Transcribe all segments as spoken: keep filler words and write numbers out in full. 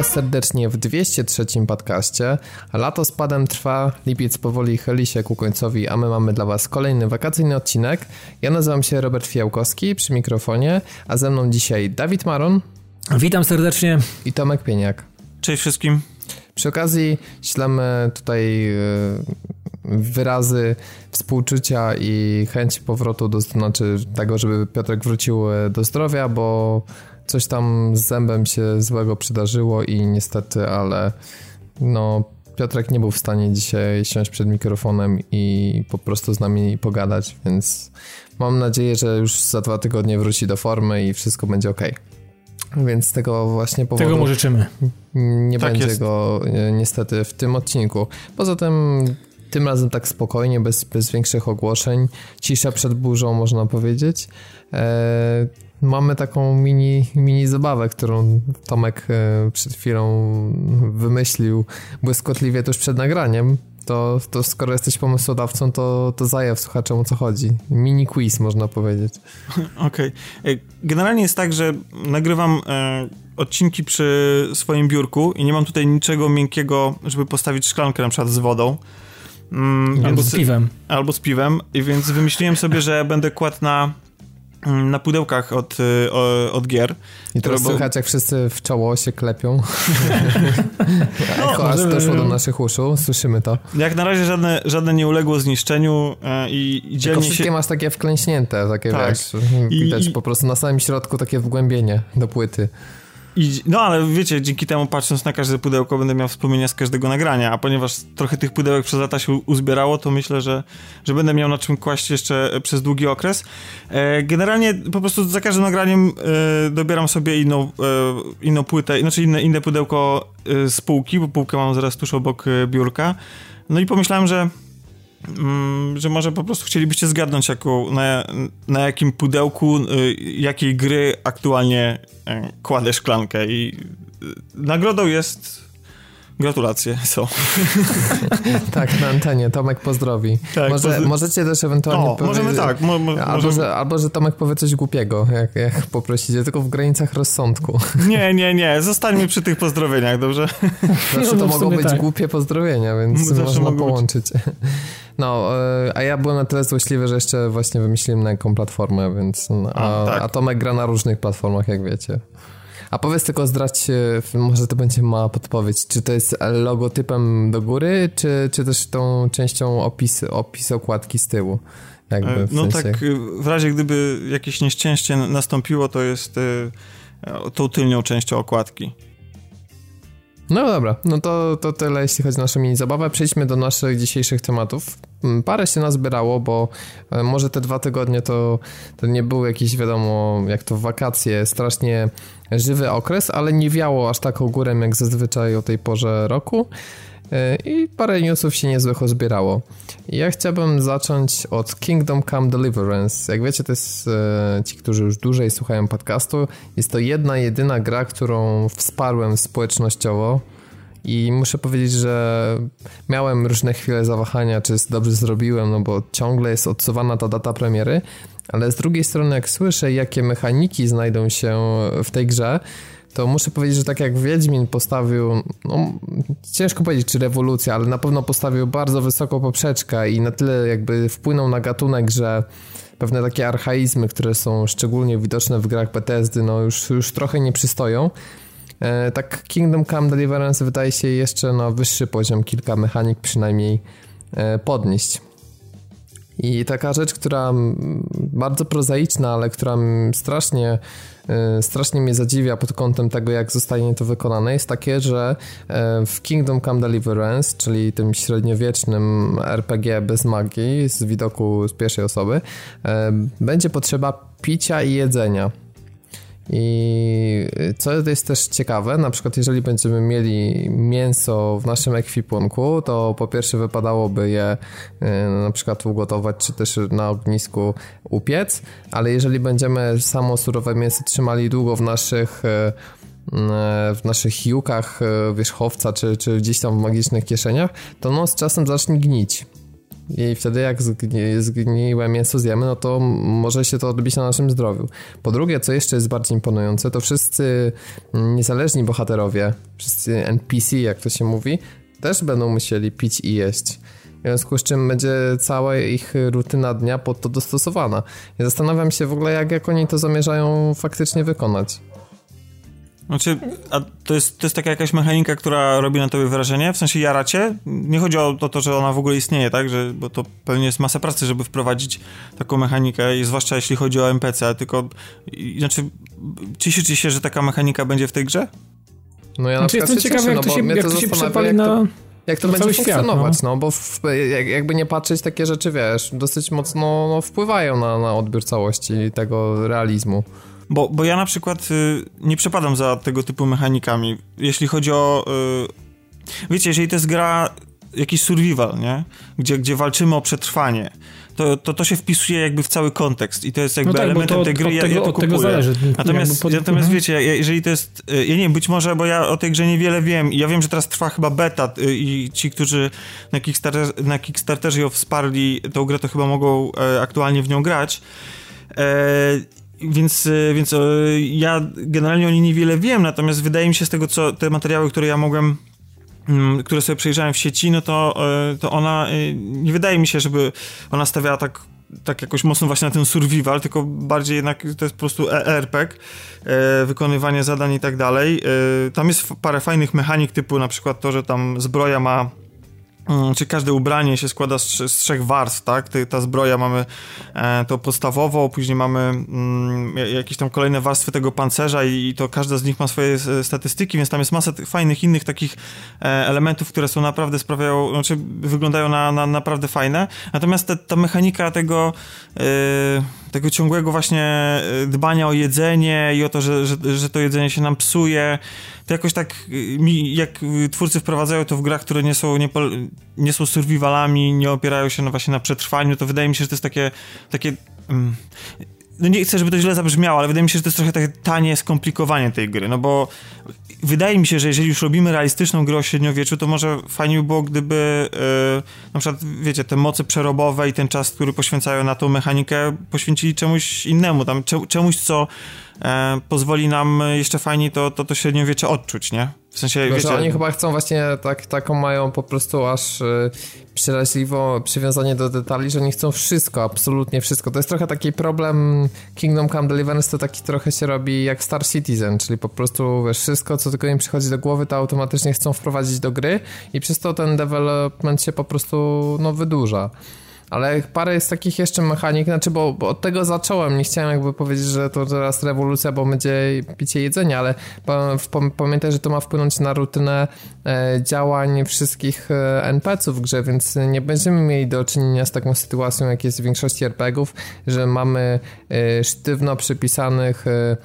Was serdecznie w dwieście trzecim podcaście. Lato z padem trwa, lipiec powoli chyli się ku końcowi, a my mamy dla Was kolejny wakacyjny odcinek. Ja nazywam się Robert Fijałkowski przy mikrofonie, a ze mną dzisiaj Dawid Maron. Witam serdecznie. I Tomek Pieniak. Cześć wszystkim. Przy okazji ślemy tutaj wyrazy współczucia i chęci powrotu do, znaczy tego, żeby Piotrek wrócił do zdrowia, bo coś tam z zębem się złego przydarzyło i niestety, ale no Piotrek nie był w stanie dzisiaj siąść przed mikrofonem i po prostu z nami pogadać, więc mam nadzieję, że już za dwa tygodnie wróci do formy i wszystko będzie okej. Więc z tego właśnie powodu tego mu życzymy. Nie tak będzie jest. go niestety w tym odcinku. Poza tym tym razem tak spokojnie, bez, bez większych ogłoszeń. Cisza przed burzą, można powiedzieć. E, mamy taką mini, mini zabawę, którą Tomek e, przed chwilą wymyślił błyskotliwie tuż przed nagraniem. To, to skoro jesteś pomysłodawcą, to, to zajaw słuchaczom, o co chodzi. Mini quiz, można powiedzieć. Okej. Okay. Generalnie jest tak, że nagrywam e, odcinki przy swoim biurku i nie mam tutaj niczego miękkiego, żeby postawić szklankę na przykład z wodą. Mm, albo z piwem. Albo z piwem. I więc wymyśliłem sobie, że będę kładł na, na pudełkach od, od gier. I teraz bo... słychać, jak wszyscy w czoło się klepią. No, Echo aż doszło do naszych uszu. Słyszymy to. Jak na razie żadne, żadne nie uległo zniszczeniu i, i dzielnie Tylko wszystkie się... masz takie wklęśnięte, takie tak. Wiesz, widać I, po prostu na samym środku takie wgłębienie do płyty. I, no ale wiecie, dzięki temu patrząc na każde pudełko będę miał wspomnienia z każdego nagrania, a ponieważ trochę tych pudełek przez lata się uzbierało, to myślę, że, że będę miał na czym kłaść jeszcze przez długi okres. E, generalnie po prostu za każdym nagraniem e, dobieram sobie inną, e, inną płytę, znaczy inne, inne pudełko e, z półki, bo półkę mam zaraz tuż obok e, biurka. No i pomyślałem, że Mm, że może po prostu chcielibyście zgadnąć jaką, na, na jakim pudełku y, jakiej gry aktualnie y, kładę szklankę i y, nagrodą jest gratulacje są. Tak, na antenie Tomek pozdrowi. Tak, Może, pozdro... Możecie też ewentualnie o, powiedzieć... możemy tak. Mo, mo, albo, możemy... Że, albo, że Tomek powie coś głupiego, jak, jak poprosicie, tylko w granicach rozsądku. Nie, nie, nie. Zostańmy przy tych pozdrowieniach, dobrze? Zawsze to mogą być tak. głupie pozdrowienia, więc zawsze można połączyć. Być. No, a ja byłem na tyle złośliwy, że jeszcze właśnie wymyśliłem na jaką platformę, więc... A, a, tak. a Tomek gra na różnych platformach, jak wiecie. A powiedz tylko, zdradź, może to będzie mała podpowiedź, czy to jest logotypem do góry, czy, czy też tą częścią opis, opis okładki z tyłu? Jakby w no sensie... tak, w razie gdyby jakieś nieszczęście nastąpiło, to jest tą tylnią częścią okładki. No dobra, no to, to tyle jeśli chodzi o naszą mini zabawę. Przejdźmy do naszych dzisiejszych tematów. Parę się nazbierało, bo może te dwa tygodnie to, to nie był jakiś, wiadomo, jak to wakacje, strasznie żywy okres, ale nie wiało aż taką górę jak zazwyczaj o tej porze roku i parę newsów się niezłych uzbierało. Ja chciałbym zacząć od Kingdom Come Deliverance. Jak wiecie, to jest ci, którzy już dłużej słuchają podcastu, jest to jedna, jedyna gra, którą wsparłem społecznościowo i muszę powiedzieć, że miałem różne chwile zawahania, czy dobrze zrobiłem, no bo ciągle jest odsuwana ta data premiery, ale z drugiej strony jak słyszę, jakie mechaniki znajdą się w tej grze, to muszę powiedzieć, że tak jak Wiedźmin postawił, no ciężko powiedzieć czy rewolucja, ale na pewno postawił bardzo wysoką poprzeczkę i na tyle jakby wpłynął na gatunek, że pewne takie archaizmy, które są szczególnie widoczne w grach Bethesdy, no już, już trochę nie przystoją. E, tak Kingdom Come Deliverance wydaje się jeszcze na wyższy poziom kilka mechanik przynajmniej e, podnieść. I taka rzecz, która bardzo prozaiczna, ale która strasznie, strasznie mnie zadziwia pod kątem tego, jak zostanie to wykonane, jest takie, że w Kingdom Come Deliverance, czyli tym średniowiecznym er pe gie bez magii, z widoku z pierwszej osoby, będzie potrzeba picia i jedzenia. I co jest też ciekawe, na przykład jeżeli będziemy mieli mięso w naszym ekwipunku, to po pierwsze wypadałoby je na przykład ugotować, czy też na ognisku upiec, ale jeżeli będziemy samo surowe mięso trzymali długo w naszych w naszych jukach wierzchowca, czy, czy gdzieś tam w magicznych kieszeniach, to ono z czasem zacznie gnić. I wtedy jak zgni, zgniłe mięso zjemy, no to może się to odbić na naszym zdrowiu. Po drugie, co jeszcze jest bardziej imponujące, to wszyscy niezależni bohaterowie, wszyscy N P C, jak to się mówi, też będą musieli pić i jeść. W związku z czym będzie cała ich rutyna dnia pod to dostosowana. I zastanawiam się w ogóle, jak, jak oni to zamierzają faktycznie wykonać. Znaczy, a to jest, to jest taka jakaś mechanika, która robi na tobie wrażenie? W sensie jara cię? Nie chodzi o to, że ona w ogóle istnieje, tak? Że, bo to pewnie jest masa pracy, żeby wprowadzić taką mechanikę, i zwłaszcza jeśli chodzi o N P C, tylko i, znaczy, cieszy się, że taka mechanika będzie w tej grze? No ja znaczy, na przykład jestem ciekawy, cieszę, jak to no się, jak to się przepali jak na... To... Jak to będzie funkcjonować, świat, no. no, bo w, jak, jakby nie patrzeć, takie rzeczy, wiesz, dosyć mocno no, wpływają na, na odbiór całości tego realizmu. Bo, bo ja na przykład y, nie przepadam za tego typu mechanikami. Jeśli chodzi o... Y, wiecie, jeżeli to jest gra, jakiś survival, nie? Gdzie, gdzie walczymy o przetrwanie, to, to to się wpisuje jakby w cały kontekst i to jest jakby no tak, elementem to, tej gry, ja, tego, ja to kupuję. Zależy, natomiast pod... natomiast mhm. wiecie, jeżeli to jest... Ja nie wiem, być może, bo ja o tej grze niewiele wiem i ja wiem, że teraz trwa chyba beta i ci, którzy na, Kickstarter, na Kickstarterze ją wsparli tą grę, to chyba mogą e, aktualnie w nią grać. E, Więc, więc ja generalnie o niej niewiele wiem, natomiast wydaje mi się z tego, co te materiały, które ja mogłem, które sobie przejrzałem w sieci, no to, to ona, nie wydaje mi się, żeby ona stawiała tak, tak jakoś mocno właśnie na ten survival, tylko bardziej jednak to jest po prostu R P G, wykonywanie zadań i tak dalej. Tam jest parę fajnych mechanik, typu na przykład to, że tam zbroja ma czy każde ubranie się składa z, z trzech warstw, tak? Ta, ta zbroja mamy e, to podstawową, później mamy mm, jakieś tam kolejne warstwy tego pancerza i, i to każda z nich ma swoje statystyki, więc tam jest masa tych fajnych innych takich e, elementów, które są naprawdę sprawiają, znaczy wyglądają na, na naprawdę fajne. Natomiast te, ta mechanika tego e, tego ciągłego właśnie dbania o jedzenie i o to, że, że, że to jedzenie się nam psuje, to jakoś tak mi, jak twórcy wprowadzają to w grach, które nie są, nie, nie są survivalami, nie opierają się na, właśnie na przetrwaniu, to wydaje mi się, że to jest takie, takie um, no nie chcę, żeby to źle zabrzmiało, ale wydaje mi się, że to jest trochę takie tanie skomplikowanie tej gry, no bo wydaje mi się, że jeżeli już robimy realistyczną grę o średniowieczu, to może fajnie by było, gdyby yy, na przykład, wiecie, te moce przerobowe i ten czas, który poświęcają na tą mechanikę, poświęcili czemuś innemu, tam czemuś, co e, pozwoli nam jeszcze fajniej to, to, to średniowiecze odczuć, nie? W sensie, no, wiecie... że oni chyba chcą właśnie tak, taką mają po prostu aż y, przeraźliwe przywiązanie do detali, że oni chcą wszystko, absolutnie wszystko. To jest trochę taki problem Kingdom Come Deliverance, to taki trochę się robi jak Star Citizen, czyli po prostu wiesz, wszystko, co tylko im przychodzi do głowy, to automatycznie chcą wprowadzić do gry i przez to ten development się po prostu no, wydłuża. Ale parę jest takich jeszcze mechanik, znaczy, bo, bo od tego zacząłem, nie chciałem jakby powiedzieć, że to teraz rewolucja, bo będzie picie jedzenia, ale pamiętaj, że to ma wpłynąć na rutynę e, działań wszystkich e, N P C-ów w grze, więc nie będziemy mieli do czynienia z taką sytuacją, jak jest w większości er pe gie-ów, że mamy e, sztywno przypisanych e,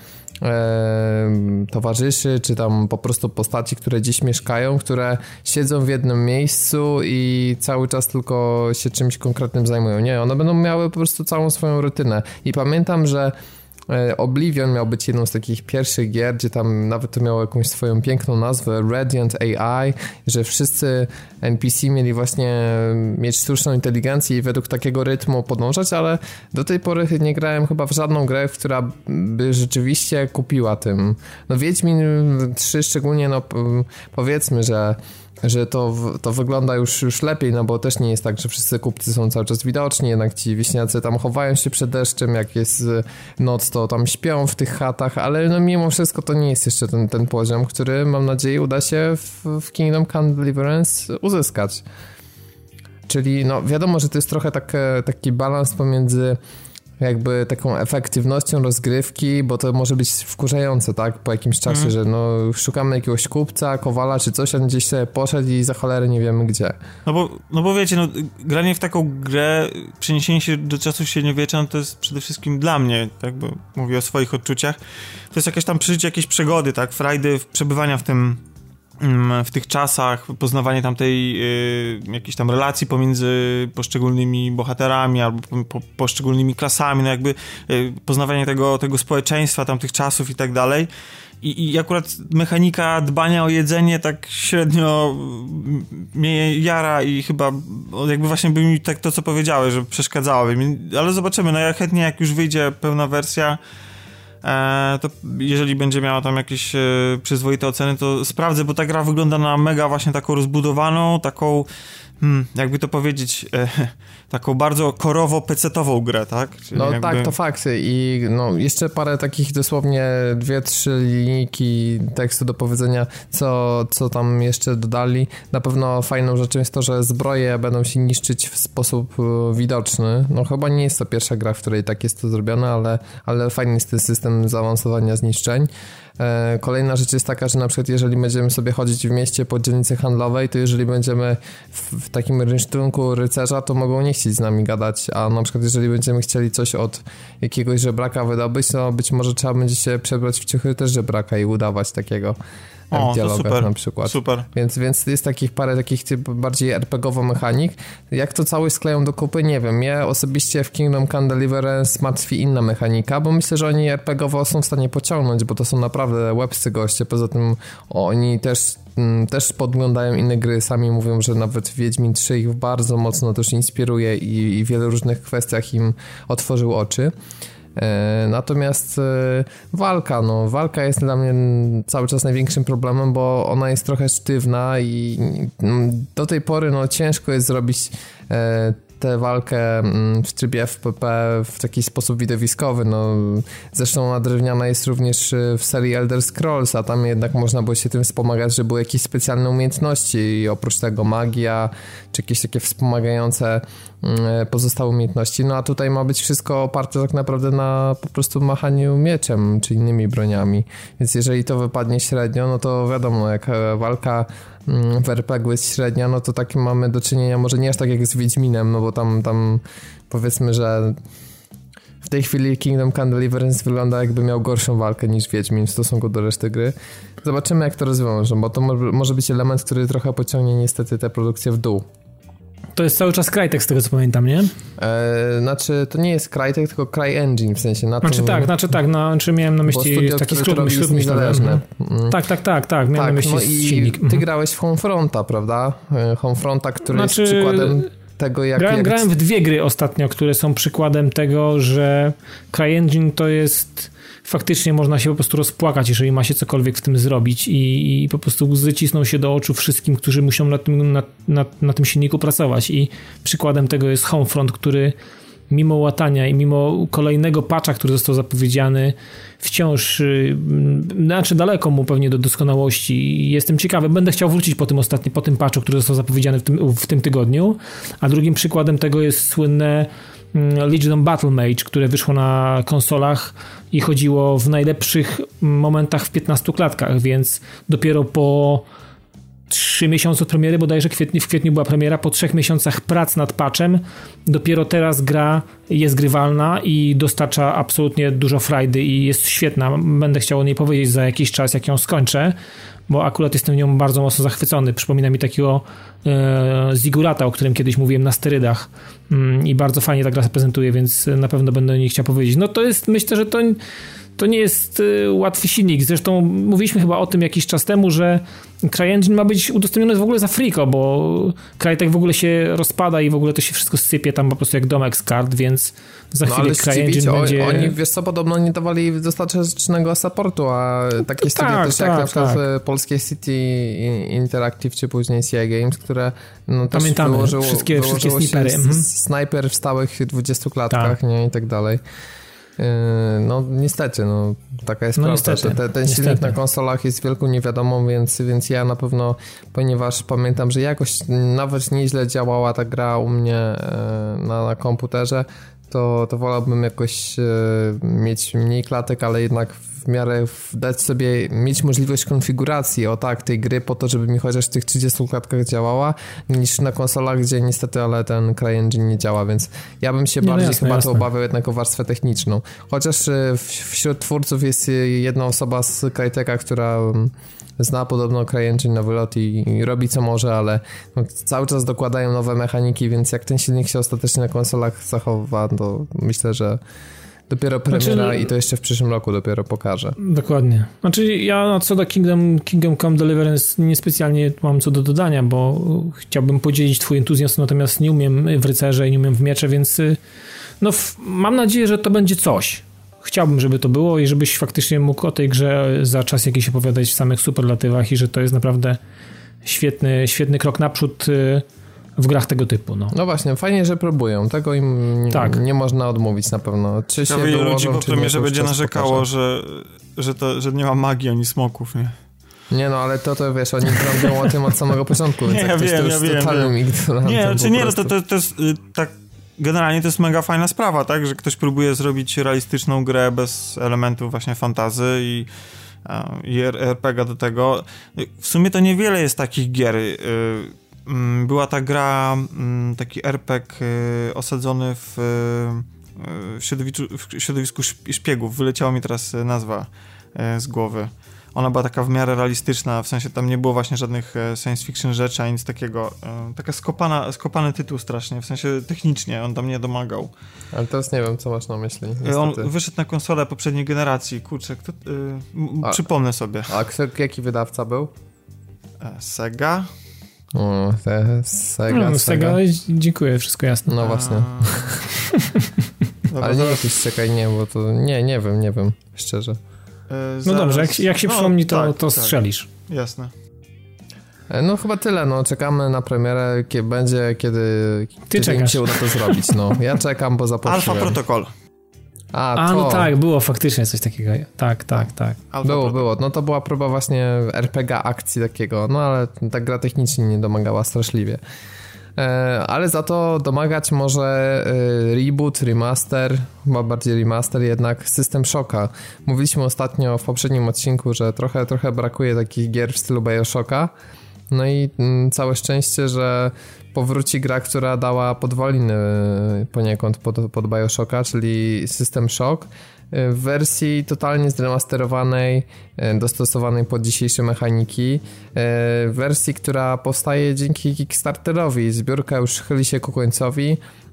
E, towarzyszy, czy tam po prostu postaci, które dziś mieszkają, które siedzą w jednym miejscu i cały czas tylko się czymś konkretnym zajmują. Nie, one będą miały po prostu całą swoją rutynę. I pamiętam, że Oblivion miał być jedną z takich pierwszych gier, gdzie tam nawet to miało jakąś swoją piękną nazwę, Radiant A I, że wszyscy N P C mieli właśnie mieć sztuczną inteligencję i według takiego rytmu podążać, ale do tej pory nie grałem chyba w żadną grę, która by rzeczywiście kupiła tym. No Wiedźmin trzy szczególnie, no powiedzmy, że że to, to wygląda już, już lepiej, no bo też nie jest tak, że wszyscy kupcy są cały czas widoczni, jednak ci wiśniacy tam chowają się przed deszczem, jak jest noc, to tam śpią w tych chatach, ale no mimo wszystko to nie jest jeszcze ten, ten poziom, który mam nadzieję uda się w, w Kingdom Come Deliverance uzyskać. Czyli no wiadomo, że to jest trochę tak, taki balans pomiędzy jakby taką efektywnością rozgrywki, bo to może być wkurzające, tak, po jakimś czasie, mm. że no szukamy jakiegoś kupca, kowala czy coś, a gdzieś sobie poszedł i za cholerę nie wiemy gdzie. No bo, no bo wiecie, no granie w taką grę, przeniesienie się do czasów średniowiecza, no to jest przede wszystkim dla mnie, tak, bo mówię o swoich odczuciach, to jest jakieś tam przeżycie, jakieś przegody, tak, frajdy, przebywania w tym w tych czasach, poznawanie tamtej y, jakiejś tam relacji pomiędzy poszczególnymi bohaterami albo po, po, poszczególnymi klasami, no jakby y, poznawanie tego, tego społeczeństwa tamtych czasów i tak dalej. I, I akurat mechanika dbania o jedzenie tak średnio mnie jara i chyba jakby właśnie by mi tak to, co powiedziałeś, że przeszkadzało mi. Ale zobaczymy, no ja chętnie jak już wyjdzie pełna wersja, e, to jeżeli będzie miała tam jakieś e, przyzwoite oceny, to sprawdzę, bo ta gra wygląda na mega właśnie taką rozbudowaną, taką Hmm, jakby to powiedzieć, e, taką bardzo korowo-pecetową grę, tak? Czyli no jakby... tak, to fakty i no, jeszcze parę takich dosłownie dwie, trzy linijki tekstu do powiedzenia, co, co tam jeszcze dodali. Na pewno fajną rzeczą jest to, że zbroje będą się niszczyć w sposób widoczny. No chyba nie jest to pierwsza gra, w której tak jest to zrobione, ale, ale fajny jest ten system zaawansowania zniszczeń. Kolejna rzecz jest taka, że na przykład jeżeli będziemy sobie chodzić w mieście po dzielnicy handlowej, to jeżeli będziemy w, w takim rynsztunku rycerza, to mogą nie chcieć z nami gadać, a na przykład jeżeli będziemy chcieli coś od jakiegoś żebraka wydobyć, to być może trzeba będzie się przebrać w ciuchy też żebraka i udawać takiego o, w dialogach super, na przykład. Super. Więc, więc jest takich parę takich typ bardziej er pe gie owo mechanik. Jak to całość skleją do kupy, nie wiem. Mnie osobiście w Kingdom Come Deliverance martwi inna mechanika, bo myślę, że oni er pe gie owo są w stanie pociągnąć, bo to są naprawdę łebscy goście. Poza tym o, oni też, m, też podglądają inne gry. Sami mówią, że nawet Wiedźmin trzy ich bardzo mocno też inspiruje i, i w wielu różnych kwestiach im otworzył oczy. Natomiast walka, no walka jest dla mnie cały czas największym problemem, bo ona jest trochę sztywna i do tej pory no ciężko jest zrobić tę walkę w trybie ef pe pe w taki sposób widowiskowy. No, zresztą ona drewniana jest również w serii Elder Scrolls, a tam jednak można było się tym wspomagać, że były jakieś specjalne umiejętności i oprócz tego magia, czy jakieś takie wspomagające pozostałe umiejętności. No a tutaj ma być wszystko oparte tak naprawdę na po prostu machaniu mieczem, czy innymi broniami. Więc jeżeli to wypadnie średnio, no to wiadomo, jak walka w er pe gie jest średnia, no to tak mamy do czynienia może nie aż tak jak z Wiedźminem, no bo tam, tam powiedzmy, że w tej chwili Kingdom Come Deliverance wygląda jakby miał gorszą walkę niż Wiedźmin w stosunku do reszty gry. Zobaczymy jak to rozwiążą, bo to może być element, który trochę pociągnie niestety tę produkcję w dół. To jest cały czas Crytek z tego co pamiętam, nie? Eee, znaczy to nie jest Crytek, tylko CryEngine w sensie na Znaczy tym, tak, znaczy tak, znaczy miałem na myśli studio, taki skrót, skrót niezależne. Mm. Tak, tak, tak, tak, miałem tak, na myśli no i silnik. ty grałeś w Homefronta, prawda? Homefronta, który znaczy, jest przykładem tego jak... Grałem, jak... grałem w dwie gry ostatnio, które są przykładem tego, że CryEngine to jest... Faktycznie można się po prostu rozpłakać, jeżeli ma się cokolwiek w tym zrobić i, i po prostu łzy cisną się do oczu wszystkim, którzy muszą na tym, na, na, na tym silniku pracować i przykładem tego jest Homefront, który mimo łatania i mimo kolejnego patcha, który został zapowiedziany, wciąż, znaczy daleko mu pewnie do doskonałości i jestem ciekawy, będę chciał wrócić po tym ostatnim, po tym patchu, który został zapowiedziany w tym, w tym tygodniu, a drugim przykładem tego jest słynne Legion Battle Mage, które wyszło na konsolach i chodziło w najlepszych momentach w piętnastu klatkach, więc dopiero po trzy miesiące od premiery, bodajże kwietni, w kwietniu była premiera, po trzech miesiącach prac nad patchem, dopiero teraz gra jest grywalna i dostarcza absolutnie dużo frajdy i jest świetna. Będę chciał o niej powiedzieć za jakiś czas, jak ją skończę, bo akurat jestem nią bardzo mocno zachwycony. Przypomina mi takiego e, Zigurata, o którym kiedyś mówiłem na sterydach mm, i bardzo fajnie ta gra się prezentuje, więc na pewno będę o niej chciał powiedzieć. No to jest, myślę, że to, to nie jest y, łatwy silnik. Zresztą mówiliśmy chyba o tym jakiś czas temu, że CryEngine ma być udostępniony w ogóle za friko, bo Crytek w ogóle się rozpada i w ogóle to się wszystko sypie tam po prostu jak domek z kart, więc za no, chwilę CryEngine będzie... Oni, wiesz co, podobno nie dawali dostatecznego supportu, a takie to studia tak, też tak, jak na przykład tak. polskie City Interactive czy później C I Games, które no, też Pamiętamy, wyłożyło, wszystkie, wszystkie wyłożyło snipery. się Mhm. Snajper w stałych dwudziestu klatkach, tak. nie, i tak dalej. No niestety, no taka jest no, prawda, niestety, że te, ten niestety. silnik na konsolach jest wielką niewiadomą, więc, więc ja na pewno, ponieważ pamiętam, że jakoś nawet nieźle działała ta gra u mnie na, na komputerze, to, to wolałbym jakoś e, mieć mniej klatek, ale jednak w miarę dać sobie, mieć możliwość konfiguracji, o tak, tej gry po to, żeby mi chociaż w tych trzydziestu klatkach działała, niż na konsolach, gdzie niestety, ale ten CryEngine nie działa, więc ja bym się nie, bardziej no jasne, chyba jasne. to obawiał jednak o warstwę techniczną. Chociaż w, wśród twórców jest jedna osoba z Cryteka, która zna podobno CryEngine na wylot i, i robi co może, ale no, cały czas dokładają nowe mechaniki, więc jak ten silnik się ostatecznie na konsolach zachowa, to myślę, że dopiero premiera znaczy, i to jeszcze w przyszłym roku dopiero pokaże. Dokładnie. Znaczy ja co do Kingdom, Kingdom Come Deliverance niespecjalnie mam co do dodania, bo chciałbym podzielić twój entuzjazm, natomiast nie umiem w rycerze i nie umiem w miecze, więc no mam nadzieję, że to będzie coś. Chciałbym, żeby to było i żebyś faktycznie mógł o tej grze za czas jakiś opowiadać w samych superlatywach i że to jest naprawdę świetny, świetny krok naprzód w grach tego typu. No, no właśnie, fajnie, że próbują. Tego im nie, tak. nie można odmówić na pewno. Czy się wielu dołożą, ludzi po premierze będzie narzekało, że, że, to, że nie ma magii ani smoków, nie? Nie no, ale to, to wiesz, oni mówią o tym od samego początku, więc nie, jak ja ktoś wiem, to już ja totalnym ignorantem. Nie, czy nie, no to, to, to jest tak, generalnie to jest mega fajna sprawa, tak, że ktoś próbuje zrobić realistyczną grę bez elementów właśnie fantazy i, i er pe gie do tego. W sumie to niewiele jest takich gier. Była ta gra, taki er pe gie osadzony w, w, środowisku, w środowisku szpiegów. Wyleciała mi teraz nazwa z głowy. Ona była taka w miarę realistyczna, w sensie tam nie było właśnie żadnych science fiction rzeczy, ani nic takiego. Taka skopana, skopany tytuł strasznie, w sensie technicznie, on tam nie domagał. Ale teraz nie wiem, co masz na myśli. Niestety. On wyszedł na konsolę poprzedniej generacji, kurczę, kto, yy, a, przypomnę sobie. A kto, jaki wydawca był? Sega? O, te Sega, no, Sega. Sega, dziękuję, wszystko jasne. No właśnie. Ale nie jakiś, czekaj, nie, bo to, nie, nie wiem, nie wiem, szczerze. Zaraz. No dobrze, jak, jak się no, przypomni, to, tak, to strzelisz. Tak. Jasne. No chyba tyle, no czekamy na premierę, kiedy będzie, kiedy, Ty kiedy im się uda to zrobić, no. Ja czekam, bo zaprosiłem. Alpha Protocol. A, A to... no tak, było faktycznie coś takiego. Tak, tak, tak. Alpha było, Protocol. było. No to była próba właśnie er pe gie akcji takiego, no ale ta gra technicznie nie domagała straszliwie. Ale za to domagać może reboot, remaster, chyba bardziej remaster jednak System Shocka. Mówiliśmy ostatnio w poprzednim odcinku, że trochę, trochę brakuje takich gier w stylu Bioshocka. No i całe szczęście, że powróci gra, która dała podwaliny poniekąd pod, pod Bioshocka, czyli System Shock w wersji totalnie zremasterowanej, dostosowanej pod dzisiejsze mechaniki, w wersji, która powstaje dzięki Kickstarterowi. Zbiórka już chyli się ku końcowi.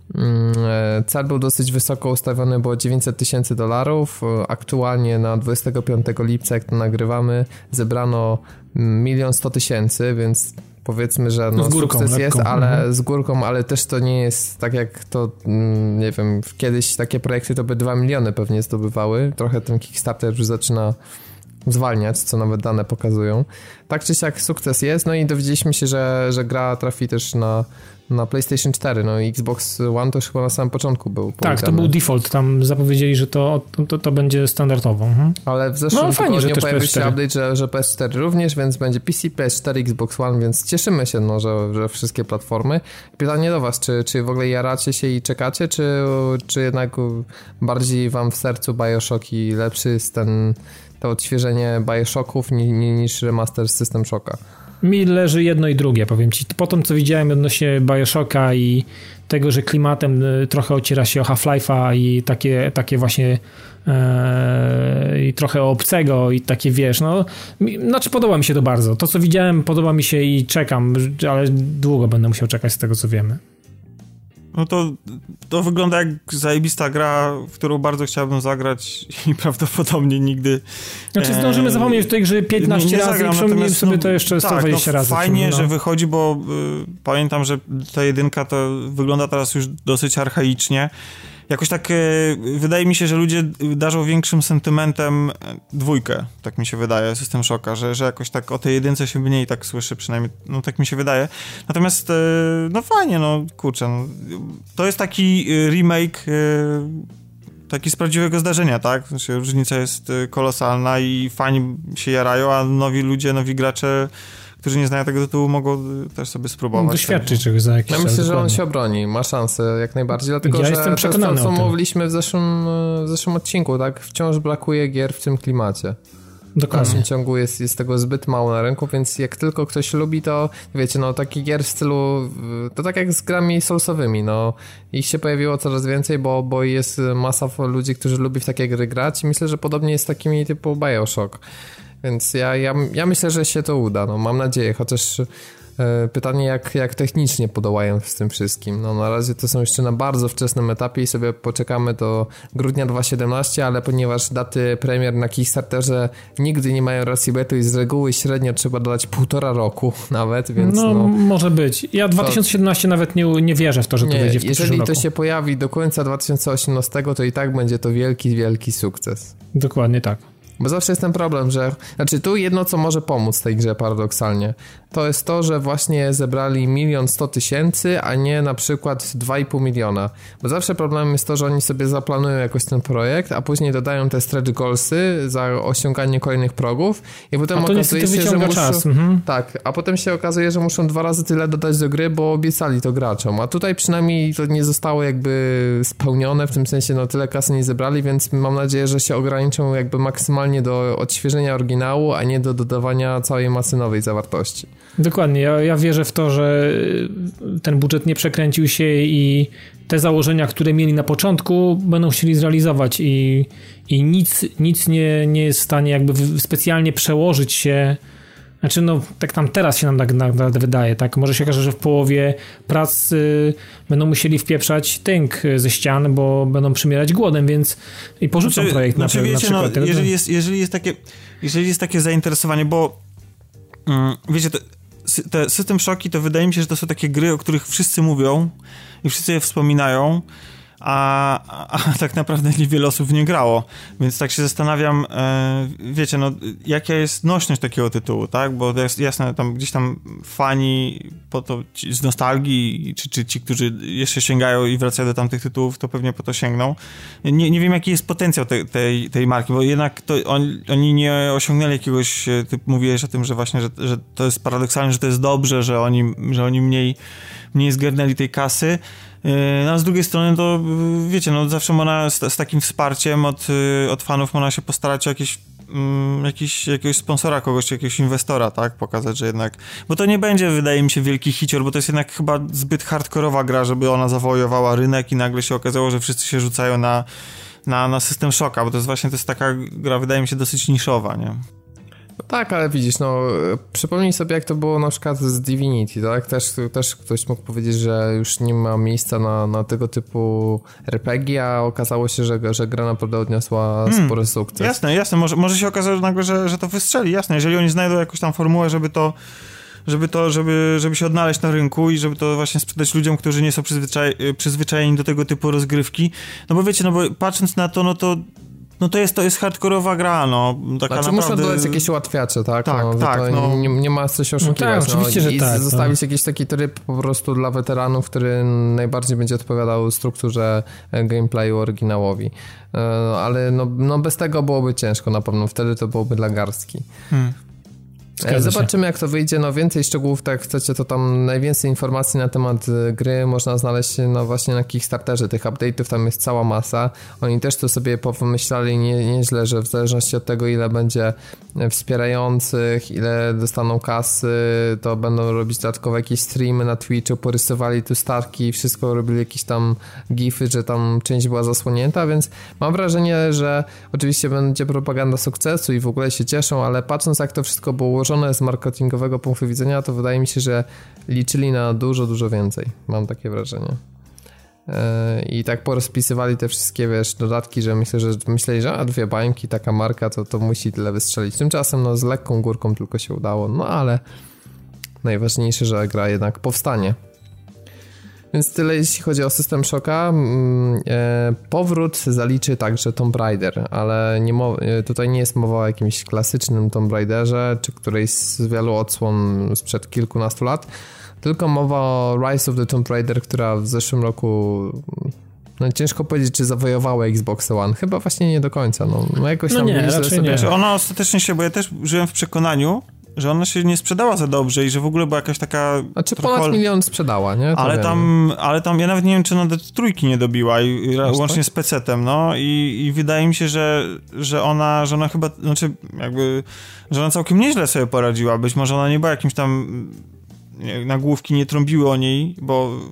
Cel był dosyć wysoko ustawiony, było dziewięćset tysięcy dolarów. Aktualnie na dwudziestego piątego lipca, jak to nagrywamy, zebrano milion sto tysięcy, więc powiedzmy, że no, górką, sukces lekką. jest, ale mhm. z górką, ale też to nie jest tak jak to, nie wiem, kiedyś takie projekty to by dwa miliony pewnie zdobywały. Trochę ten Kickstarter już zaczyna zwalniać, co nawet dane pokazują. Tak czy siak sukces jest, no i dowiedzieliśmy się, że, że gra trafi też na, na PlayStation cztery, no i Xbox One to już chyba na samym początku był Tak, powiedziane. to był default, tam zapowiedzieli, że to, to, to będzie standardowo. Mhm. Ale w zeszłym no, fajnie, tygodniu że pojawił się update, że, że P S cztery również, więc będzie P C, P S cztery, Xbox One, więc cieszymy się, no, że, że wszystkie platformy. Pytanie do was, czy, czy w ogóle jaracie się i czekacie, czy, czy jednak bardziej wam w sercu Bioshock i lepszy jest ten to odświeżenie Bioshocków niż remaster System Shocka? Mi leży jedno i drugie, powiem ci. Po tym, co widziałem odnośnie Bioshocka i tego, że klimatem trochę ociera się o Half-Life'a i takie, takie właśnie e, i trochę obcego i takie, wiesz, no mi, znaczy podoba mi się to bardzo. To, co widziałem, podoba mi się i czekam, ale długo będę musiał czekać z tego, co wiemy. No to, to wygląda jak zajebista gra, w którą bardzo chciałbym zagrać i prawdopodobnie nigdy... Znaczy zdążymy e, zapomnieć w tej grze piętnaście nie razy zagram, i przypomnij sobie no, to jeszcze sto dwadzieścia tak, no, razy. Fajnie, no. że wychodzi, bo y, pamiętam, że ta jedynka to wygląda teraz już dosyć archaicznie. Jakoś tak y, wydaje mi się, że ludzie darzą większym sentymentem dwójkę, tak mi się wydaje, System Shocka, że, że jakoś tak o tej jedynce się mniej tak słyszy, przynajmniej, no tak mi się wydaje. Natomiast, y, no fajnie, no kurczę, no, to jest taki remake y, taki z prawdziwego zdarzenia, tak? Znaczy, różnica jest kolosalna i fani się jarają, a nowi ludzie, nowi gracze, którzy nie znają tego tytułu, mogą też sobie spróbować. Doświadczyć czegoś za jakiś czas. Ja myślę, że on się obroni, ma szansę jak najbardziej, dlatego ja że jestem przekonany to, co mówiliśmy w zeszłym, w zeszłym odcinku, tak? Wciąż brakuje gier w tym klimacie. Dokładnie. W dalszym ciągu jest, jest tego zbyt mało na rynku, więc jak tylko ktoś lubi, to wiecie, no taki gier w stylu, to tak jak z grami soulsowymi, no ich się pojawiło coraz więcej, bo, bo jest masa ludzi, którzy lubi w takie gry grać i myślę, że podobnie jest z takimi typu Bioshock. Więc ja, ja, ja myślę, że się to uda, no mam nadzieję, chociaż pytanie, jak, jak technicznie podołają z tym wszystkim. No na razie to są jeszcze na bardzo wczesnym etapie i sobie poczekamy do grudnia dwa tysiące siedemnastego, ale ponieważ daty premier na Kickstarterze nigdy nie mają racji bytu i z reguły średnio trzeba dodać półtora roku nawet, więc no... no może być. Ja dwa tysiące siedemnasty to... nawet nie, nie wierzę w to, że to nie, wyjdzie w tym jeżeli roku. to się pojawi do końca dwa tysiące osiemnastego, to i tak będzie to wielki, wielki sukces. Dokładnie tak. Bo zawsze jest ten problem, że... Znaczy tu jedno, co może pomóc tej grze paradoksalnie, to jest to, że właśnie zebrali milion sto tysięcy, a nie na przykład dwa i pół miliona. Bo zawsze problemem jest to, że oni sobie zaplanują jakoś ten projekt, a później dodają te stretch goalsy za osiąganie kolejnych progów i potem okazuje się, że muszą... czas. Mhm. Tak, a potem się okazuje, że muszą dwa razy tyle dodać do gry, bo obiecali to graczom. A tutaj przynajmniej to nie zostało jakby spełnione, w tym sensie no tyle kasy nie zebrali, więc mam nadzieję, że się ograniczą jakby maksymalnie do odświeżenia oryginału, a nie do dodawania całej masy nowej zawartości. Dokładnie, ja, ja wierzę w to, że ten budżet nie przekręcił się i te założenia, które mieli na początku, będą chcieli zrealizować i, i nic, nic nie, nie jest w stanie jakby specjalnie przełożyć się. Znaczy, no, tak tam teraz się nam tak, tak wydaje, tak? Może się okaże, że w połowie prac y, będą musieli wpieprzać tynk ze ścian, bo będą przymierać głodem, więc i porzucą znaczy, projekt znaczy, na, wiecie, na przykład. No, jeżeli, jest, jeżeli, jest takie, jeżeli jest takie zainteresowanie, bo mm, wiecie, te, te System Shocki to wydaje mi się, że to są takie gry, o których wszyscy mówią i wszyscy je wspominają, A, a, a tak naprawdę niewiele osób w nie grało, więc tak się zastanawiam, e, wiecie, no jaka jest nośność takiego tytułu, tak, bo jest jasne, tam gdzieś tam fani po to ci, z nostalgii, czy, czy ci, którzy jeszcze sięgają i wracają do tamtych tytułów, to pewnie po to sięgną. Nie, nie wiem, jaki jest potencjał te, tej, tej marki, bo jednak to on, oni nie osiągnęli jakiegoś, ty mówiłeś o tym, że właśnie, że, że to jest paradoksalne, że to jest dobrze, że oni, że oni mniej, mniej zgarnęli tej kasy. No a z drugiej strony to, wiecie, no zawsze można z, z takim wsparciem od, od fanów można się postarać o jakieś, um, jakiś, jakiegoś sponsora, kogoś, jakiegoś inwestora, tak? Pokazać, że jednak... Bo to nie będzie, wydaje mi się, wielki hicior, bo to jest jednak chyba zbyt hardkorowa gra, żeby ona zawojowała rynek i nagle się okazało, że wszyscy się rzucają na, na, na System Shocka, bo to jest właśnie, to jest taka gra, wydaje mi się, dosyć niszowa, nie? No tak, ale widzisz, no przypomnij sobie, jak to było na przykład z Divinity, tak? Też, też ktoś mógł powiedzieć, że już nie ma miejsca na, na tego typu er pe gie, a okazało się, że, że gra naprawdę odniosła hmm, spory sukces. Jasne, jasne, może, może się okazać nagle, że, że to wystrzeli, jasne, jeżeli oni znajdą jakąś tam formułę, żeby to żeby to, żeby, żeby się odnaleźć na rynku i żeby to właśnie sprzedać ludziom, którzy nie są przyzwyczaj, przyzwyczajeni do tego typu rozgrywki, no bo wiecie, no bo patrząc na to, no to No to jest, to jest hardkorowa gra, no. Taka znaczy naprawdę... muszą dodać jakieś ułatwiacze, tak? Tak, no, tak. No. Nie, nie ma co się oszukiwać. No tak, oczywiście, no. że I tak. zostawić no. jakiś taki tryb po prostu dla weteranów, który najbardziej będzie odpowiadał strukturze gameplayu oryginałowi. Ale no, no bez tego byłoby ciężko na pewno. Wtedy to byłoby dla garstki. Hmm. Zgadza Zobaczymy się. Jak to wyjdzie, no więcej szczegółów, tak jak chcecie, to tam najwięcej informacji na temat gry można znaleźć no właśnie na Kickstarterze, tych update'ów tam jest cała masa, oni też to sobie pomyśleli nie, nieźle, że w zależności od tego ile będzie wspierających, ile dostaną kasy, to będą robić dodatkowe jakieś streamy na Twitchu, porysowali tu starki, wszystko robili jakieś tam gify, że tam część była zasłonięta, więc mam wrażenie, że oczywiście będzie propaganda sukcesu i w ogóle się cieszą, ale patrząc jak to wszystko było ułożone z marketingowego punktu widzenia, to wydaje mi się, że liczyli na dużo, dużo więcej. Mam takie wrażenie. I tak porozpisywali te wszystkie, wiesz, dodatki, że myślę, że myśleli, że a dwie bańki, taka marka, to, to musi tyle wystrzelić. Tymczasem no z lekką górką tylko się udało, no ale najważniejsze, że gra jednak powstanie. Więc tyle jeśli chodzi o System Shocka. Powrót zaliczy także Tomb Raider, ale nie mo- tutaj nie jest mowa o jakimś klasycznym Tomb Raiderze, czy którejś z wielu odsłon sprzed kilkunastu lat, tylko mowa o Rise of the Tomb Raider, która w zeszłym roku, no ciężko powiedzieć, czy zawojowała Xbox One. Chyba właśnie nie do końca. No, no jakoś no tam nie, raczej sobie... nie. Ona ostatecznie się, bo ja też żyłem w przekonaniu, że ona się nie sprzedała za dobrze i że w ogóle była jakaś taka... Znaczy trochę... ponad milion sprzedała, nie? To ale wiem. tam, ale tam, ja nawet nie wiem, czy nawet trójki nie dobiła, i, Aż łącznie tak? z pecetem, no i, i wydaje mi się, że, że ona, że ona chyba, znaczy jakby, że ona całkiem nieźle sobie poradziła, być może ona nie była jakimś tam, nie, nagłówki nie trąbiły o niej, bo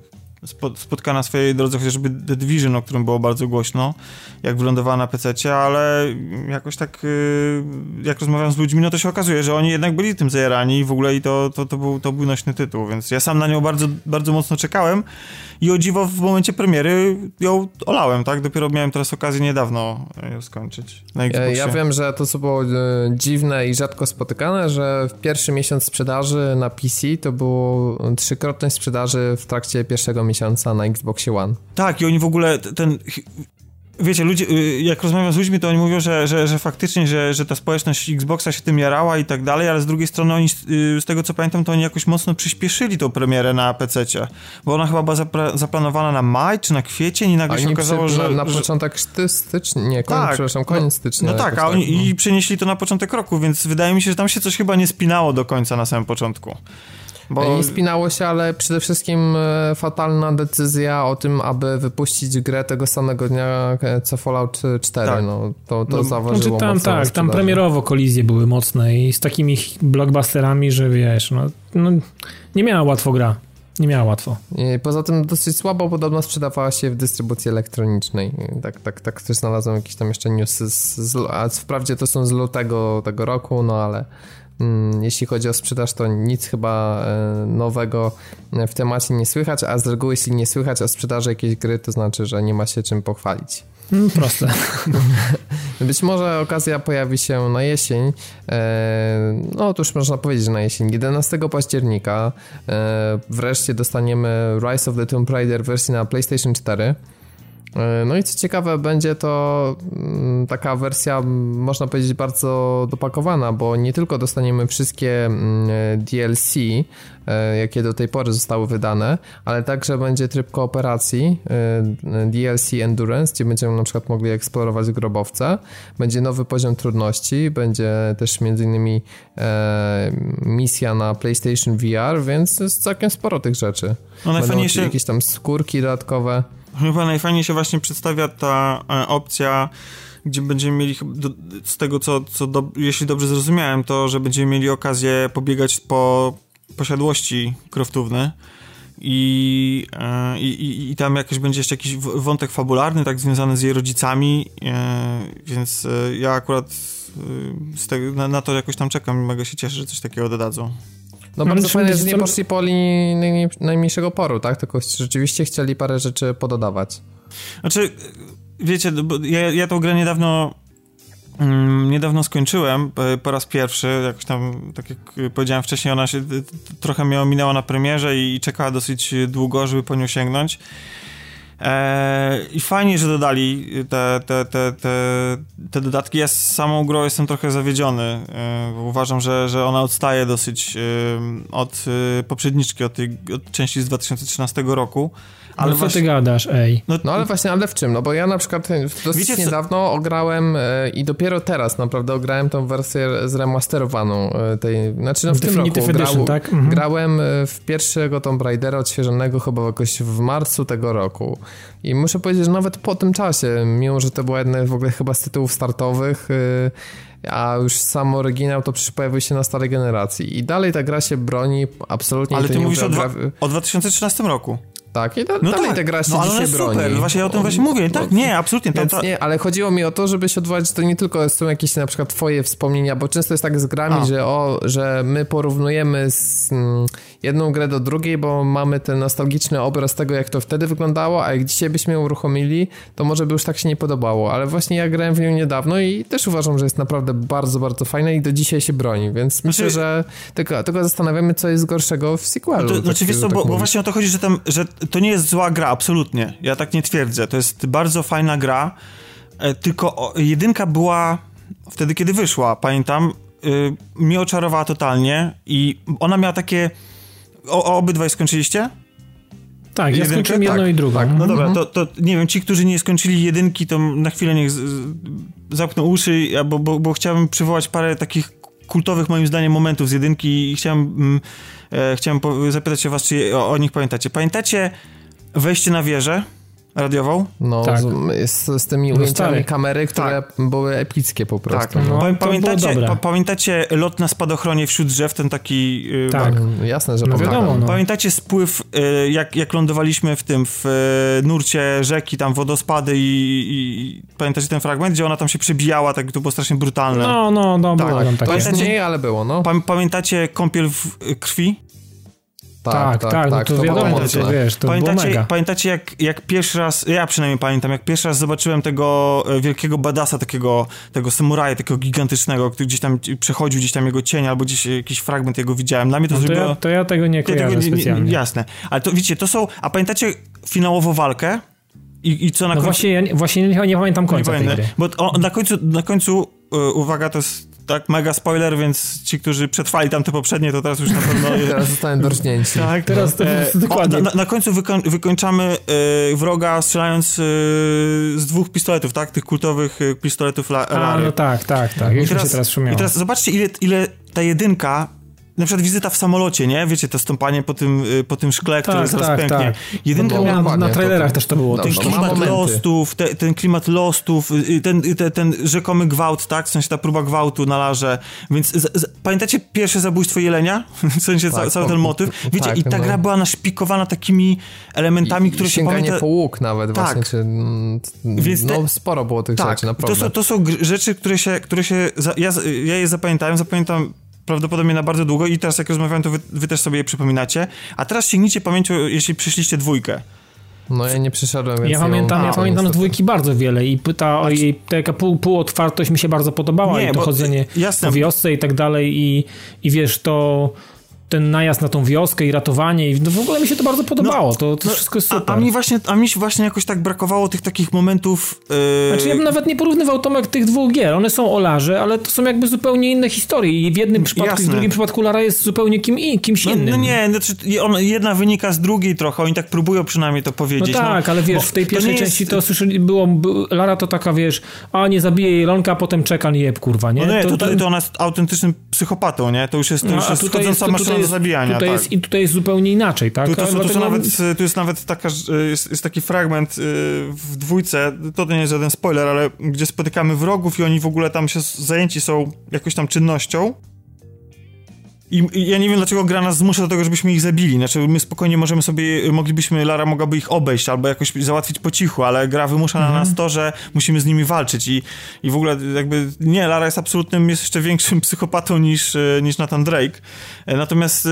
spo, spotka na swojej drodze chociażby The Division, o którym było bardzo głośno, jak wylądowała na pececie, ale jakoś tak yy, jak rozmawiam z ludźmi, no to się okazuje, że oni jednak byli tym zajarani i w ogóle i to, to, to, był, to był nośny tytuł, więc ja sam na nią bardzo, bardzo mocno czekałem i o dziwo w momencie premiery ją olałem, tak? Dopiero miałem teraz okazję niedawno ją skończyć na Xboxie. Ja wiem, że to co było e, dziwne i rzadko spotykane, że w pierwszy miesiąc sprzedaży na P C to było trzykrotność sprzedaży w trakcie pierwszego miesiąca na Xboxie One. Tak, i oni w ogóle ten... Wiecie, ludzie, jak rozmawiam z ludźmi, to oni mówią, że, że, że faktycznie, że, że ta społeczność Xboxa się tym jarała i tak dalej, ale z drugiej strony oni, z tego co pamiętam, to oni jakoś mocno przyspieszyli tą premierę na pececie, bo ona chyba była zapra- zaplanowana na maj czy na kwiecień i nagle a się okazało, przy, że... Na, na że... początek stycznia, nie, koniec, tak, przepraszam, koniec no, stycznia. No tak, a oni tak, no. i przenieśli to na początek roku, więc wydaje mi się, że tam się coś chyba nie spinało do końca na samym początku. Bo... Nie spinało się, ale przede wszystkim e, fatalna decyzja o tym, aby wypuścić grę tego samego dnia co Fallout cztery. Tak. No, to to no, zaważyło znaczy tam, mocno. Tak, tam premierowo kolizje były mocne i z takimi blockbusterami, że wiesz, no, no nie miała łatwo gra. Nie miała łatwo. I poza tym dosyć słabo podobno sprzedawała się w dystrybucji elektronicznej. Tak, tak, tak też znalazłem jakieś tam jeszcze newsy, z, z, a wprawdzie to są z lutego tego roku, no ale mm, jeśli chodzi o sprzedaż, to nic chyba e, nowego w temacie nie słychać, a z reguły jeśli nie słychać o sprzedaży jakiejś gry, to znaczy, że nie ma się czym pochwalić. Mm, proste. Być może okazja pojawi się na jesień. E, no otóż można powiedzieć, że na jesień. jedenastego października e, wreszcie dostaniemy Rise of the Tomb Raider w wersji na PlayStation cztery. No i co ciekawe, będzie to taka wersja, można powiedzieć, bardzo dopakowana, bo nie tylko dostaniemy wszystkie D L C, jakie do tej pory zostały wydane, ale także będzie tryb kooperacji D L C Endurance, gdzie będziemy na przykład mogli eksplorować grobowce, będzie nowy poziom trudności, będzie też między innymi misja na PlayStation V R, więc jest całkiem sporo tych rzeczy. No najfajniejsze... Będą jakieś tam skórki dodatkowe. Chyba najfajniej się właśnie przedstawia ta e, opcja, gdzie będziemy mieli, do, z tego co, co do, jeśli dobrze zrozumiałem, to, że będziemy mieli okazję pobiegać po posiadłości Croftówny i, e, i, i tam jakiś będzie jeszcze jakiś wątek fabularny, tak związany z jej rodzicami, e, więc e, ja akurat e, z tego, na, na to jakoś tam czekam i mogę się cieszyć, że coś takiego dodadzą. No bardzo fajnie, że nie poszli po linii naj, najmniejszego poru, tak? Tylko rzeczywiście chcieli parę rzeczy pododawać. Znaczy, wiecie, bo ja, ja tą grę niedawno mm, niedawno skończyłem po raz pierwszy, jakoś tam, tak jak powiedziałem wcześniej, ona się t, t, trochę mnie ominęła na premierze i, i czekała dosyć długo, żeby po nią sięgnąć. Eee, I fajnie, że dodali te, te, te, te, te dodatki. Ja z samą grą jestem trochę zawiedziony. Eee, uważam, że, że ona odstaje dosyć eee, od e, poprzedniczki, od, tej, od części z dwa tysiące trzynastego roku. Ale no co właśnie... ty gadasz, ej? No, no ale właśnie, ale w czym? No bo ja na przykład dosyć Wiecie, niedawno co... ograłem e, i dopiero teraz naprawdę ograłem tą wersję zremasterowaną e, tej, znaczy no w Definitive tym roku Edition, grał, tak? Mhm. grałem w pierwszego Tomb Raidera odświeżonego chyba jakoś w marcu tego roku i muszę powiedzieć, że nawet po tym czasie, mimo że to była jedna w ogóle chyba z tytułów startowych, e, a już sam oryginał to przecież pojawił się na starej generacji i dalej ta gra się broni absolutnie. Ale ty mówisz o, dwa, o dwa tysiące trzynastym roku. Tak, i da, no dalej tak. ta gra się no, ale dzisiaj broni. Super. Właśnie ja o tym właśnie mówię. Tak, nie, absolutnie. Więc to... nie, ale chodziło mi o to, żeby się odwołać, że to nie tylko są jakieś na przykład twoje wspomnienia, bo często jest tak z grami, a. że o, że my porównujemy z, mm, jedną grę do drugiej, bo mamy ten nostalgiczny obraz tego, jak to wtedy wyglądało, a jak dzisiaj byśmy ją uruchomili, to może by już tak się nie podobało, ale właśnie ja grałem w nią niedawno i też uważam, że jest naprawdę bardzo, bardzo fajna i do dzisiaj się broni, więc znaczy... myślę, że tylko, tylko zastanawiamy, co jest gorszego w sequelu. No to, tak, znaczy, wiesz co, tak bo, bo właśnie o to chodzi, że, tam, że to nie jest zła gra, absolutnie. Ja tak nie twierdzę. To jest bardzo fajna gra, e, tylko o, jedynka była wtedy, kiedy wyszła, pamiętam, y, mnie oczarowała totalnie i ona miała takie... O, o obydwaj skończyliście? Tak, ja jedynkę? skończyłem jedno tak, i drugą. Tak. No dobra, to, to nie wiem, ci, którzy nie skończyli jedynki, to na chwilę niech z, z, zamkną uszy, bo, bo, bo chciałem przywołać parę takich kultowych moim zdaniem momentów z jedynki i chciałem, mm, e, chciałem po, zapytać się was, czy o, o nich pamiętacie. Pamiętacie wejście na wieżę radiową? No, tak. z, z, z tymi ujęciami no kamery, które tak. były epickie po prostu. Tak, no. no, pamiętacie, pa, pamiętacie lot na spadochronie wśród drzew, ten taki... Yy, tak, no, jasne, że no wiadomo, no. Pamiętacie spływ, yy, jak, jak lądowaliśmy w tym, w yy, nurcie rzeki, tam wodospady i, i pamiętacie ten fragment, gdzie ona tam się przebijała, tak to było strasznie brutalne. No, no, no, tak. było tam takie. Pamiętacie, nie, ale było, no. Pamiętacie kąpiel w krwi? Tak, tak, tak, no to, to wiadomo, to wiesz, to pamiętacie, było mega. Pamiętacie jak, jak pierwszy raz, ja przynajmniej pamiętam, jak pierwszy raz zobaczyłem tego wielkiego badasa, takiego, tego samuraja, takiego gigantycznego, który gdzieś tam przechodził, gdzieś tam jego cień, albo gdzieś jakiś fragment jego widziałem. Dla mnie to no to, zrobiło... ja, to ja tego nie kojarzę tego, specjalnie. Jasne, ale to wiecie, to są, a pamiętacie finałową walkę? I, i co na no końcu... właśnie, ja nie, właśnie nie, nie pamiętam końca nie tej gry. Bo o, na końcu, na końcu yy, uwaga, to jest tak mega spoiler, więc ci, którzy przetrwali tamte poprzednie, to teraz już na pewno... teraz zostają dorżnięci. Tak, teraz to e, dokładnie. O, na, na końcu wykoń, wykończamy e, wroga strzelając e, z dwóch pistoletów, tak? Tych kultowych e, pistoletów La, A, Lary. no tak, tak, tak. Już mi się teraz przypomniało. I teraz zobaczcie, ile, ile ta jedynka... Na przykład wizyta w samolocie, nie? Wiecie, to stąpanie po tym, po tym szkle, tak, które zaraz tak, pęknie. Tak. Jedynka no miała... Na, na trailerach to, też to było. Ten no, klimat lostów, te, ten klimat lostów, ten, ten, ten rzekomy gwałt, tak? W sensie ta próba gwałtu na Larze. Więc z, z, pamiętacie pierwsze zabójstwo jelenia? W sensie tak, ca, cały ten motyw? Wiecie, tak, i ta no. gra była naszpikowana takimi elementami, I, które i się pamięta... sięganie po łuk nawet tak. właśnie, czy... Więc te... No sporo było tych tak. rzeczy, naprawdę. To są, to są rzeczy, które się... Które się ja, ja je zapamiętałem, zapamiętam prawdopodobnie na bardzo długo i teraz jak rozmawiałem, to wy, wy też sobie je przypominacie. A teraz sięgnijcie pamięcią, jeśli przeszliście dwójkę. No ja nie przeszedłem, więc Ja pamiętam, ją... ja A, pamiętam z dwójki bardzo wiele i pyta o jej taka pół, półotwartość mi się bardzo podobała nie, i to chodzenie po wiosce i tak dalej i, i wiesz, to ten najazd na tą wioskę i ratowanie i no w ogóle mi się to bardzo podobało, no, to, to no, wszystko jest super. A, a, mi właśnie, a mi właśnie jakoś tak brakowało tych takich momentów... Yy... Znaczy ja bym nawet nie porównywał Tomek tych dwóch gier, one są o Larze, ale to są jakby zupełnie inne historie i w jednym przypadku Jasne. i w drugim przypadku Lara jest zupełnie kim, kimś no, innym. No nie, znaczy on, jedna wynika z drugiej trochę, oni tak próbują przynajmniej to powiedzieć. No tak, no, ale wiesz, w tej pierwszej to części jest... to słyszeli, było, było, Lara to taka, wiesz, a nie zabije jej Lonka, a potem czeka, nie jeb, kurwa, nie? No nie, to, tutaj to... to ona jest autentycznym psychopatą, nie? To już jest, to no, już jest tutaj chodząca jest, maszyna tutaj do jest, zabijania. Tutaj tak. jest, I tutaj jest zupełnie inaczej, tak? Tu, tu, tu, tu, dlatego... nawet, tu jest nawet taka, jest, jest taki fragment w dwójce, to nie jest żaden spoiler, ale gdzie spotykamy wrogów i oni w ogóle tam się zajęci są jakąś tam czynnością. I, I ja nie wiem, dlaczego gra nas zmusza do tego, żebyśmy ich zabili. Znaczy, my spokojnie możemy sobie, moglibyśmy, Lara mogłaby ich obejść albo jakoś załatwić po cichu, ale gra wymusza mhm. na nas to, że musimy z nimi walczyć i, i w ogóle jakby, nie, Lara jest absolutnym, jest jeszcze większym psychopatą niż, niż Nathan Drake. Natomiast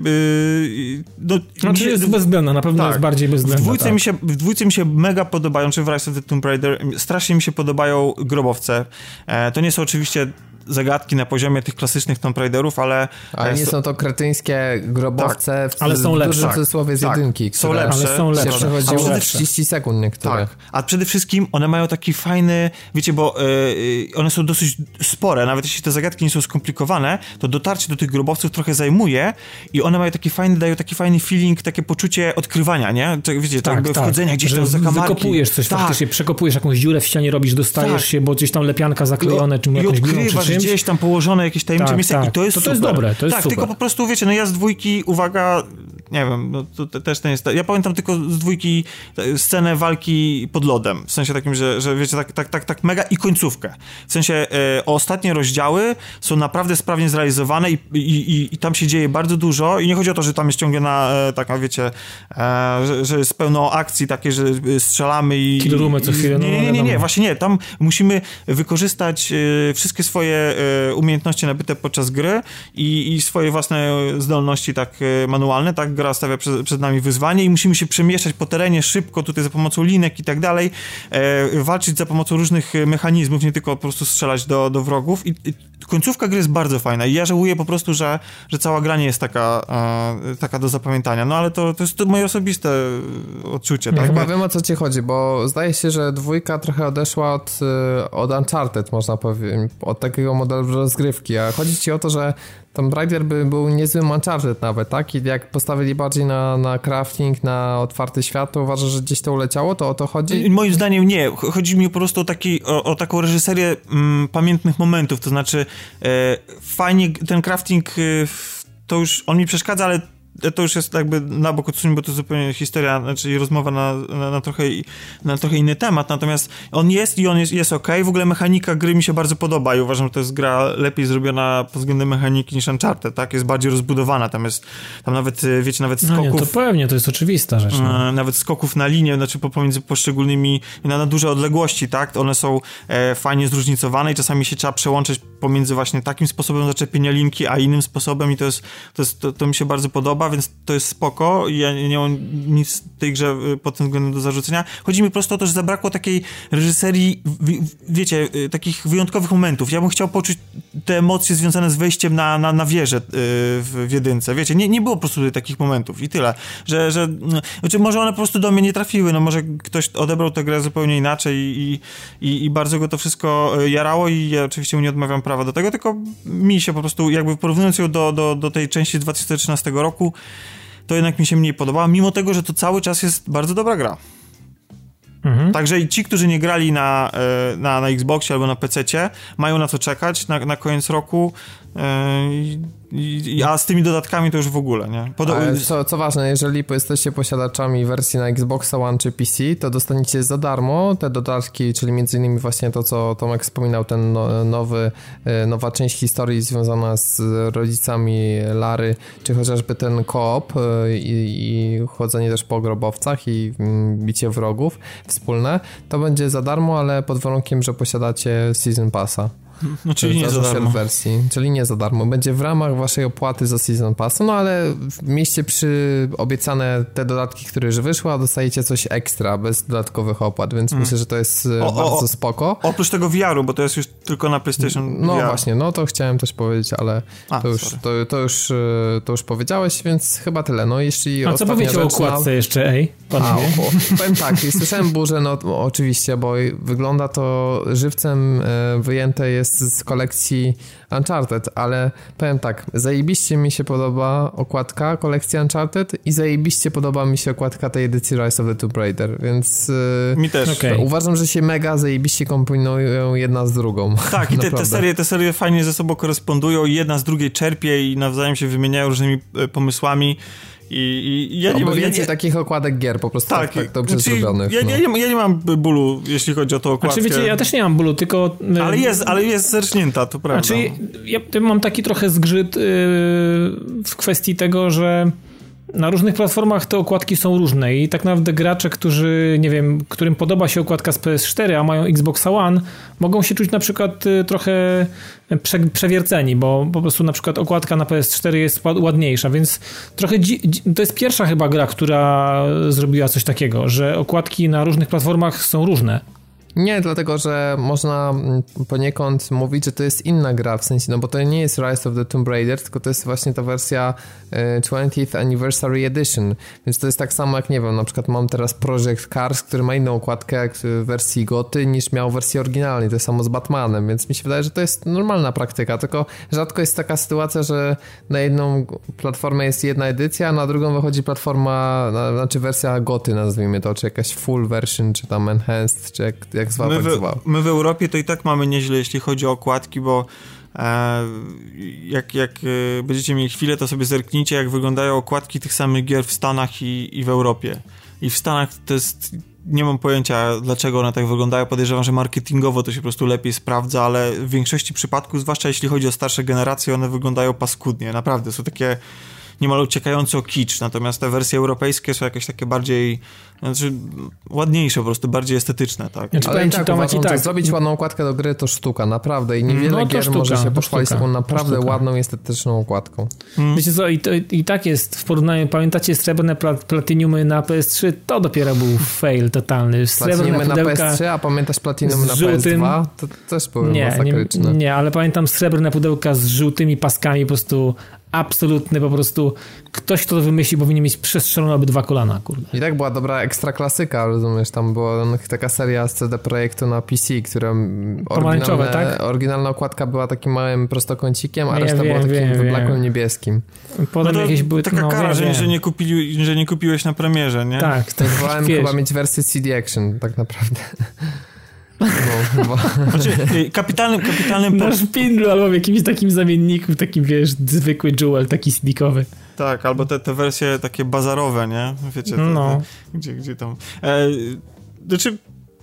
yy, no, znaczy się, jest bezwzględna, na pewno tak, jest bardziej bezwzględna. W dwójce, tak. mi się, w dwójce mi się mega podobają, czy w Rise of the Tomb Raider, strasznie mi się podobają grobowce. E, to nie są oczywiście zagadki na poziomie tych klasycznych Tomb Raiderów, ale... Ale nie są to kretyńskie grobowce, tak, w, ale są lepsze. W dużym cudzysłowie z tak, jedynki, są lepsze, ale są lepsze. się przechodziło w trzydzieści sekund niektóre. Tak, a przede wszystkim one mają taki fajny, wiecie, bo yy, one są dosyć spore, nawet jeśli te zagadki nie są skomplikowane, to dotarcie do tych grobowców trochę zajmuje i one mają taki fajny, dają taki fajny feeling, takie poczucie odkrywania, nie? To, wiecie, tak, jakby tak. wchodzenia gdzieś tam za kamarki. Wykopujesz coś tak. faktycznie, przekopujesz jakąś dziurę w ścianie, robisz, dostajesz tak. się, bo gdzieś tam lepianka zaklejone, czy jakąś gliną, czy czymś. gdzieś tam położone jakieś tajemnicze tak, miejsce tak. i to jest to, to super. jest dobre, to jest tak, super. tylko po prostu, wiecie, no ja z dwójki, uwaga, nie wiem, no to, to też nie jest... Ja pamiętam tylko z dwójki scenę walki pod lodem, w sensie takim, że, że wiecie, tak, tak, tak, tak mega i końcówkę. W sensie e, ostatnie rozdziały są naprawdę sprawnie zrealizowane i, i, i, i tam się dzieje bardzo dużo i nie chodzi o to, że tam jest ciągle na e, taka, wiecie, e, że, że jest pełno akcji takie, że strzelamy i... Kill roomy co chwilę. Nie, nie, nie, nie, nie, właśnie nie. Tam musimy wykorzystać e, wszystkie swoje e, umiejętności nabyte podczas gry i, i swoje własne zdolności tak manualne, tak? Gra stawia przed, przed nami wyzwanie i musimy się przemieszczać po terenie szybko, tutaj za pomocą linek i tak dalej, e, walczyć za pomocą różnych mechanizmów, nie tylko po prostu strzelać do, do wrogów i, i końcówka gry jest bardzo fajna i ja żałuję po prostu, że, że cała gra nie jest taka, e, taka do zapamiętania, no ale to, to jest to moje osobiste odczucie, tak? Chyba wiem, o co ci chodzi, bo zdaje się, że dwójka trochę odeszła od, od Uncharted, można powiedzieć, od takiego modelu rozgrywki, a chodzi ci o to, że Tomb Raider by był niezłym Uncharted nawet, tak? I jak postawili bardziej na, na crafting, na otwarty świat, to uważasz, że gdzieś to uleciało? To o to chodzi? Moim zdaniem nie. Chodzi mi po prostu o, taki, o, o taką reżyserię mm, pamiętnych momentów, to znaczy e, fajnie ten crafting e, to już on mi przeszkadza, ale to już jest jakby na bok odsuń, bo to zupełnie historia, znaczy rozmowa na, na, na, trochę, na trochę inny temat, natomiast on jest i on jest, jest okej. W ogóle mechanika gry mi się bardzo podoba i uważam, że to jest gra lepiej zrobiona pod względem mechaniki niż Uncharted, tak? Jest bardziej rozbudowana, tam jest, tam nawet, wiecie, nawet skoków... No nie, to pewnie, to jest oczywista rzecz. No. Nawet skoków na linię, znaczy pomiędzy poszczególnymi, na, na duże odległości, tak? One są e, fajnie zróżnicowane i czasami się trzeba przełączyć pomiędzy właśnie takim sposobem zaczepienia linki, a innym sposobem i to jest, to, jest, to, to mi się bardzo podoba, więc to jest spoko i ja nie mam nic w tej grze pod tym względem do zarzucenia. Chodzi mi po prostu o to, że zabrakło takiej reżyserii, wiecie, takich wyjątkowych momentów. Ja bym chciał poczuć te emocje związane z wejściem na, na, na wieżę w, w jedynce. Wiecie, nie, nie było po prostu takich momentów i tyle. Że, że znaczy może one po prostu do mnie nie trafiły, no może ktoś odebrał tę grę zupełnie inaczej i, i, i bardzo go to wszystko jarało i ja oczywiście mu nie odmawiam prawa do tego, tylko mi się po prostu, jakby porównując ją do, do, do tej części z dwa tysiące trzynastego roku, to jednak mi się mniej podobała, mimo tego, że to cały czas jest bardzo dobra gra. Mhm. Także i ci, którzy nie grali na, na, na Xboxie albo na pececie, mają na to czekać na, na koniec roku. I, i, a z tymi dodatkami to już w ogóle, nie? Podo- co, co ważne, jeżeli jesteście posiadaczami wersji na Xboxa One czy P C, to dostaniecie za darmo te dodatki, czyli między innymi właśnie to, co Tomek wspominał, ten no, nowy, nowa część historii związana z rodzicami Lary, czy chociażby ten koop i, i chodzenie też po grobowcach i bicie wrogów wspólne, to będzie za darmo, ale pod warunkiem, że posiadacie Season Passa. No, czyli nie za darmo. Wersji, czyli nie za darmo. Będzie w ramach waszej opłaty za Season Pass, no ale mieście przy obiecane te dodatki, które już wyszły, a dostajecie coś ekstra, bez dodatkowych opłat, więc mm. myślę, że to jest o, bardzo o, spoko. Oprócz tego V R-u, bo to jest już tylko na PlayStation No V R. właśnie, no to chciałem też powiedzieć, ale a, to, już, to, to, już, to już powiedziałeś, więc chyba tyle. No jeśli a co powiecie o okładce na... jeszcze, ej? A, o, powiem tak, i słyszałem burzę, no oczywiście, bo wygląda to żywcem wyjęte jest z kolekcji Uncharted, ale powiem tak, zajebiście mi się podoba okładka kolekcji Uncharted i zajebiście podoba mi się okładka tej edycji Rise of the Tomb Raider, więc mi też. Okay. Uważam, że się mega zajebiście komponują jedna z drugą. Tak, i te, te, serie, te serie fajnie ze sobą korespondują i jedna z drugiej czerpie i nawzajem się wymieniają różnymi pomysłami. I, i ja no, nie mam więcej ja, takich okładek gier po prostu tak, tak, tak dobrze znaczy, zrobionych. Ja, no. ja, nie, ja nie mam bólu, jeśli chodzi o tą okładkę. Znaczy, wiecie, ja też nie mam bólu, tylko... Ale jest, ale jest zercznięta, to prawda. Znaczy, ja mam taki trochę zgrzyt yy, w kwestii tego, że na różnych platformach te okładki są różne i tak naprawdę gracze, którzy, nie wiem, którym podoba się okładka z P S cztery, a mają Xbox One, mogą się czuć na przykład trochę prze, przewierceni, bo po prostu na przykład okładka na P S cztery jest ładniejsza, więc trochę dzi- to jest pierwsza chyba gra, która zrobiła coś takiego, że okładki na różnych platformach są różne. Nie, dlatego, że można poniekąd mówić, że to jest inna gra, w sensie, no bo to nie jest Rise of the Tomb Raider, tylko to jest właśnie ta wersja twentieth Anniversary Edition, więc to jest tak samo jak, nie wiem, na przykład mam teraz Project Cars, który ma inną okładkę w wersji goty niż miał w wersji oryginalnej, to samo z Batmanem, więc mi się wydaje, że to jest normalna praktyka, tylko rzadko jest taka sytuacja, że na jedną platformę jest jedna edycja, a na drugą wychodzi platforma, na, znaczy wersja goty, nazwijmy to, czy jakaś full version, czy tam enhanced, czy jak, jak zwał, my, tak zwał. My w Europie to i tak mamy nieźle, jeśli chodzi o okładki, bo e, jak, jak e, będziecie mieli chwilę, to sobie zerknijcie, jak wyglądają okładki tych samych gier w Stanach i, i w Europie. I w Stanach to jest... Nie mam pojęcia, dlaczego one tak wyglądają. Podejrzewam, że marketingowo to się po prostu lepiej sprawdza, ale w większości przypadków, zwłaszcza jeśli chodzi o starsze generacje, one wyglądają paskudnie. Naprawdę, są takie niemal uciekające o kicz. Natomiast te wersje europejskie są jakieś takie bardziej, znaczy ładniejsze, po prostu bardziej estetyczne, tak. Ja ale i tak, uważam, tak, zrobić ładną okładkę do gry to sztuka, naprawdę. I niewiele no gier sztuka, może się pochwalić taką naprawdę ładną i estetyczną okładką. Hmm. Wiecie co, i, to, i tak jest w porównaniu, pamiętacie srebrne plat, platiniumy na P S trzy? To dopiero był fail totalny. Platiniumy na P S trzy, a pamiętasz platiniumy na P S dwa? To też były nie, masakryczne. Nie, nie, ale pamiętam srebrne pudełka z żółtymi paskami, po prostu absolutny, po prostu ktoś, kto to wymyśli, powinien mieć przestrzelone obydwa kolana, kurde. I tak była dobra ekstra klasyka, rozumiesz, tam była taka seria z C D Projektu na P C, która oryginalna, tak? oryginalna okładka była takim małym prostokącikiem, a ja reszta wiem, była takim wiem, wyblakłym wiem. niebieskim. Potem no jakieś były... Taka no, kara, wiem, że, wiem. że, nie kupili, że nie kupiłeś na premierze, nie? Tak. To wolałem chyba mieć wersję C D Action, tak naprawdę. No, bo... Znaczy, kapitalnym, kapitalnym... Na szpindlu albo w jakimś takim zamienniku, takim, wiesz, zwykły jewel, taki snikowy. Tak, albo te, te wersje takie bazarowe, nie? Wiecie, te, no. te, gdzie, gdzie tam... E, znaczy...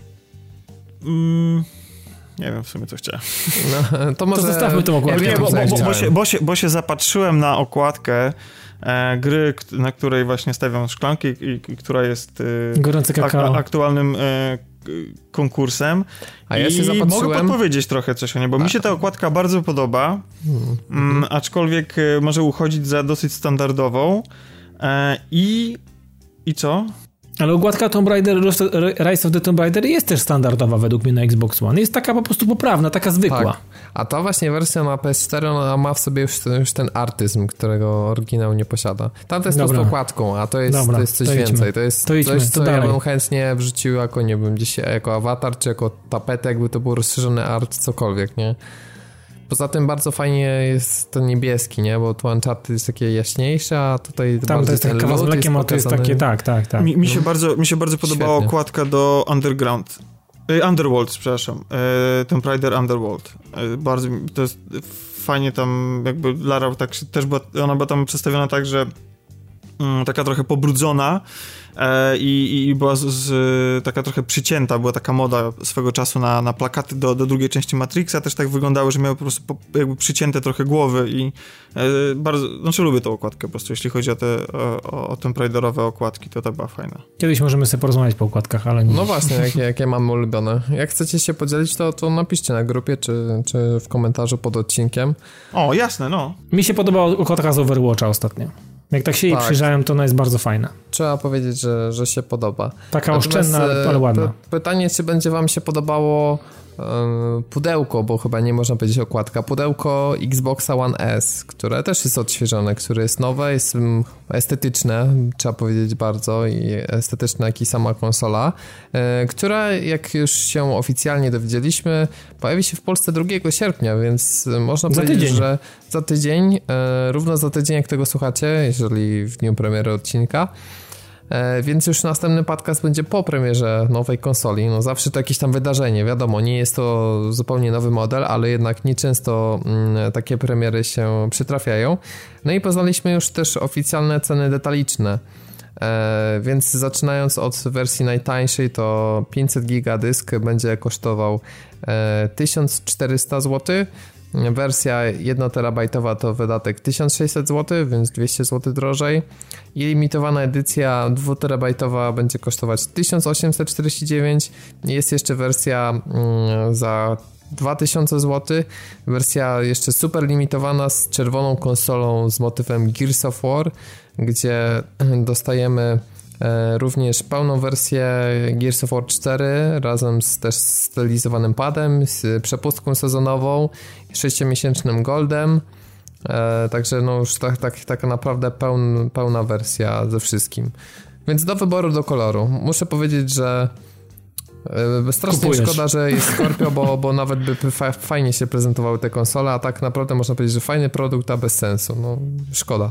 Mm, nie wiem w sumie, co chciałem. No, to może... To zostawmy tą okładkę. Nie, bo, bo, bo, się, bo, się, bo się zapatrzyłem na okładkę e, gry, na której właśnie stawiam szklanki i, i która jest e, Gorące kakao. Ak- aktualnym e, konkursem. A ja I się zapatrzyłem... mogę podpowiedzieć trochę coś o niej, bo A. mi się ta okładka bardzo podoba, hmm. mm, aczkolwiek e, może uchodzić za dosyć standardową. E, I... I co? Ale okładka Tomb Raider, Rise of the Tomb Raider jest też standardowa według mnie na Xbox One. Jest taka po prostu poprawna, taka zwykła. Tak. A ta właśnie wersja na P S cztery, ona ma w sobie już ten, już ten artyzm, którego oryginał nie posiada. Tamta jest Dobra. po prostu okładką, a to jest, Dobra, to jest coś to więcej. To jest to idźmy, coś, to co dalej. ja bym chętnie wrzucił jako, nie wiem, gdzieś jako awatar, czy jako tapetę, jakby to był rozszerzony art, cokolwiek, nie? Poza tym bardzo fajnie jest ten niebieski, nie? Bo tu Uncharted jest takie jaśniejsze, a tutaj tam to jest taka kawa z mlekiem, a to jest takie, tak, tak, tak. Mi, mi, się, bardzo, mi się bardzo podobała Świetnie. okładka do Underground. E, Underworld, przepraszam. E, Tomb Raider Underworld. E, bardzo, to jest fajnie tam, jakby Lara tak też była, ona była tam przedstawiona tak, że mm, taka trochę pobrudzona e, i, i była z, z, taka trochę przycięta, była taka moda swego czasu na, na plakaty do, do drugiej części Matrixa, też tak wyglądały, że miały po prostu po, jakby przycięte trochę głowy i e, bardzo, znaczy lubię tą okładkę po prostu, jeśli chodzi o te o, o Tomb Raiderowe okładki, to ta była fajna. Kiedyś możemy sobie porozmawiać po okładkach, ale nie. No właśnie, jakie, jakie mamy ulubione. Jak chcecie się podzielić, to, to napiszcie na grupie, czy, czy w komentarzu pod odcinkiem. O, jasne, no. Mi się podobała okładka z Overwatcha ostatnio. Jak tak się jej Tak. przyjrzałem, to ona jest bardzo fajna. Trzeba powiedzieć, że, że się podoba. Taka Natomiast, oszczędna, ale, ale ładna. P- pytanie, czy będzie wam się podobało e, pudełko, bo chyba nie można powiedzieć okładka, pudełko Xboxa One S, które też jest odświeżone, które jest nowe, jest mm, estetyczne, trzeba powiedzieć bardzo, i estetyczne jak i sama konsola, e, która, jak już się oficjalnie dowiedzieliśmy, pojawi się w Polsce drugiego sierpnia, więc można za powiedzieć, tydzień. że za tydzień, e, równo za tydzień, jak tego słuchacie, jeżeli w dniu premiery odcinka. E, więc już następny podcast będzie po premierze nowej konsoli. No zawsze to jakieś tam wydarzenie, wiadomo, nie jest to zupełnie nowy model, ale jednak nieczęsto mm, takie premiery się przytrafiają. No i poznaliśmy już też oficjalne ceny detaliczne. E, więc zaczynając od wersji najtańszej, to pięćset giga dysk będzie kosztował e, tysiąc czterysta złotych. Wersja jeden terabajtowa to wydatek tysiąc sześćset złotych, więc dwieście złotych drożej. I limitowana edycja dwa terabajtowa będzie kosztować tysiąc osiemset czterdzieści dziewięć. Jest jeszcze wersja mm, za dwa tysiące złotych. Wersja jeszcze super limitowana z czerwoną konsolą z motywem Gears of War, gdzie dostajemy E, również pełną wersję Gears of War cztery razem z też stylizowanym padem, z przepustką sezonową, sześciomiesięcznym goldem, e, także no już tak, tak, tak naprawdę pełn, pełna wersja ze wszystkim, więc do wyboru, do koloru. Muszę powiedzieć, że e, strasznie Kupujesz. Szkoda, że jest Scorpio, bo, bo nawet by fa- fajnie się prezentowały te konsole, a tak naprawdę można powiedzieć, że fajny produkt, a bez sensu, no szkoda.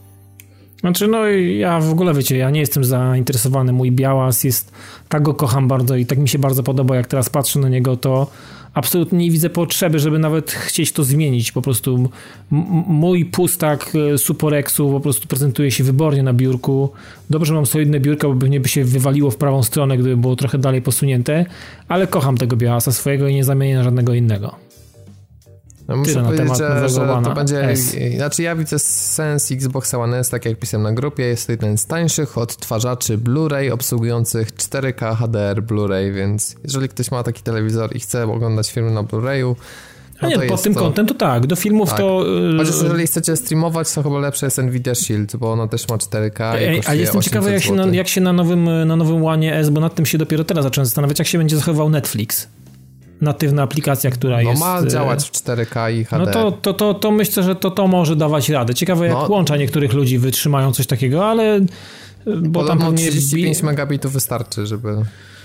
Znaczy, no ja w ogóle, wiecie, ja nie jestem zainteresowany, mój Białas jest, tak go kocham bardzo i tak mi się bardzo podoba, jak teraz patrzę na niego, to absolutnie nie widzę potrzeby, żeby nawet chcieć to zmienić, po prostu m- mój pustak Superexu po prostu prezentuje się wybornie na biurku, dobrze mam solidne biurko, bo pewnie by się wywaliło w prawą stronę, gdyby było trochę dalej posunięte, ale kocham tego Białasa swojego i nie zamienię na żadnego innego. No muszę Tyle na powiedzieć, temat że, nowego że to One'a będzie, S. znaczy ja widzę sens Xboxa One S, tak jak pisałem na grupie, jest to jeden z tańszych odtwarzaczy Blu-ray obsługujących cztery K H D R Blu-ray, więc jeżeli ktoś ma taki telewizor i chce oglądać filmy na Blu-rayu, no A nie, to pod jest tym to... kątem to tak, do filmów tak. to... Chociaż jeżeli chcecie streamować, to chyba lepsze jest Nvidia Shield, bo ono też ma cztery K i Ej, a jestem ciekawy, jak się, na, jak się na nowym, na nowym One S, bo nad tym się dopiero teraz zacząłem zastanawiać, jak się będzie zachowywał Netflix. Natywna aplikacja, która no, jest... No ma działać w cztery K i H D R. No to, to, to, to myślę, że to, to może dawać radę. Ciekawe, jak no, łącza niektórych ludzi wytrzymają coś takiego, ale... Bo tam pewnie trzydzieści pięć megabitów wystarczy, żeby,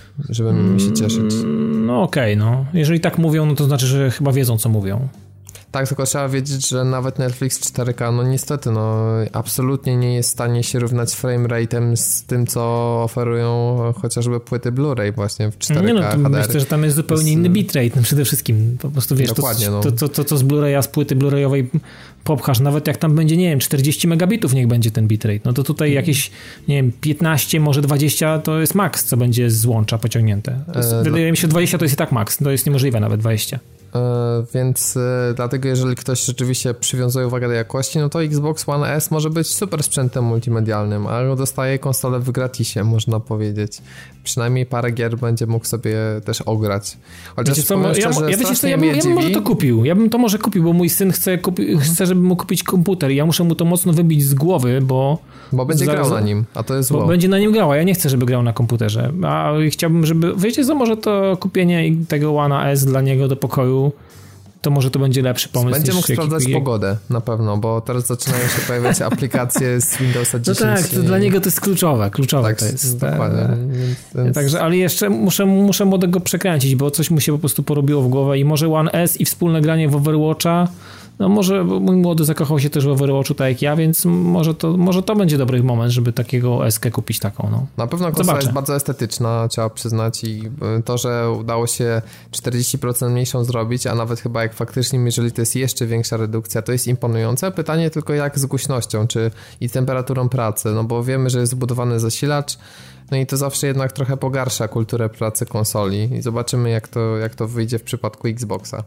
żeby mi się cieszyć. No okej, okay, no. Jeżeli tak mówią, no to znaczy, że chyba wiedzą, co mówią. Tak, tylko trzeba wiedzieć, że nawet Netflix cztery K, no niestety, no absolutnie nie jest w stanie się równać frame-rate'em z tym, co oferują chociażby płyty Blu-ray właśnie w cztery K Nie no, to H D R. myślę, że tam jest zupełnie inny bitrate, no przede wszystkim. Po prostu wiesz, Dokładnie, to, no. to, to, to, to z Blu-raya, z płyty Blu-rayowej popchasz, nawet jak tam będzie, nie wiem, czterdzieści megabitów niech będzie ten bitrate, no to tutaj jakieś, nie wiem, piętnaście, może dwadzieścia to jest max, co będzie z łącza pociągnięte. To jest, e, wydaje no. mi się, że dwadzieścia to jest i tak max, to jest niemożliwe nawet dwadzieścia. Yy, więc yy, dlatego jeżeli ktoś rzeczywiście przywiązuje uwagę do jakości, no to Xbox One S może być super sprzętem multimedialnym, ale dostaje konsolę w gratisie, można powiedzieć. Przynajmniej parę gier będzie mógł sobie też ograć. Chociaż wiecie co, ja, szczerze, ja, wiecie co, ja, bym, ja bym dziwi. może to kupił. Ja bym to może kupił, bo mój syn chce, kupi, mhm. chce żeby mu kupić komputer i ja muszę mu to mocno wybić z głowy, bo... Bo będzie zaraz, grał na nim, a to jest zło. Bo będzie na nim grał, a ja nie chcę, żeby grał na komputerze. A chciałbym, żeby... Wiecie co, może to kupienie tego One S dla niego do pokoju, to może to będzie lepszy pomysł. Będzie mógł niż sprawdzać jaki... pogodę, na pewno, bo teraz zaczynają się pojawiać aplikacje z Windowsa dziesięć. No tak, to i... dla niego to jest kluczowe, kluczowe tak, to jest. Dokładnie. Więc... Także, ale jeszcze muszę, muszę młodego przekręcić, bo coś mu się po prostu porobiło w głowę i może One S i wspólne granie w Overwatcha, no może mój młody zakochał się też w Overwatchu tak jak ja, więc może to, może to będzie dobry moment, żeby takiego eskę kupić taką. No. Na pewno konsola jest bardzo estetyczna, trzeba przyznać, i to, że udało się czterdzieści procent mniejszą zrobić, a nawet chyba jak faktycznie, jeżeli to jest jeszcze większa redukcja, to jest imponujące. Pytanie tylko jak z głośnością, czy i temperaturą pracy, no bo wiemy, że jest zbudowany zasilacz, no i to zawsze jednak trochę pogarsza kulturę pracy konsoli i zobaczymy jak to, jak to wyjdzie w przypadku Xboxa.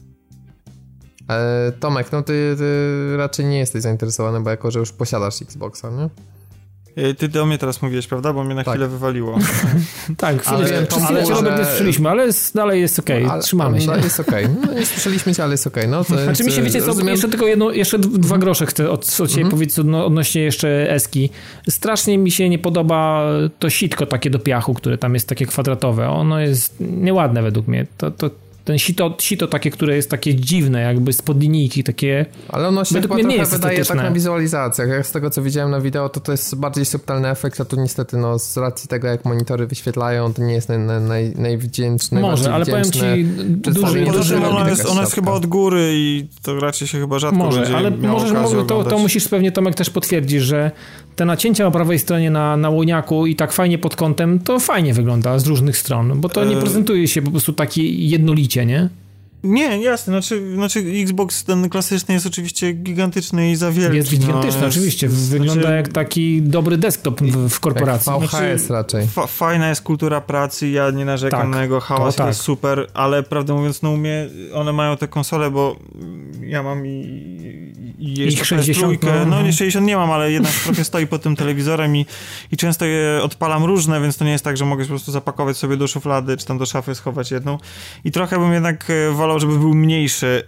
E, Tomek, no ty, ty raczej nie jesteś zainteresowany, bo jako, że już posiadasz Xboxa, nie? Ty do mnie teraz mówiłeś, prawda? Bo mnie na tak. chwilę wywaliło. Tak, chwilę, ale, przez chwilę cię Robert nie słyszeliśmy, ale jest, dalej jest okej, okay. Trzymamy się. No, jest okej, okay. No, nie słyszeliśmy cię, ale jest okej. Okay. No, to znaczy mi się, wiecie co, rozumiem... jeszcze tylko jedno, jeszcze dwa grosze chcę od, od ciebie mm-hmm. powiedzieć odnośnie jeszcze eski. Strasznie mi się nie podoba to sitko takie do piachu, które tam jest takie kwadratowe. Ono jest nieładne według mnie. To, to ten sito, sito takie, które jest takie dziwne, jakby spod linijki, takie... Ale ono się według chyba mnie nie jest wydaje estetyczne. Tak na wizualizacjach. Jak z tego, co widziałem na wideo, to to jest bardziej subtelny efekt, a tu niestety, no, z racji tego, jak monitory wyświetlają, to nie jest naj, naj, najwdzięczny, może, ale powiem ci, duży, duży ona jest, ona jest chyba od góry i to raczej się chyba rzadko może, będzie ale możesz, może, to, to musisz pewnie, Tomek, też potwierdzić, że te nacięcia po prawej stronie na, na łoniaku i tak fajnie pod kątem, to fajnie wygląda z różnych stron, bo to nie prezentuje się po prostu takie jednolicie, nie? Nie, jasne, znaczy, znaczy Xbox ten klasyczny jest oczywiście gigantyczny i za wielki. Jest gigantyczny, no, oczywiście. Wygląda znaczy, jak taki dobry desktop w, w korporacji. V H S znaczy, raczej. Fa- fajna jest kultura pracy, ja nie narzekam tak, na jego hałas, to, tak. to jest super, ale prawdę mówiąc, no u mnie, one mają te konsole, bo ja mam i, i jeszcze sześćdziesiąt, no, no nie sześćdziesiąt nie mam, ale jednak trochę stoi pod tym telewizorem i, i często je odpalam różne, więc to nie jest tak, że mogę po prostu zapakować sobie do szuflady, czy tam do szafy schować jedną i trochę bym jednak wolał, żeby był mniejszy.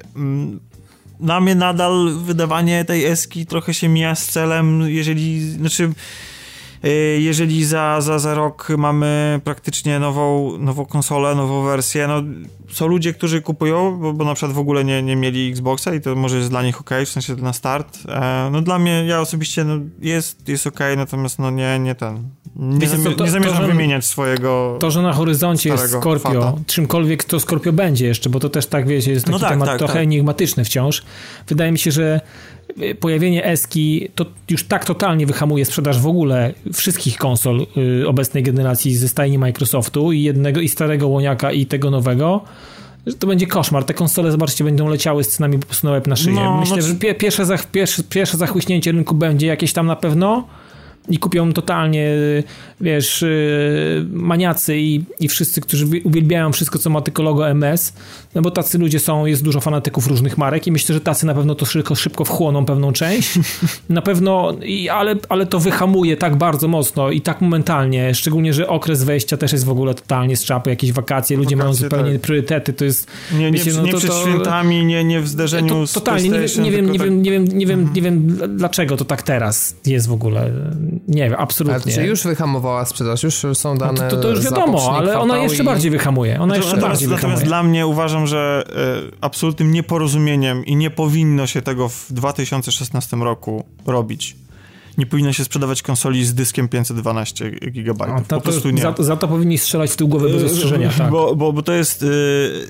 Na mnie nadal wydawanie tej eski trochę się mija z celem, jeżeli, znaczy jeżeli za, za, za rok mamy praktycznie nową, nową konsolę, nową wersję, no są ludzie, którzy kupują, bo, bo na przykład w ogóle nie, nie mieli Xboxa i to może jest dla nich okej, okay, w sensie na start. E, no dla mnie, ja osobiście no, jest, jest okej, okay, natomiast no nie, nie ten. Nie, zami- to, to, nie zamierzam to, że, wymieniać swojego. To, że na horyzoncie jest Scorpio, fata. Czymkolwiek to Scorpio będzie jeszcze, bo to też tak, wiecie, jest taki no tak, temat tak, trochę tak. enigmatyczny wciąż. Wydaje mi się, że pojawienie eski to już tak totalnie wyhamuje sprzedaż w ogóle wszystkich konsol y, obecnej generacji ze stajni Microsoftu i jednego i starego łoniaka i tego nowego, że to będzie koszmar. Te konsole, zobaczcie, będą leciały z cenami po prostu na łeb na szyję. No, Myślę, no, że pie, pierwsze, zach, pierwsze, pierwsze zachłyśnięcie rynku będzie jakieś tam na pewno i kupią totalnie, wiesz, maniacy i, i wszyscy, którzy uwielbiają wszystko, co ma tylko logo M S, no bo tacy ludzie są, jest dużo fanatyków różnych marek i myślę, że tacy na pewno to szybko, szybko wchłoną pewną część. Na pewno, i, ale, ale to wyhamuje tak bardzo mocno i tak momentalnie, szczególnie, że okres wejścia też jest w ogóle totalnie z czapy, jakieś wakacje, ludzie wakacje, mają zupełnie tak. priorytety, to jest... Nie, wiecie, nie, no, nie to, przed to, świętami, nie, nie w zderzeniu to, z totalnie, nie, nie, wiem, nie, tak... wiem, nie wiem, nie wiem, nie wiem dlaczego to tak teraz jest w ogóle. Nie wiem, absolutnie. Ale czy już wyhamowała sprzedaż? Już są dane. No to, to już wiadomo, ale ona jeszcze i... bardziej wyhamuje. Ona jeszcze natomiast, bardziej natomiast wyhamuje. dla mnie uważam, że y, absolutnym nieporozumieniem i nie powinno się tego w dwa tysiące szesnastym roku robić. Nie powinno się sprzedawać konsoli z dyskiem pięćset dwanaście gigabajtów. Po prostu nie. Za, za to powinni strzelać w tył głowy bez ostrzeżenia. Tak. Bo, bo, bo to jest... Y,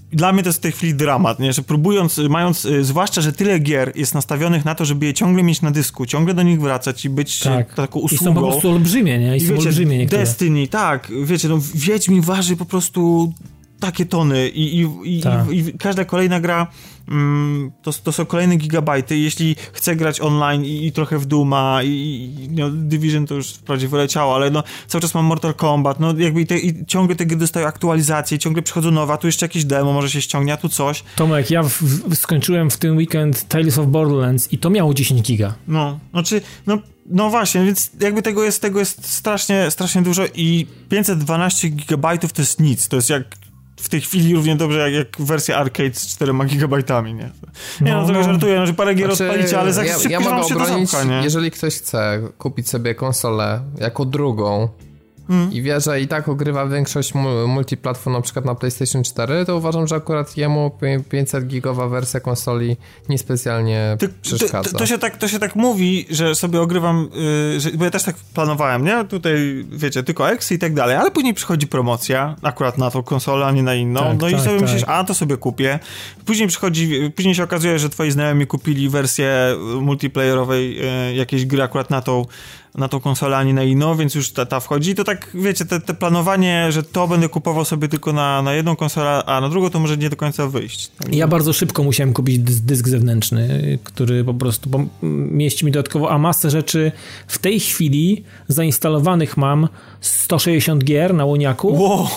dla mnie to jest w tej chwili dramat, nie? Że próbując, mając, zwłaszcza, że tyle gier jest nastawionych na to, żeby je ciągle mieć na dysku, ciągle do nich wracać i być tak. taką usługą. I są po prostu olbrzymie, nie? I, I są wiecie, olbrzymie niektóre. Destiny, tak, wiecie, no Wiedźmin waży po prostu takie tony i, i, i, tak. i, i każda kolejna gra mm, to, to są kolejne gigabajty. Jeśli chcę grać online i, i trochę w Dooma i, i no, Division to już wprawdzie wyleciało, ale no cały czas mam Mortal Kombat, no jakby i, te, i ciągle te gry dostają aktualizacje, ciągle przychodzą nowe, a tu jeszcze jakieś demo, może się ściągnie, a tu coś. Tomek, ja w, w, skończyłem w tym weekend Tales of Borderlands i to miało dziesięć giga. No, znaczy, no No właśnie, więc jakby tego jest, tego jest strasznie, strasznie dużo i pięćset dwanaście gigabajtów to jest nic, to jest jak w tej chwili równie dobrze jak, jak wersja arcade z czterema gigabajtami, nie? Nie no, no trochę żartuję, no, że parę gier znaczy, odpalicie, ale za ja, szybko, ja mogę się obronić, to zamka, nie? Jeżeli ktoś chce kupić sobie konsolę jako drugą Hmm. i wie, że i tak ogrywa większość multiplatform, na przykład na PlayStation cztery, to uważam, że akurat jemu pięćset gigowa wersja konsoli niespecjalnie Ty, przeszkadza. To, to, się tak, to się tak mówi, że sobie ogrywam, yy, że, bo ja też tak planowałem, nie? Tutaj, wiecie, tylko X i tak dalej, ale później przychodzi promocja, akurat na tą konsolę, a nie na inną, tak, no tak, i sobie tak. myślisz, a to sobie kupię. Później przychodzi, później się okazuje, że twoi znajomi kupili wersję multiplayerowej yy, jakiejś gry akurat na tą na tą konsolę, ani na inną, więc już ta, ta wchodzi. I to tak, wiecie, te, te planowanie, że to będę kupował sobie tylko na, na jedną konsolę, a na drugą to może nie do końca wyjść. Tak? Ja bardzo szybko musiałem kupić dysk zewnętrzny, który po prostu mieści mi dodatkowo, a masę rzeczy w tej chwili zainstalowanych mam sto sześćdziesiąt gier na łoniaku. Wow.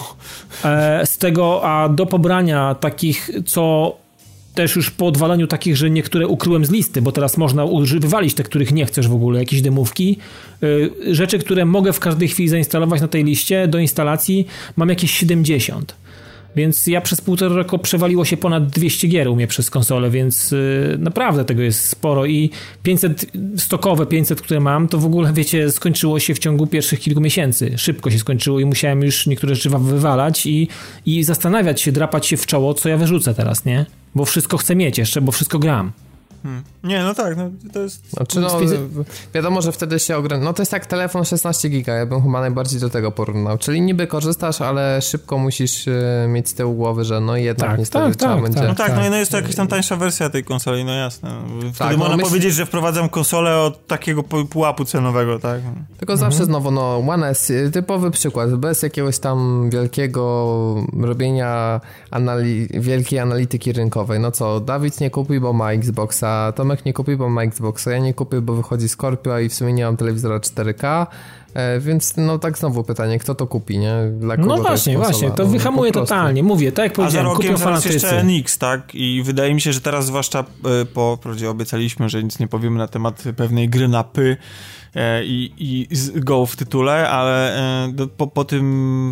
E, z tego, a do pobrania takich, co też już po odwalaniu takich, że niektóre ukryłem z listy, bo teraz można wywalić te, których nie chcesz w ogóle, jakieś demówki. Yy, rzeczy, które mogę w każdej chwili zainstalować na tej liście, do instalacji mam jakieś siedemdziesiąt. Więc ja przez półtora roku przewaliło się ponad dwieście gier u mnie przez konsolę, więc yy, naprawdę tego jest sporo i pięćset, stokowe pięćset, które mam, to w ogóle, wiecie, skończyło się w ciągu pierwszych kilku miesięcy. Szybko się skończyło i musiałem już niektóre rzeczy wywalać i, i zastanawiać się, drapać się w czoło, co ja wyrzucę teraz, nie? Bo wszystko chcę mieć jeszcze, bo wszystko gram. Hmm. Nie, no tak, no to jest... Znaczy, no, wiadomo, że wtedy się ogranicza. No to jest jak telefon szesnaście giga, ja bym chyba najbardziej do tego porównał. Czyli niby korzystasz, ale szybko musisz y, mieć z tyłu głowy, że no jednak tak, niestety tak, trzeba tak, będzie... No tak, no i no jest to jakaś tam tańsza wersja tej konsoli, no jasne. Wtedy tak, można no myśl... powiedzieć, że wprowadzam konsolę od takiego pułapu cenowego, tak? Tylko mhm. zawsze znowu, no One S, typowy przykład, bez jakiegoś tam wielkiego robienia anali- wielkiej analityki rynkowej. No co, Dawid nie kupi, bo ma Xboxa, Tomek nie kupi, bo ma Xboxa, ja nie kupię, bo wychodzi Scorpio i w sumie nie mam telewizora cztery K, e, więc no tak znowu pytanie, kto to kupi, nie? Dla kogo no właśnie, to właśnie, to no, wyhamuje totalnie, mówię, tak jak powiedziałem, kupią fanatycy. A za rogiem jeszcze N X, tak? I wydaje mi się, że teraz zwłaszcza po, wprawdzie obiecaliśmy, że nic nie powiemy na temat pewnej gry na py e, i, i go w tytule, ale e, po, po tym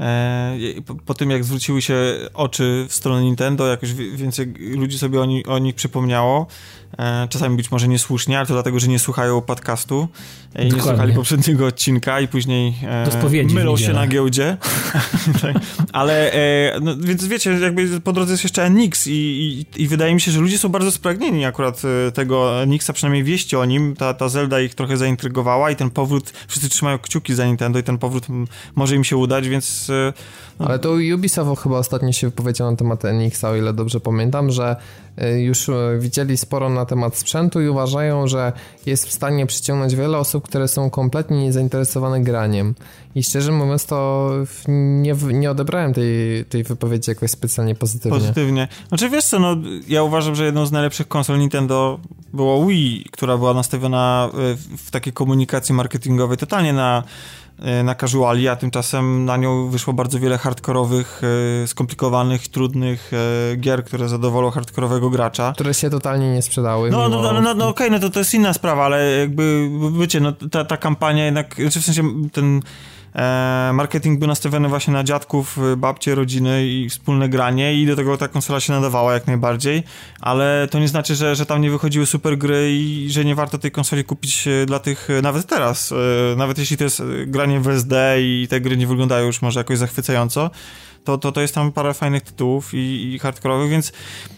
Po, po tym jak zwróciły się oczy w stronę Nintendo, jakoś więcej ludzi sobie o, ni, o nich przypomniało. E, czasami być może niesłusznie, ale to dlatego, że nie słuchają podcastu i nie słuchali poprzedniego odcinka i później e, mylą się na giełdzie. Tak. Ale e, no, więc wiecie, jakby po drodze jest jeszcze N X i, i, i wydaje mi się, że ludzie są bardzo spragnieni akurat tego N X-a, przynajmniej wieści o nim. Ta, ta Zelda ich trochę zaintrygowała i ten powrót, wszyscy trzymają kciuki za Nintendo i ten powrót m, może im się udać, więc no. Ale to Ubisoft chyba ostatnio się wypowiedział na temat N X-a, o ile dobrze pamiętam, że już widzieli sporo na temat sprzętu i uważają, że jest w stanie przyciągnąć wiele osób, które są kompletnie niezainteresowane graniem. I szczerze mówiąc, to nie, nie odebrałem tej, tej wypowiedzi jakoś specjalnie pozytywnie. Pozytywnie. Znaczy wiesz co, no ja uważam, że jedną z najlepszych konsol Nintendo było Wii, która była nastawiona w, w takiej komunikacji marketingowej totalnie na na casuali, a tymczasem na nią wyszło bardzo wiele hardkorowych, skomplikowanych, trudnych gier, które zadowolą hardkorowego gracza. Które się totalnie nie sprzedały. No, no, no, no, no okej, okay, no to, to jest inna sprawa, ale jakby, wiecie, no ta, ta kampania jednak, znaczy w sensie ten e, marketing był nastawiony właśnie na dziadków, babcie, rodziny i wspólne granie i do tego ta konsola się nadawała jak najbardziej, ale to nie znaczy, że, że tam nie wychodziły super gry i że nie warto tej konsoli kupić dla tych, nawet teraz, e, nawet jeśli to jest granie w S D i te gry nie wyglądają już może jakoś zachwycająco, to, to, to jest tam parę fajnych tytułów i, i hardkorowych, więc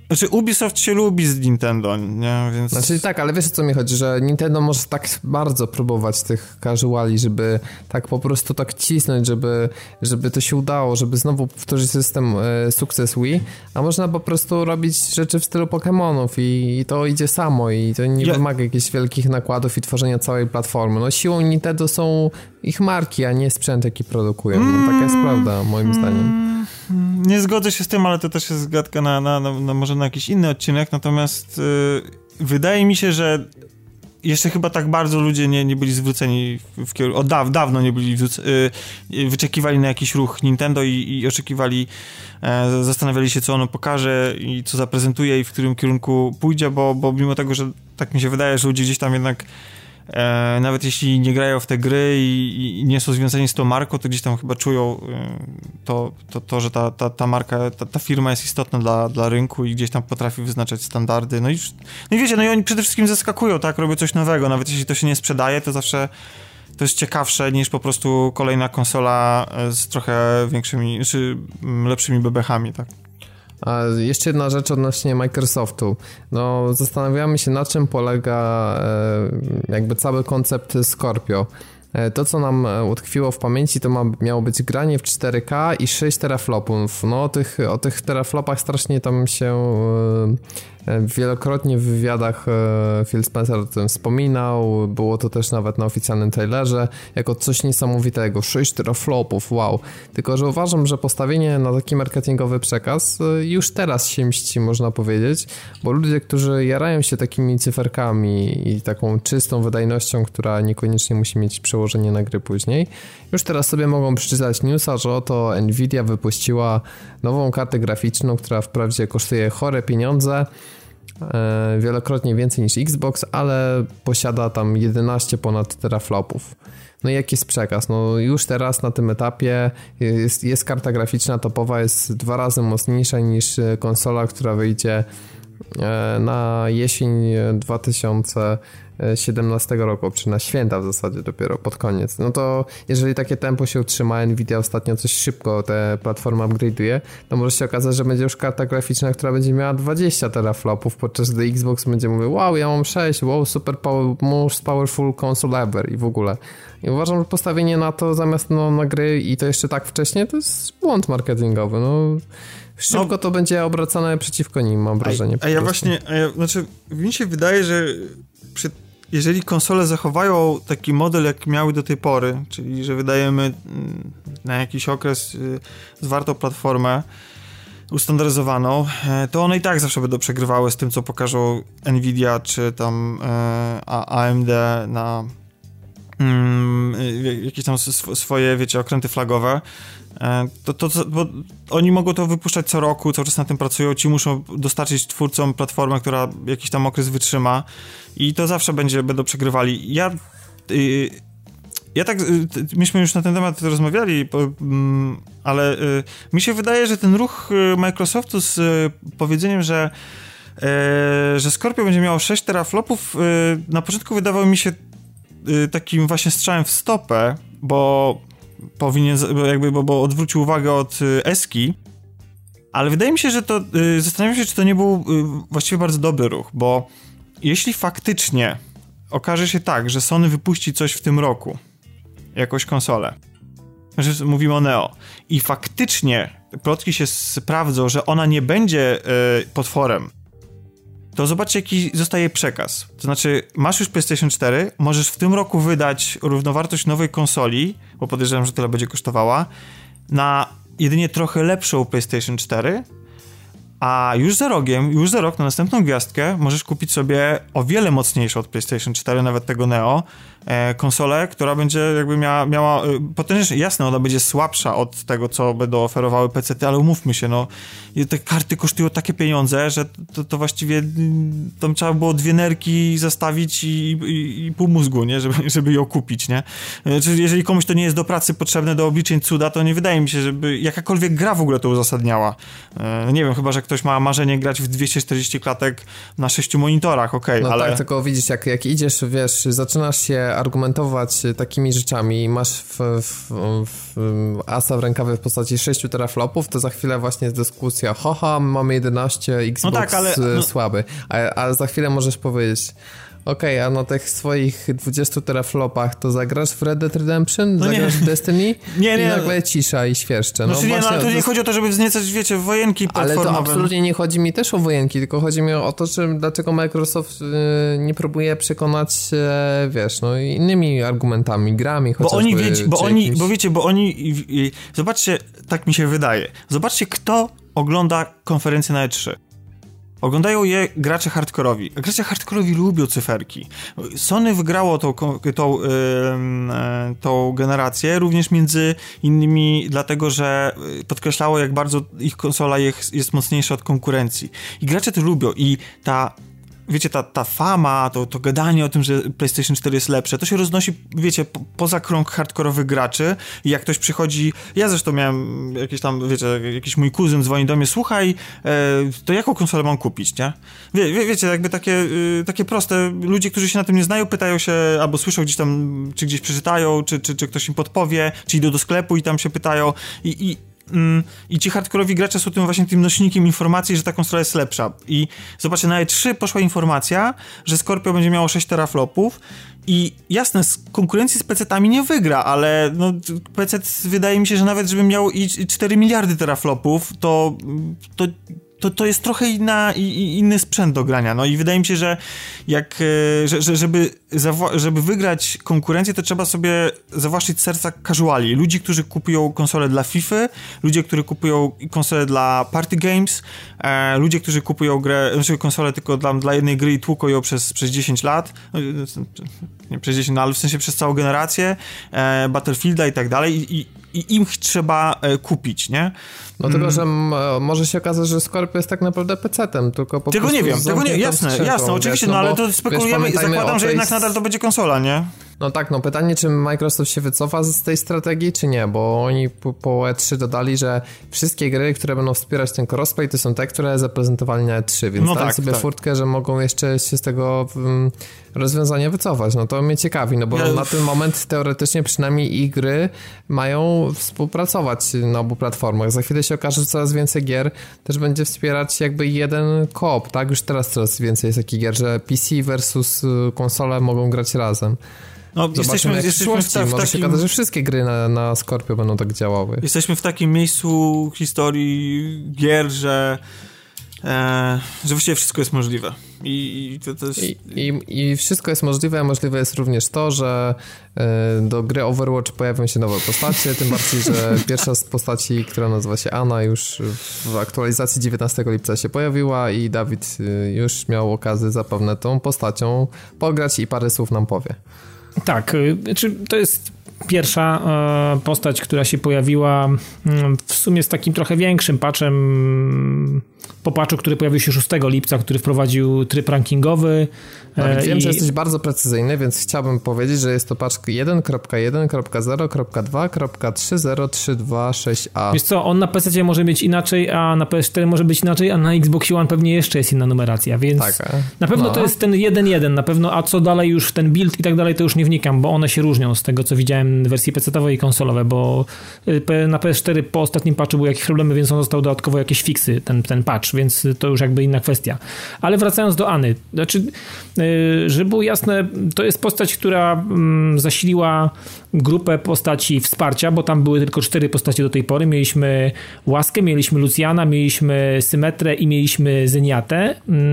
Znaczy Ubisoft się lubi z Nintendo, nie? Więc... Znaczy tak, ale wiesz o co mi chodzi, że Nintendo może tak bardzo próbować tych casuali, żeby tak po prostu tak cisnąć, żeby, żeby to się udało, żeby znowu powtórzyć system e, sukces Wii, a można po prostu robić rzeczy w stylu Pokémonów i, i to idzie samo i to nie ja... wymaga jakichś wielkich nakładów i tworzenia całej platformy. No siłą Nintendo są ich marki, a nie sprzęt, jaki produkują. No taka jest prawda, moim zdaniem. Nie zgodzę się z tym, ale to też jest zgadka na, na, na, na może na jakiś inny odcinek, natomiast yy, wydaje mi się, że jeszcze chyba tak bardzo ludzie nie, nie byli zwróceni w kierunku, od daw, dawno nie byli yy, wyczekiwali na jakiś ruch Nintendo i, i oczekiwali, yy, zastanawiali się, co ono pokaże i co zaprezentuje i w którym kierunku pójdzie, bo, bo mimo tego, że tak mi się wydaje, że ludzie gdzieś tam jednak E, nawet jeśli nie grają w te gry i, i nie są związani z tą marką, to gdzieś tam chyba czują e, to, to, to, że ta, ta, ta marka, ta, ta firma jest istotna dla, dla rynku i gdzieś tam potrafi wyznaczać standardy. No i, no i wiecie, no i oni przede wszystkim zaskakują, tak? Robią coś nowego. Nawet jeśli to się nie sprzedaje, to zawsze to jest ciekawsze niż po prostu kolejna konsola z trochę większymi, czy lepszymi bebechami, tak? A jeszcze jedna rzecz odnośnie Microsoftu. No, zastanawiamy się, na czym polega e, jakby cały koncept Scorpio. E, to, co nam utkwiło w pamięci, to ma, miało być granie w cztery K i sześć teraflopów. No, o tych, o tych teraflopach strasznie tam się e, wielokrotnie w wywiadach e, Phil Spencer o tym wspominał. Było to też nawet na oficjalnym trailerze jako coś niesamowitego. sześć teraflopów, wow. Tylko, że uważam, że postawienie na taki marketingowy przekaz e, już teraz się mści, można powiedzieć, bo ludzie, którzy jarają się takimi cyferkami i taką czystą wydajnością, która niekoniecznie musi mieć przełożenie na gry później, już teraz sobie mogą przeczytać newsa, że oto Nvidia wypuściła nową kartę graficzną, która wprawdzie kosztuje chore pieniądze, wielokrotnie więcej niż Xbox, ale posiada tam jedenaście ponad teraflopów. No i jaki jest przekaz? No już teraz na tym etapie jest, jest karta graficzna topowa, jest dwa razy mocniejsza niż konsola, która wyjdzie na jesień dwa tysiące siedemnastego roku, czy na święta w zasadzie dopiero pod koniec. No to jeżeli takie tempo się utrzyma, Nvidia ostatnio coś szybko te platformy upgrade'uje, to może się okazać, że będzie już karta graficzna, która będzie miała dwadzieścia teraflopów, podczas gdy Xbox będzie mówił, wow, ja mam sześć, wow, super power, most powerful console ever i w ogóle. I uważam, że postawienie na to zamiast no, na gry i to jeszcze tak wcześnie, to jest błąd marketingowy, no. Szybko no, to będzie obracane przeciwko nim, mam wrażenie. A, a ja właśnie, a ja, znaczy mi się wydaje, że przy, jeżeli konsole zachowają taki model, jak miały do tej pory, czyli że wydajemy na jakiś okres zwartą platformę ustandaryzowaną, to one i tak zawsze będą przegrywały z tym, co pokażą Nvidia czy tam A M D na mm, jakieś tam swoje, wiecie, okręty flagowe. To, to, to, bo oni mogą to wypuszczać co roku, cały czas na tym pracują, ci muszą dostarczyć twórcom platformę, która jakiś tam okres wytrzyma i to zawsze będzie, będą przegrywali. Ja yy, ja tak, yy, myśmy już na ten temat rozmawiali, bo, yy, ale yy, mi się wydaje, że ten ruch Microsoftu z yy, powiedzeniem, że yy, że Scorpio będzie miało sześć teraflopów, yy, na początku wydawał mi się yy, takim właśnie strzałem w stopę, bo powinien, jakby, bo, bo odwrócił uwagę od y, Eski, ale wydaje mi się, że to, y, zastanawiam się, czy to nie był y, właściwie bardzo dobry ruch, bo jeśli faktycznie okaże się tak, że Sony wypuści coś w tym roku, jakąś konsolę, że mówimy o Neo, i faktycznie plotki się sprawdzą, że ona nie będzie y, potworem, to zobaczcie, jaki zostaje przekaz. To znaczy, masz już PlayStation cztery, możesz w tym roku wydać równowartość nowej konsoli, bo podejrzewam, że tyle będzie kosztowała, na jedynie trochę lepszą PlayStation cztery, a już za rogiem, już za rok na następną gwiazdkę możesz kupić sobie o wiele mocniejszą od PlayStation cztery, nawet tego Neo, e, konsolę, która będzie jakby miała, miała e, potężnie, jasne, ona będzie słabsza od tego, co będą oferowały pecety, ale umówmy się, no, te karty kosztują takie pieniądze, że to, to właściwie tam trzeba było dwie nerki zastawić i, i, i pół mózgu, nie, żeby, żeby ją kupić, nie. Czyli jeżeli komuś to nie jest do pracy potrzebne, do obliczeń cuda, to nie wydaje mi się, żeby jakakolwiek gra w ogóle to uzasadniała. E, nie wiem, chyba, że ktoś ma marzenie grać w dwieście czterdzieści klatek na sześciu monitorach, okej, okay, no ale... tak, tylko widzisz, jak, jak idziesz, wiesz, zaczynasz się argumentować takimi rzeczami i masz w, w, w asa w rękawie w postaci sześciu teraflopów, to za chwilę właśnie jest dyskusja, haha, mamy jedenaście, Xbox no tak, ale, no... słaby, a, a za chwilę możesz powiedzieć, okej, okay, a na tych swoich dwudziestu teraflopach to zagrasz w Red Dead Redemption? No zagrasz nie. w Destiny? Nie, nie. I nagle cisza i świerszcze. No, no, nie, no ale tu nie chodzi o to, żeby wzniecać, wiecie, wojenki platformowe. Ale to absolutnie nie chodzi mi też o wojenki, tylko chodzi mi o to, że dlaczego Microsoft yy, nie próbuje przekonać się, wiesz, no innymi argumentami, grami, chociażby. Bo oni, wiecie, bo, oni jakimś... bo wiecie, bo oni, i, i, zobaczcie, tak mi się wydaje, zobaczcie, kto ogląda konferencję na E trzy. Oglądają je gracze hardkorowi. Gracze hardkorowi lubią cyferki. Sony wygrało tą, tą, yy, tą generację również między innymi dlatego, że podkreślało, jak bardzo ich konsola jest, jest mocniejsza od konkurencji. I gracze to lubią i ta wiecie, ta, ta fama, to, to gadanie o tym, że PlayStation cztery jest lepsze, to się roznosi, wiecie, po, poza krąg hardkorowych graczy i jak ktoś przychodzi, ja zresztą miałem jakiś tam, wiecie, jakiś mój kuzyn dzwoni do mnie, słuchaj, e, to jaką konsolę mam kupić, nie? Wie, wie, wiecie, jakby takie, y, takie proste, ludzie, którzy się na tym nie znają, pytają się, albo słyszą gdzieś tam, czy gdzieś przeczytają, czy, czy, czy ktoś im podpowie, czy idą do sklepu i tam się pytają i, i I ci hardkorowi gracze są tym właśnie tym nośnikiem informacji, że ta konsola jest lepsza. I zobaczcie, na E trzy poszła informacja, że Scorpio będzie miało sześć teraflopów i jasne, z konkurencji z pecetami nie wygra, ale no, pecet wydaje mi się, że nawet żeby miał i cztery miliardy teraflopów, to, to To, to jest trochę inna, i, inny sprzęt do grania. No i wydaje mi się, że jak, że, że, żeby, zawa- żeby wygrać konkurencję, to trzeba sobie zawłaszczyć serca casuali. Ludzi, którzy kupują konsolę dla FIFA, ludzie, którzy kupują konsolę dla party games, e, ludzie, którzy kupują grę, znaczy konsolę tylko dla, dla jednej gry i tłuką ją przez, przez dziesięć lat. Nie przez dziesięć, no, ale w sensie przez całą generację, e, Battlefielda i tak dalej. I, i im trzeba e, kupić, nie? No tylko, że m- może się okazać, że Scorpio jest tak naprawdę pecetem, tylko po tego prostu nie wiem, tego nie, jasne, skrzynką, jasne, oczywiście, wiesz, no, no ale to spekulujemy i zakładam, że jednak nadal to będzie konsola, nie? No tak, no pytanie, czy Microsoft się wycofa z tej strategii, czy nie, bo oni po, po E trzy dodali, że wszystkie gry, które będą wspierać ten crossplay, to są te, które zaprezentowali na E trzy, więc no dali tak, sobie tak. furtkę, że mogą jeszcze się z tego um, rozwiązania wycofać. No to mnie ciekawi, no bo ja... na ten moment teoretycznie przynajmniej ich gry mają współpracować na obu platformach. Za chwilę się okaże, że coraz więcej gier też będzie wspierać jakby jeden koop, tak? Już teraz coraz więcej jest takich gier, że P C versus konsole mogą grać razem. No, jesteśmy, jak jesteśmy w, ta, w Może takim... się okazać, że wszystkie gry na, na Scorpio będą tak działały. Jesteśmy w takim miejscu historii gier, że e, że właściwie wszystko jest możliwe. I, i, to, to jest... I, i, I wszystko jest możliwe, a możliwe jest również to, że e, do gry Overwatch pojawią się nowe postacie, tym bardziej, że pierwsza z postaci, która nazywa się Ana, już w aktualizacji dziewiętnastego lipca się pojawiła i Dawid już miał okazję zapewne tą postacią pograć i parę słów nam powie. Tak, znaczy to jest pierwsza e, postać, która się pojawiła w sumie z takim trochę większym patchem po patchu, który pojawił się szóstego lipca, który wprowadził tryb rankingowy. Nawet wiem, i... że jesteś bardzo precyzyjny, więc chciałbym powiedzieć, że jest to patch jeden kropka jeden kropka zero kropka dwa kropka trzy zero trzy dwa sześć a. Wiesz co, on na P C może być inaczej, a na P S cztery może być inaczej, a na Xbox One pewnie jeszcze jest inna numeracja, więc tak, na pewno no. to jest ten jeden jeden, na pewno, a co dalej już w ten build i tak dalej, to już nie wnikam, bo one się różnią z tego, co widziałem w wersji pecetowej i konsolowej, bo na P S cztery po ostatnim patchu były jakieś problemy, więc on dostał dodatkowo jakieś fiksy, ten, ten patch, więc to już jakby inna kwestia. Ale wracając do Any, znaczy, żeby było jasne, to jest postać, która zasiliła grupę postaci wsparcia, bo tam były tylko cztery postacie do tej pory. Mieliśmy Łaskę, mieliśmy Luciana, mieliśmy Symetrę i mieliśmy Zeniatę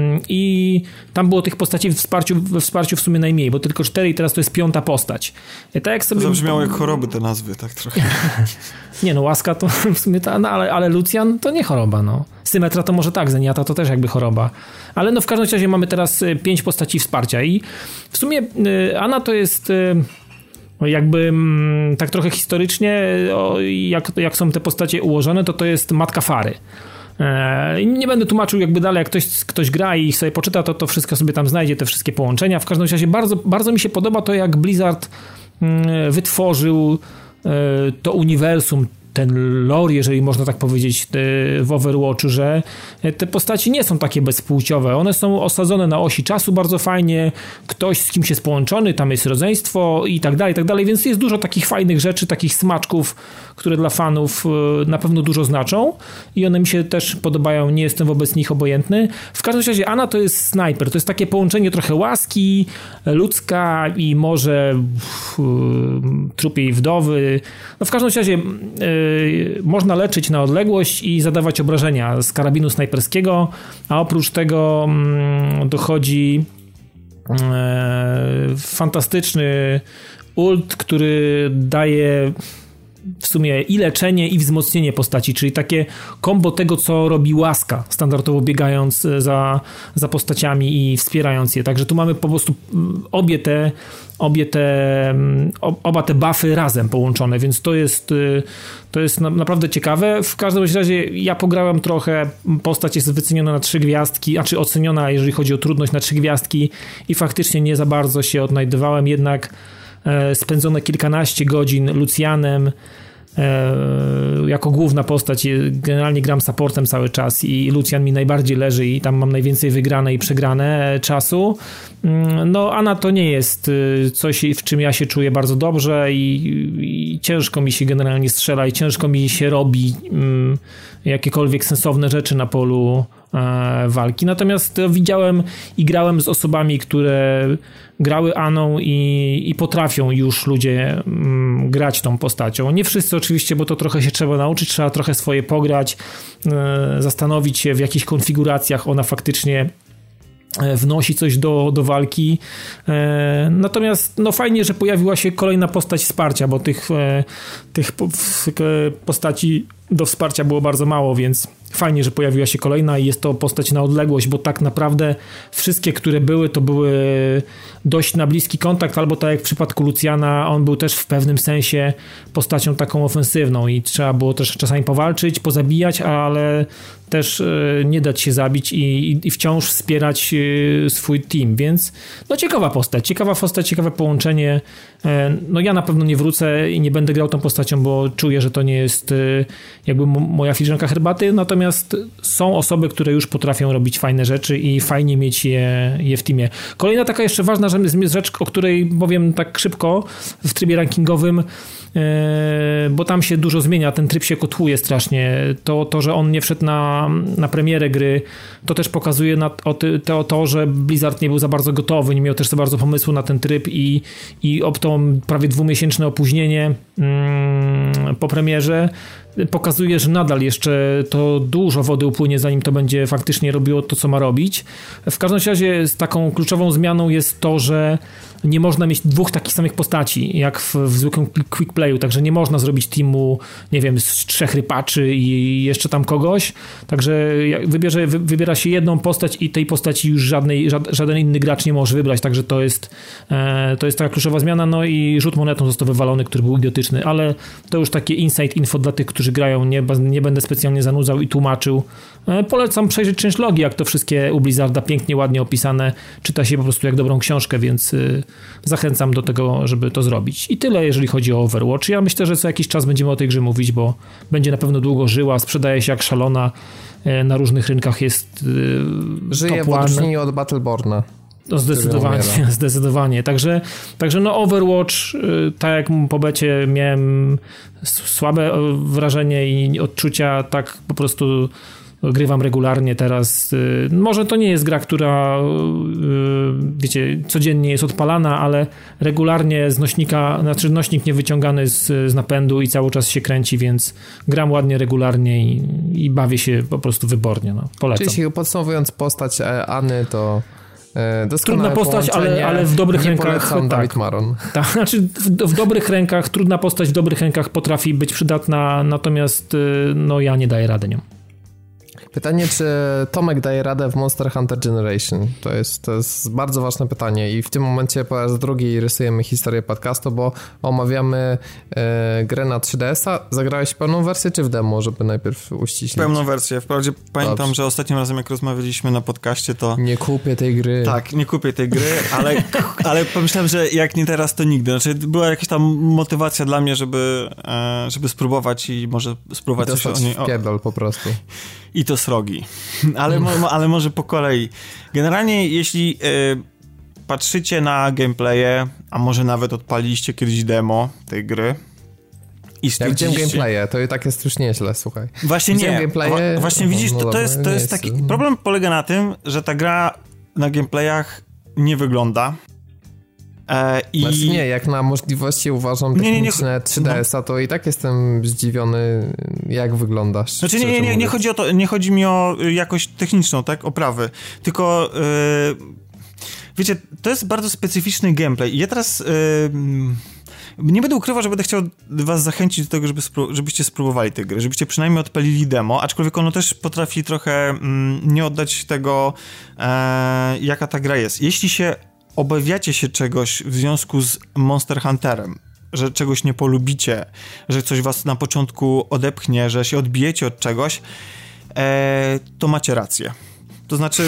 i tam było tych postaci w wsparciu, we wsparciu w sumie najmniej, bo tylko cztery i teraz to jest piąta postać. Tak jak sobie... To zabrzmiało jak choroby te nazwy, tak trochę. Nie no, Łaska to w sumie ta, no, ale, ale Lucian to nie choroba, no. Symetra to może tak, Zeniata to też jakby choroba. Ale no w każdym razie mamy teraz pięć postaci wsparcia i w sumie y, Ana to jest y, jakby y, tak trochę historycznie o, jak, jak są te postacie ułożone, to to jest matka Fary. E, nie będę tłumaczył jakby dalej, jak ktoś, ktoś gra i sobie poczyta, to to wszystko sobie tam znajdzie, te wszystkie połączenia. W każdym razie bardzo, bardzo mi się podoba to, jak Blizzard y, wytworzył y, to uniwersum ten lore, jeżeli można tak powiedzieć, w Overwatchu, że te postaci nie są takie bezpłciowe. One są osadzone na osi czasu bardzo fajnie, ktoś z kimś jest połączony, tam jest rodzeństwo i tak dalej, i tak dalej, więc jest dużo takich fajnych rzeczy, takich smaczków, które dla fanów na pewno dużo znaczą i one mi się też podobają, nie jestem wobec nich obojętny. W każdym razie Ana to jest snajper, to jest takie połączenie trochę łaski, ludzka i może trupiej wdowy. No w każdym razie yy, można leczyć na odległość i zadawać obrażenia z karabinu snajperskiego, a oprócz tego yy, dochodzi yy, fantastyczny ult, który daje w sumie i leczenie, i wzmocnienie postaci, czyli takie kombo tego, co robi łaska, standardowo biegając za, za postaciami i wspierając je. Także tu mamy po prostu obie te, obie te, oba te buffy razem połączone, więc to jest, to jest naprawdę ciekawe. W każdym razie ja pograłem trochę, postać jest wyceniona na trzy gwiazdki, a czy oceniona, jeżeli chodzi o trudność, na trzy gwiazdki i faktycznie nie za bardzo się odnajdywałem, jednak spędzone kilkanaście godzin Lucianem e, jako główna postać. Generalnie gram supportem cały czas i Lucian mi najbardziej leży i tam mam najwięcej wygrane i przegrane czasu. No Ana to nie jest coś, w czym ja się czuję bardzo dobrze i, i ciężko mi się generalnie strzela i ciężko mi się robi um, jakiekolwiek sensowne rzeczy na polu e, walki. Natomiast widziałem i grałem z osobami, które grały Aną i, i potrafią już ludzie mm, grać tą postacią. Nie wszyscy oczywiście, bo to trochę się trzeba nauczyć, trzeba trochę swoje pograć, e, zastanowić się, w jakich konfiguracjach ona faktycznie wnosi coś do, do walki. E, natomiast no fajnie, że pojawiła się kolejna postać wsparcia, bo tych, e, tych po, w, postaci do wsparcia było bardzo mało, więc fajnie, że pojawiła się kolejna i jest to postać na odległość, bo tak naprawdę wszystkie, które były, to były dość na bliski kontakt, albo tak jak w przypadku Luciana, on był też w pewnym sensie postacią taką ofensywną i trzeba było też czasami powalczyć, pozabijać, ale też nie dać się zabić i, i wciąż wspierać swój team, więc no ciekawa postać, ciekawa postać, ciekawe połączenie. No ja na pewno nie wrócę i nie będę grał tą postacią, bo czuję, że to nie jest jakby moja filiżanka herbaty, natomiast są osoby, które już potrafią robić fajne rzeczy i fajnie mieć je, je w teamie. Kolejna taka jeszcze ważna rzecz, o której powiem tak szybko w trybie rankingowym, bo tam się dużo zmienia, ten tryb się kotłuje strasznie. To, to że on nie wszedł na, na premierę gry, to też pokazuje na, o to, to, że Blizzard nie był za bardzo gotowy, nie miał też za bardzo pomysłu na ten tryb i, i o to prawie dwumiesięczne opóźnienie mm, po premierze pokazuje, że nadal jeszcze to dużo wody upłynie, zanim to będzie faktycznie robiło to, co ma robić. W każdym razie z taką kluczową zmianą jest to, że nie można mieć dwóch takich samych postaci, jak w, w zwykłym quick playu, także nie można zrobić teamu, nie wiem, z trzech rypaczy i jeszcze tam kogoś, także wybierze, wy, wybiera się jedną postać i tej postaci już żadnej, żad, żaden inny gracz nie może wybrać, także to jest e, to jest taka kluczowa zmiana, no i rzut monetą został wywalony, który był idiotyczny, ale to już takie inside info dla tych, którzy grają, nie, nie będę specjalnie zanudzał i tłumaczył. E, polecam przejrzeć część logi, jak to wszystkie u Blizzarda pięknie, ładnie opisane, czyta się po prostu jak dobrą książkę, więc y, zachęcam do tego, żeby to zrobić. I tyle, jeżeli chodzi o Overwatch. Ja myślę, że co jakiś czas będziemy o tej grze mówić, bo będzie na pewno długo żyła, sprzedaje się jak szalona, e, na różnych rynkach jest y, żyje w odróżnieniu od Battleborna. No zdecydowanie, zdecydowanie. Także, także no Overwatch, tak jak po becie miałem słabe wrażenie i odczucia, tak po prostu grywam regularnie teraz. Może to nie jest gra, która wiecie, codziennie jest odpalana, ale regularnie z nośnika, znaczy nośnik niewyciągany z, z napędu i cały czas się kręci, więc gram ładnie, regularnie i, i bawię się po prostu wybornie. No. Polecam. Czyli podsumowując postać Any, to trudna postać, ale, ale w dobrych nie rękach. Tak, Dawid Maron. Tak, znaczy w, w dobrych rękach, trudna postać w dobrych rękach potrafi być przydatna, natomiast no ja nie daję rady nią. Pytanie, czy Tomek daje radę w Monster Hunter Generation? To jest, to jest bardzo ważne pytanie i w tym momencie po raz drugi rysujemy historię podcastu, bo omawiamy e, grę na trzy D S a. Zagrałeś pełną wersję czy w demo, żeby najpierw uściślić? Pełną wersję. Wprawdzie pamiętam, Dobrze. że ostatnim razem jak rozmawialiśmy na podcaście, to... Nie kupię tej gry. Tak, nie kupię tej gry, ale, ale pomyślałem, że jak nie teraz, to nigdy. Znaczy była jakaś tam motywacja dla mnie, żeby, e, żeby spróbować i może spróbować coś o niej... w pierdol po prostu. I to srogi. Ale, mo, ale może po kolei. Generalnie jeśli y, patrzycie na gameplaye, a może nawet odpaliliście kiedyś demo tej gry i Ja widziałem stwierdziliście... gameplaye, to i tak jest już nieźle, słuchaj. Właśnie Widziałem nie. gameplaye, Wa- właśnie widzisz, no to, to dobra, jest, to nie jest jest- taki... Problem polega na tym, że ta gra na gameplayach nie wygląda. E, i... Znaczy nie, jak na możliwości uważam Nie, nie, nie, techniczne trzy D S a, to i tak jestem zdziwiony, jak wyglądasz. Znaczy nie, nie, nie, nie chodzi o to, nie chodzi mi o y, jakość techniczną, tak, oprawy, tylko yy, wiecie, to jest bardzo specyficzny gameplay i ja teraz yy, nie będę ukrywał, że będę chciał was zachęcić do tego, żeby spró- żebyście spróbowali tę grę, żebyście przynajmniej odpalili demo, aczkolwiek ono też potrafi trochę mm, nie oddać tego, e, jaka ta gra jest. Jeśli się obawiacie się czegoś w związku z Monster Hunterem, że czegoś nie polubicie, że coś was na początku odepchnie, że się odbijecie od czegoś, e, to macie rację. To znaczy...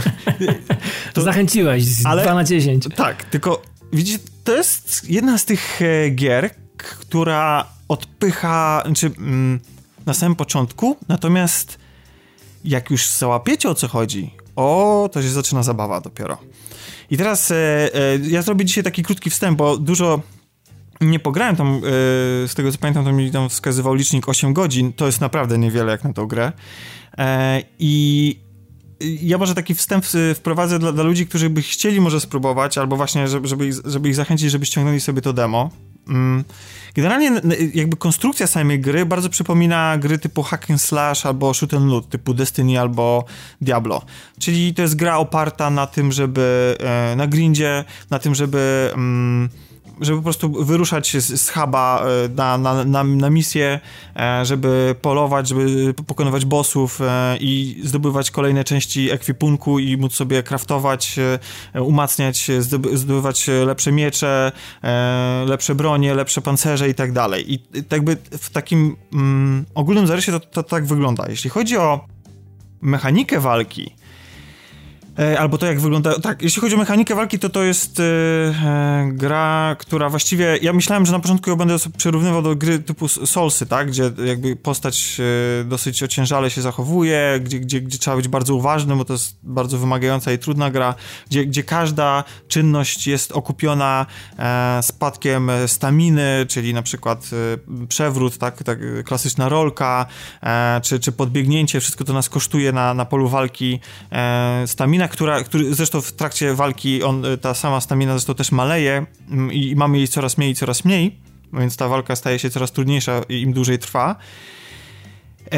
to Zachęciłeś, z ale, dwa na dziesięć. Tak, tylko widzicie, to jest jedna z tych e, gier, k- która odpycha, znaczy mm, na samym początku, natomiast jak już załapiecie, o co chodzi, o, to się zaczyna zabawa dopiero. I teraz e, e, ja zrobię dzisiaj taki krótki wstęp, bo dużo nie pograłem tam, e, z tego co pamiętam, to mi tam wskazywał licznik osiem godzin, to jest naprawdę niewiele jak na tą grę. E, I ja może taki wstęp wprowadzę dla, dla ludzi, którzy by chcieli może spróbować, albo właśnie, żeby, żeby, ich, żeby ich zachęcić, żeby ściągnęli sobie to demo. Generalnie jakby konstrukcja samej gry bardzo przypomina gry typu hack and slash albo shoot and loot, typu Destiny albo Diablo. Czyli to jest gra oparta na tym, żeby na grindzie, na tym, żeby żeby po prostu wyruszać z, z huba na, na, na, na misję, żeby polować, żeby pokonywać bossów i zdobywać kolejne części ekwipunku i móc sobie craftować, umacniać, zdobywać lepsze miecze, lepsze bronie, lepsze pancerze i tak dalej. I tak jakby w takim mm, ogólnym zarysie to, to tak wygląda. Jeśli chodzi o mechanikę walki, albo to jak wygląda... Tak, jeśli chodzi o mechanikę walki, to to jest e, gra, która właściwie... Ja myślałem, że na początku ją będę sobie przyrównywał do gry typu Soulsy, tak? Gdzie jakby postać e, dosyć ociężale się zachowuje, gdzie, gdzie, gdzie trzeba być bardzo uważnym, bo to jest bardzo wymagająca i trudna gra, gdzie, gdzie każda czynność jest okupiona e, spadkiem staminy, czyli na przykład e, przewrót, tak? Tak, klasyczna rolka, e, czy, czy podbiegnięcie, wszystko to nas kosztuje na, na polu walki e, stamina, która, który zresztą w trakcie walki on, ta sama stamina zresztą też maleje i, i mamy jej coraz mniej i coraz mniej, więc ta walka staje się coraz trudniejsza im dłużej trwa. E,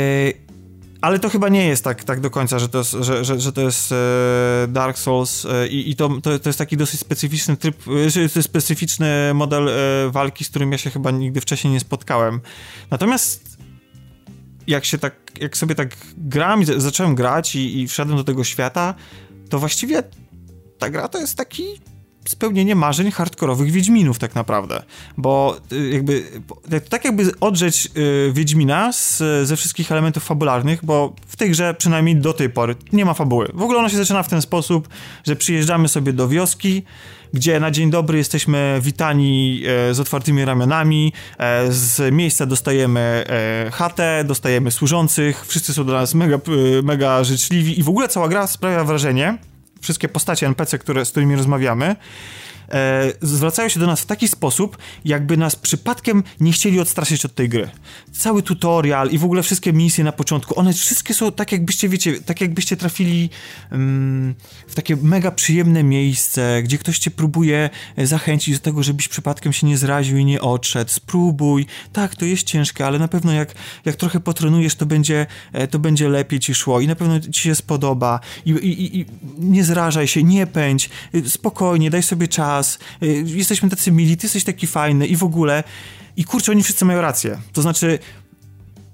ale to chyba nie jest tak, tak do końca, że to jest, że, że, że to jest e, Dark Souls e, i, i to, to, to jest taki dosyć specyficzny tryb, e, specyficzny model e, walki, z którym ja się chyba nigdy wcześniej nie spotkałem. Natomiast jak się tak, jak sobie tak gram i zacząłem grać i, i wszedłem do tego świata, to właściwie ta gra to jest taki spełnienie marzeń hardkorowych Wiedźminów tak naprawdę, bo jakby tak jakby odrzeć y, Wiedźmina z, ze wszystkich elementów fabularnych, bo w tej grze przynajmniej do tej pory nie ma fabuły. W ogóle ona się zaczyna w ten sposób, że przyjeżdżamy sobie do wioski, gdzie na dzień dobry jesteśmy witani e, z otwartymi ramionami, e, z miejsca dostajemy e, chatę, dostajemy służących, wszyscy są do nas mega, e, mega życzliwi i w ogóle cała gra sprawia wrażenie, wszystkie postacie en pe ce, które, z którymi rozmawiamy, e, zwracają się do nas w taki sposób, jakby nas przypadkiem nie chcieli odstraszyć od tej gry. Cały tutorial i w ogóle wszystkie misje na początku, one wszystkie są tak jakbyście, wiecie, tak jakbyście trafili um, w takie mega przyjemne miejsce, gdzie ktoś cię próbuje zachęcić do tego, żebyś przypadkiem się nie zraził i nie odszedł. Spróbuj. Tak, to jest ciężkie, ale na pewno jak, jak trochę potrenujesz, to będzie, to będzie lepiej ci szło i na pewno ci się spodoba. I, i, i nie zrażaj się, nie pędź, spokojnie, daj sobie czas. Jesteśmy tacy mili, ty jesteś taki fajny i w ogóle. I kurczę, oni wszyscy mają rację. To znaczy,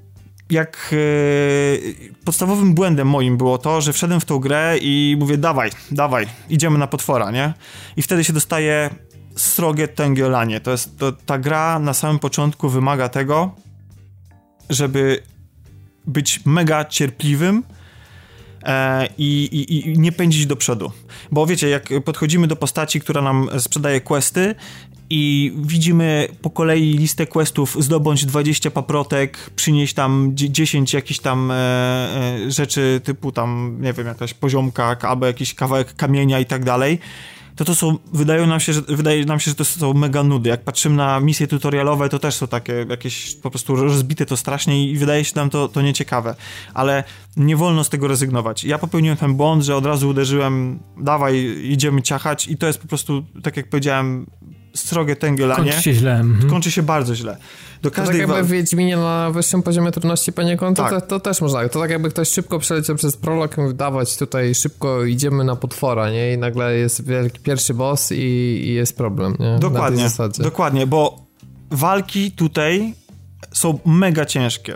jak yy, podstawowym błędem moim było to, że wszedłem w tą grę i mówię, dawaj, dawaj, idziemy na potwora, nie? I wtedy się dostaje srogie tęgielanie. To jest, to, ta gra na samym początku wymaga tego, żeby być mega cierpliwym e, i, i, i nie pędzić do przodu. Bo wiecie, jak podchodzimy do postaci, która nam sprzedaje questy i widzimy po kolei listę questów, zdobądź dwadzieścia paprotek, przynieść tam dziesięć jakichś tam e, e, rzeczy typu tam, nie wiem, jakaś poziomka albo jakiś kawałek kamienia i tak dalej, to to są, wydają nam się, że, wydaje nam się, że to są mega nudy. Jak patrzymy na misje tutorialowe, to też są takie jakieś po prostu rozbite to strasznie i wydaje się nam to, to nieciekawe. Ale nie wolno z tego rezygnować. Ja popełniłem ten błąd, że od razu uderzyłem, dawaj, idziemy ciachać i to jest po prostu, tak jak powiedziałem, srogie tęgielanie. Kończy się źle. Mhm. Kończy się bardzo źle. Do każdej to tak jakby wa- w Wiedźminie na wyższym poziomie trudności poniekąd, to, tak. to, to też można. To tak jakby ktoś szybko przeleciał przez prolog i mówi, dawać tutaj szybko idziemy na potwora, nie? I nagle jest wielki pierwszy boss i, i jest problem, nie? Dokładnie, dokładnie, bo walki tutaj są mega ciężkie.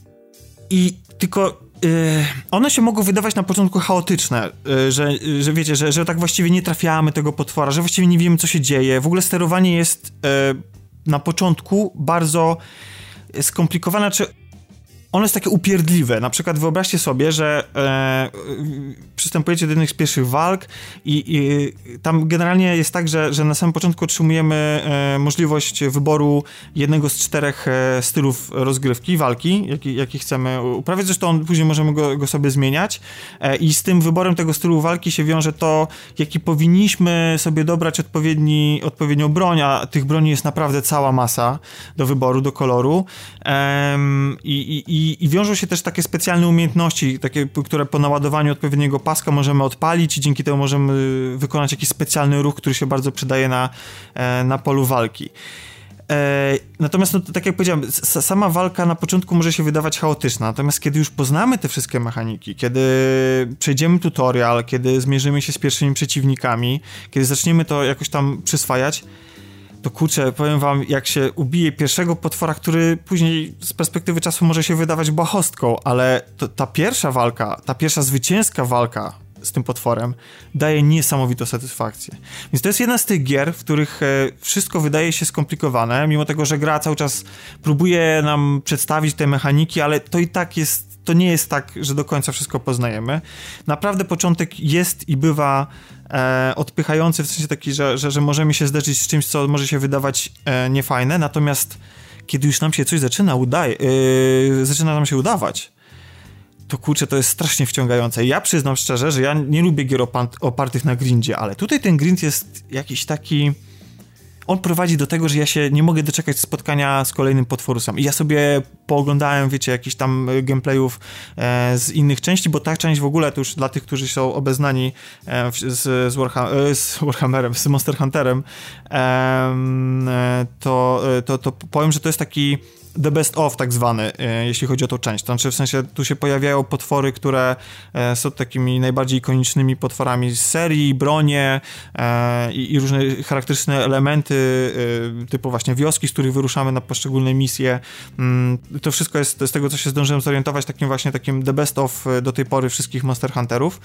I tylko Yy, one się mogą wydawać na początku chaotyczne, yy, że, yy, że wiecie, że, że tak właściwie nie trafiamy tego potwora, że właściwie nie wiemy, co się dzieje. W ogóle sterowanie jest yy, na początku bardzo skomplikowane, czy ono jest takie upierdliwe. Na przykład wyobraźcie sobie, że e, przystępujecie do jednych z pierwszych walk i, i tam generalnie jest tak, że, że na samym początku otrzymujemy e, możliwość wyboru jednego z czterech e, stylów rozgrywki, walki, jaki, jaki chcemy uprawiać. Zresztą później możemy go, go sobie zmieniać e, i z tym wyborem tego stylu walki się wiąże to, jaki powinniśmy sobie dobrać odpowiedni, odpowiednią broń, a tych broni jest naprawdę cała masa do wyboru, do koloru. E, i, i I, I wiążą się też takie specjalne umiejętności, takie, które po naładowaniu odpowiedniego paska możemy odpalić i dzięki temu możemy wykonać jakiś specjalny ruch, który się bardzo przydaje na, na polu walki. E, natomiast, no, tak jak powiedziałem, s- sama walka na początku może się wydawać chaotyczna, natomiast kiedy już poznamy te wszystkie mechaniki, kiedy przejdziemy tutorial, kiedy zmierzymy się z pierwszymi przeciwnikami, kiedy zaczniemy to jakoś tam przyswajać, to kurczę, powiem wam, jak się ubije pierwszego potwora, który później z perspektywy czasu może się wydawać błahostką, ale to, ta pierwsza walka, ta pierwsza zwycięska walka z tym potworem daje niesamowitą satysfakcję. Więc to jest jedna z tych gier, w których e, wszystko wydaje się skomplikowane, mimo tego, że gra cały czas próbuje nam przedstawić te mechaniki, ale to i tak jest, to nie jest tak, że do końca wszystko poznajemy. Naprawdę początek jest i bywa e, odpychający, w sensie taki, że, że, że możemy się zderzyć z czymś, co może się wydawać e, niefajne, natomiast kiedy już nam się coś zaczyna udaje, e, zaczyna nam się udawać, to kurczę, to jest strasznie wciągające. Ja przyznam szczerze, że ja nie lubię gier opa- opartych na grindzie, ale tutaj ten grind jest jakiś taki... On prowadzi do tego, że ja się nie mogę doczekać spotkania z kolejnym potworusem. I ja sobie pooglądałem, wiecie, jakichś tam gameplayów e, z innych części, bo ta część w ogóle, to już dla tych, którzy są obeznani e, z, z, Warha- e, z Warhammerem, z Monster Hunterem, e, to, to, to powiem, że to jest taki the best of tak zwany, e, jeśli chodzi o tą część. To znaczy w sensie tu się pojawiają potwory, które e, są takimi najbardziej ikonicznymi potworami z serii, bronie e, i, i różne charakterystyczne elementy e, typu właśnie wioski, z których wyruszamy na poszczególne misje. Mm, to wszystko jest z tego, co się zdążyłem zorientować, takim właśnie takim the best of do tej pory wszystkich Monster Hunterów.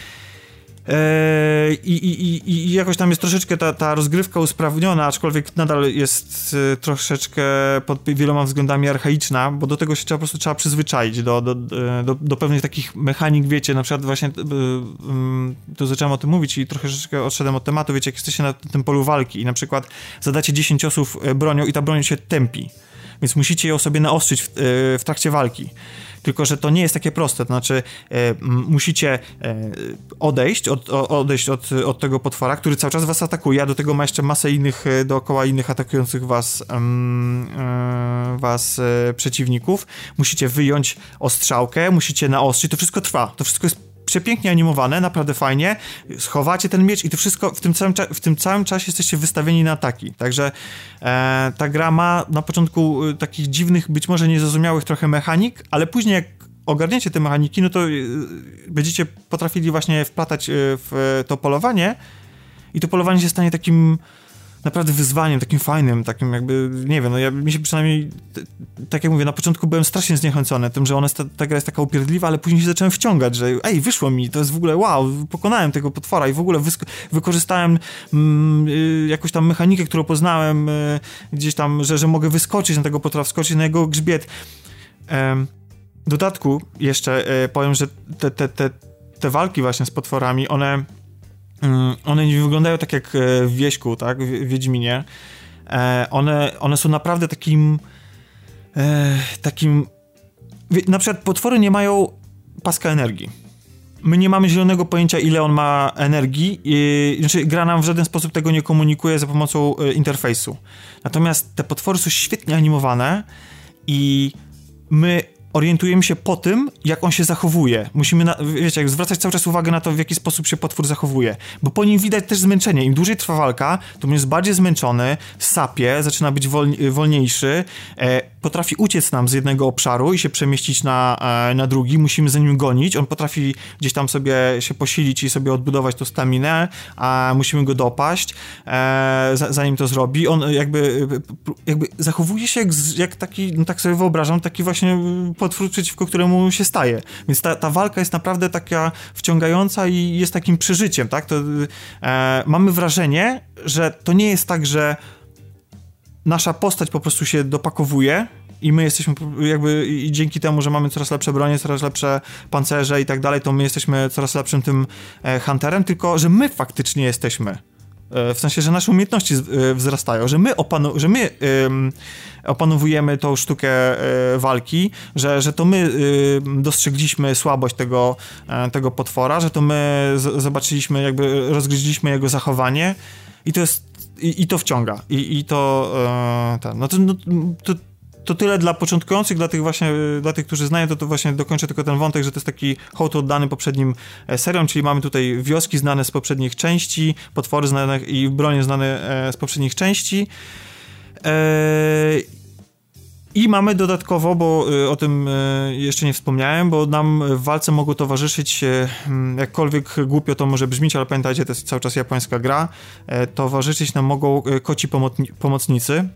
I, i, i jakoś tam jest troszeczkę ta, ta rozgrywka usprawniona, aczkolwiek nadal jest troszeczkę pod wieloma względami archaiczna, bo do tego się trzeba, po prostu trzeba przyzwyczaić, do, do, do, do pewnych takich mechanik, wiecie, na przykład właśnie to zacząłem o tym mówić i troszeczkę odszedłem od tematu, wiecie, jak jesteście na tym polu walki i na przykład zadacie dziesięć ciosów bronią i ta broń się tępi, więc musicie ją sobie naostrzyć w, w trakcie walki. Tylko że to nie jest takie proste, to znaczy e, musicie e, odejść, od, odejść od, od tego potwora, który cały czas was atakuje, a do tego ma jeszcze masę innych, dookoła innych atakujących was, um, e, was e, przeciwników. Musicie wyjąć ostrzałkę, musicie naostrzyć, to wszystko trwa, to wszystko jest przepięknie animowane, naprawdę fajnie, schowacie ten miecz i to wszystko w tym całym, cza- w tym całym czasie jesteście wystawieni na ataki, także e, ta gra ma na początku e, takich dziwnych, być może niezrozumiałych trochę mechanik, ale później jak ogarniecie te mechaniki, no to e, będziecie potrafili właśnie wplatać e, w to polowanie i to polowanie się stanie takim naprawdę wyzwaniem, takim fajnym, takim jakby, nie wiem, no ja mi się przynajmniej, tak jak mówię, na początku byłem strasznie zniechęcony tym, że ona jest, ta, ta gra jest taka upierdliwa, ale później się zacząłem wciągać, że ej, wyszło mi, to jest w ogóle wow, pokonałem tego potwora i w ogóle wysk- wykorzystałem mm, y, jakąś tam mechanikę, którą poznałem y, gdzieś tam, że, że mogę wyskoczyć na tego potwora, wskoczyć na jego grzbiet. Ym, w dodatku jeszcze y, powiem, że te, te, te, te walki właśnie z potworami, one one nie wyglądają tak jak w Wieśku, tak, w Wiedźminie. One, one są naprawdę takim takim... Na przykład potwory nie mają paska energii. My nie mamy zielonego pojęcia, ile on ma energii. I, znaczy, gra nam w żaden sposób tego nie komunikuje za pomocą interfejsu. Natomiast te potwory są świetnie animowane i my orientujemy się po tym, jak on się zachowuje. Musimy, na, wiecie, jak zwracać cały czas uwagę na to, w jaki sposób się potwór zachowuje. Bo po nim widać też zmęczenie. Im dłużej trwa walka, to on jest bardziej zmęczony, sapie, zaczyna być wolni, wolniejszy, e, potrafi uciec nam z jednego obszaru i się przemieścić na, e, na drugi. Musimy za nim gonić. On potrafi gdzieś tam sobie się posilić i sobie odbudować tą staminę, a musimy go dopaść, e, zanim to zrobi. On jakby, jakby zachowuje się jak, jak taki, no tak sobie wyobrażam, taki właśnie potwór, przeciwko któremu się staje. Więc ta, ta walka jest naprawdę taka wciągająca i jest takim przeżyciem, tak? To, e, mamy wrażenie, że to nie jest tak, że nasza postać po prostu się dopakowuje i my jesteśmy jakby i dzięki temu, że mamy coraz lepsze bronie, coraz lepsze pancerze i tak dalej, to my jesteśmy coraz lepszym tym e, hunterem, tylko że my faktycznie jesteśmy. W sensie, że nasze umiejętności wzrastają, że my, opanu- że my ym, opanowujemy tą sztukę y, walki, że, że to my y, dostrzegliśmy słabość tego, y, tego potwora, że to my z- zobaczyliśmy, jakby rozgryźliśmy jego zachowanie i to jest, i, i to wciąga. I, i to, y, ten, no to, no, to To tyle dla początkujących, dla tych właśnie, dla tych, którzy znają, to, to właśnie dokończę tylko ten wątek, że to jest taki hołd oddany poprzednim seriom, czyli mamy tutaj wioski znane z poprzednich części, potwory znane i bronie znane z poprzednich części. I mamy dodatkowo, bo o tym jeszcze nie wspomniałem, bo nam w walce mogą towarzyszyć, jakkolwiek głupio to może brzmieć, ale pamiętajcie, to jest cały czas japońska gra, towarzyszyć nam mogą koci pomocnicy.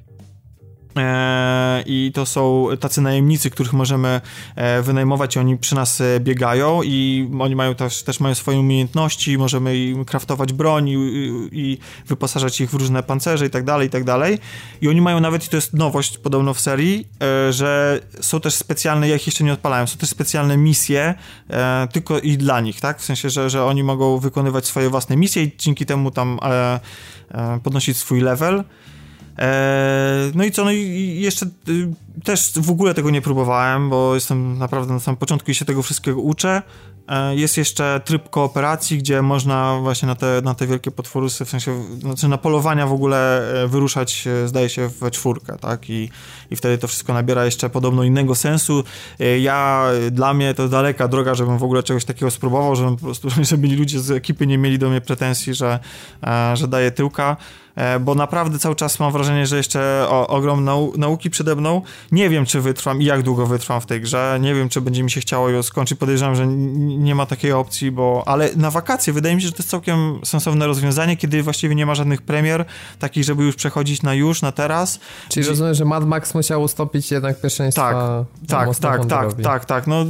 I to są tacy najemnicy, których możemy wynajmować i oni przy nas biegają i oni mają też, też mają swoje umiejętności, możemy im craftować broń i, i wyposażać ich w różne pancerze i tak dalej, i tak dalej. I oni mają nawet, i to jest nowość podobno w serii, że są też specjalne, ja ich jeszcze nie odpalałem, są też specjalne misje tylko i dla nich, tak? W sensie, że, że oni mogą wykonywać swoje własne misje i dzięki temu tam podnosić swój level. No i co, no i jeszcze też w ogóle tego nie próbowałem, bo jestem naprawdę na samym początku i się tego wszystkiego uczę. Jest jeszcze tryb kooperacji, gdzie można właśnie na te, na te wielkie potworusy, w sensie, znaczy na polowania w ogóle wyruszać, zdaje się, we czwórkę, tak? I, i wtedy to wszystko nabiera jeszcze podobno innego sensu. Ja, dla mnie to daleka droga, żebym w ogóle czegoś takiego spróbował, żebym po prostu, żeby ludzie z ekipy nie mieli do mnie pretensji, że, że daję tyłka. Bo naprawdę cały czas mam wrażenie, że jeszcze o, ogrom nau- nauki przede mną. Nie wiem, czy wytrwam i jak długo wytrwam w tej grze. Nie wiem, czy będzie mi się chciało ją skończyć. Podejrzewam, że n- nie ma takiej opcji, bo... Ale na wakacje wydaje mi się, że to jest całkiem sensowne rozwiązanie, kiedy właściwie nie ma żadnych premier, takich, żeby już przechodzić na już, na teraz. Czyli Gdzie... rozumiem, że Mad Max musiał ustąpić jednak pierwszeństwa. Tak, tak, tak, tak, tak, tak. No,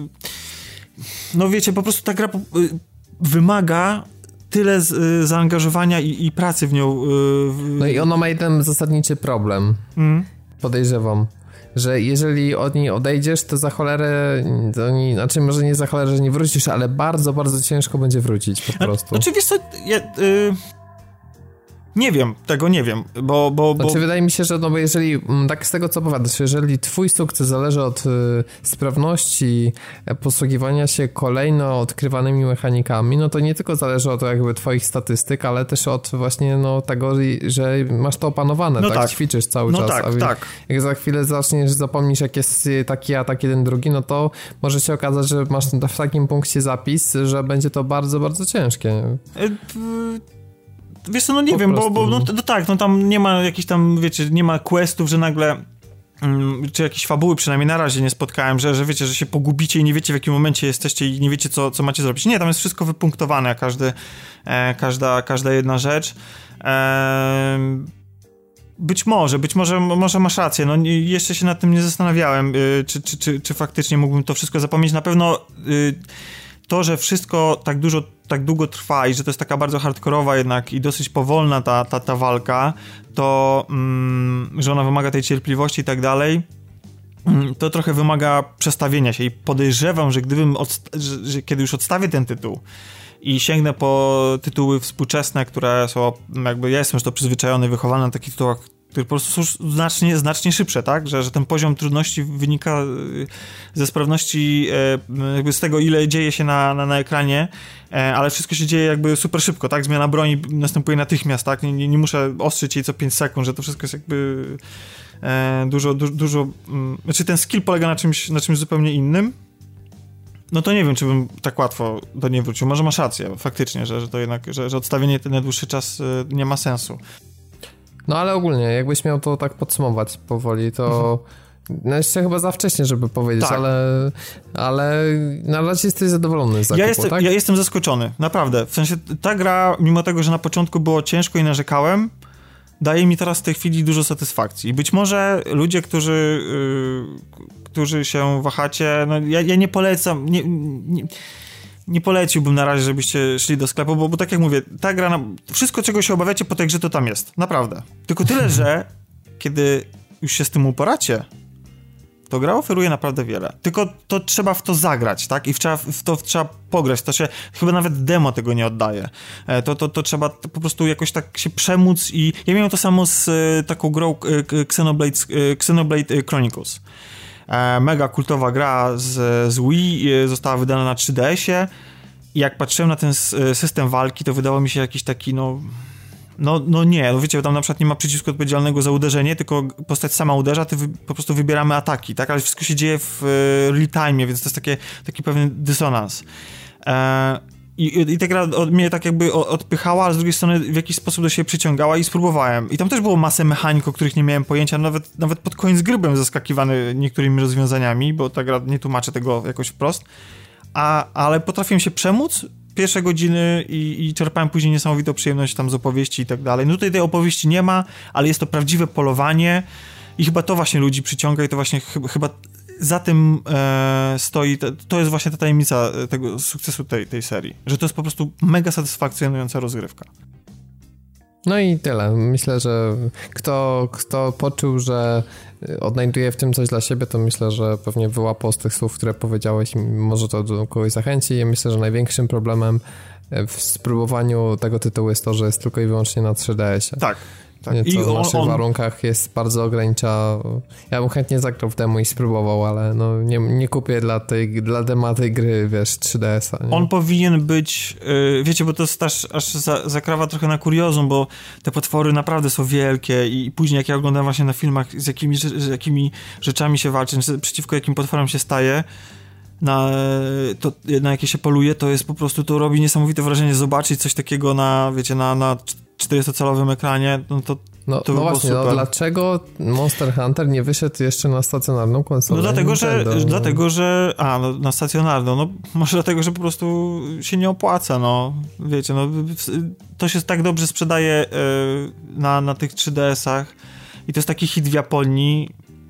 no wiecie, po prostu ta gra wymaga tyle z, y, zaangażowania i, i pracy w nią. Y, w... No i ono ma jeden zasadniczy problem. Mm. Podejrzewam, że jeżeli od niej odejdziesz, to za cholerę, to nie, znaczy może nie za cholerę, że nie wrócisz, ale bardzo, bardzo ciężko będzie wrócić po prostu. Znaczy wiesz co, ja, y... nie wiem, tego nie wiem, bo... bo, bo... Znaczy wydaje mi się, że no bo jeżeli, tak z tego co opowiadasz, jeżeli twój sukces zależy od y, sprawności posługiwania się kolejno odkrywanymi mechanikami, no to nie tylko zależy od jakby twoich statystyk, ale też od właśnie no tego, że masz to opanowane, no tak? tak? Ćwiczysz cały no czas. Tak, a tak. Jak za chwilę zaczniesz, zapomnisz jak jest taki atak jeden, drugi, no to może się okazać, że masz w takim punkcie zapis, że będzie to bardzo, bardzo ciężkie. Y- Wiesz co, no nie po wiem, prostu. bo, bo no, no tak, no tam nie ma jakichś tam, wiecie, nie ma questów, że nagle czy jakieś fabuły przynajmniej na razie nie spotkałem, że, że wiecie, że się pogubicie i nie wiecie w jakim momencie jesteście i nie wiecie co, co macie zrobić. Nie, tam jest wszystko wypunktowane, każdy, e, każda, każda jedna rzecz. E, być może, być może, może masz rację, no jeszcze się nad tym nie zastanawiałem, y, czy, czy, czy, czy faktycznie mógłbym to wszystko zapomnieć. Na pewno y, to, że wszystko tak dużo, tak długo trwa i że to jest taka bardzo hardkorowa jednak i dosyć powolna ta, ta, ta walka, to, mm, że ona wymaga tej cierpliwości i tak dalej, to trochę wymaga przestawienia się i podejrzewam, że gdybym, odsta- że, że kiedy już odstawię ten tytuł i sięgnę po tytuły współczesne, które są, jakby ja jestem już to przyzwyczajony, wychowany na takich tytułach, które po prostu są znacznie, znacznie szybsze, tak? Że, że ten poziom trudności wynika ze sprawności, jakby z tego, ile dzieje się na, na, na ekranie, ale wszystko się dzieje jakby super szybko, tak? Zmiana broni następuje natychmiast, tak? Nie, nie, nie muszę ostrzyć jej co pięć sekund, że to wszystko jest jakby dużo, dużo, dużo... Znaczy ten skill polega na czymś, na czymś zupełnie innym. No to nie wiem, czy bym tak łatwo do niej wrócił. Może masz rację, faktycznie, że, że to jednak, że, że odstawienie ten na dłuższy czas nie ma sensu. No ale ogólnie, jakbyś miał to tak podsumować powoli, to mhm. no jeszcze chyba za wcześnie, żeby powiedzieć, tak. ale, ale na razie jesteś zadowolony z zakupu, ja jestem, tak? Ja jestem zaskoczony, naprawdę. W sensie ta gra, mimo tego, że na początku było ciężko i narzekałem, daje mi teraz w tej chwili dużo satysfakcji. I być może ludzie, którzy, yy, którzy się wahacie, no ja, ja nie polecam, nie, nie, nie poleciłbym na razie, żebyście szli do sklepu, bo, bo tak jak mówię, ta gra, na, wszystko czego się obawiacie po tej grze, to tam jest. Naprawdę. Tylko tyle, że kiedy już się z tym uporacie, to gra oferuje naprawdę wiele. Tylko to trzeba w to zagrać, tak? I w, trzeba, w to w, trzeba pograć. To się, chyba nawet demo tego nie oddaje. To, to, to trzeba po prostu jakoś tak się przemóc i... Ja miałem to samo z y, taką grą y, Xenoblade, y, Xenoblade Chronicles. E, mega kultowa gra z, z Wii, y, została wydana na trzy D S-ie i jak patrzyłem na ten system walki, to wydawał mi się jakiś taki, no... No, no nie, no wiecie, tam na przykład nie ma przycisku odpowiedzialnego za uderzenie, tylko postać sama uderza, ty wy, po prostu wybieramy ataki, tak? Ale wszystko się dzieje w e, real time, więc to jest takie, taki pewien dysonans. E, i, I ta gra od, mnie tak jakby odpychała, ale z drugiej strony w jakiś sposób do siebie przyciągała i spróbowałem. I tam też było masę mechanik, o których nie miałem pojęcia, nawet, nawet pod koniec gry byłem zaskakiwany niektórymi rozwiązaniami, bo ta gra nie tłumaczy tego jakoś wprost, A, ale potrafiłem się przemóc pierwsze godziny i, i czerpałem później niesamowitą przyjemność tam z opowieści i tak dalej. No tutaj tej opowieści nie ma, ale jest to prawdziwe polowanie i chyba to właśnie ludzi przyciąga i to właśnie ch- chyba za tym e, stoi, to, to jest właśnie ta tajemnica tego sukcesu tej, tej serii, że to jest po prostu mega satysfakcjonująca rozgrywka. No i tyle. Myślę, że kto, kto poczuł, że odnajduje w tym coś dla siebie, to myślę, że pewnie wyłapał z tych słów, które powiedziałeś, może to do kogoś zachęci. I myślę, że największym problemem w spróbowaniu tego tytułu jest to, że jest tylko i wyłącznie na trzy D S-ie. Tak. Tak. Co I w on, naszych on... warunkach jest bardzo ogranicza. Ja bym chętnie zagrał w demo i spróbował, ale no nie, nie kupię dla tej dla dema tej gry, wiesz, trzy D S-a. Nie? On powinien być, yy, wiecie, bo to jest aż, aż za, zakrawa trochę na kuriozum, bo te potwory naprawdę są wielkie i później jak ja oglądam właśnie na filmach, z jakimi, z jakimi rzeczami się walczy, przeciwko jakim potworom się staje, na, to, na jakie się poluje, to jest po prostu, to robi niesamowite wrażenie zobaczyć coś takiego na, wiecie, na, na czterdziestocalowym ekranie, no to No, to no właśnie, no, dlaczego Monster Hunter nie wyszedł jeszcze na stacjonarną konsolę? No dlatego, że, no. dlatego, że a, no, na stacjonarną, no może dlatego, że po prostu się nie opłaca, no, wiecie, no, to się tak dobrze sprzedaje y, na, na tych trzy D S-ach i to jest taki hit w Japonii,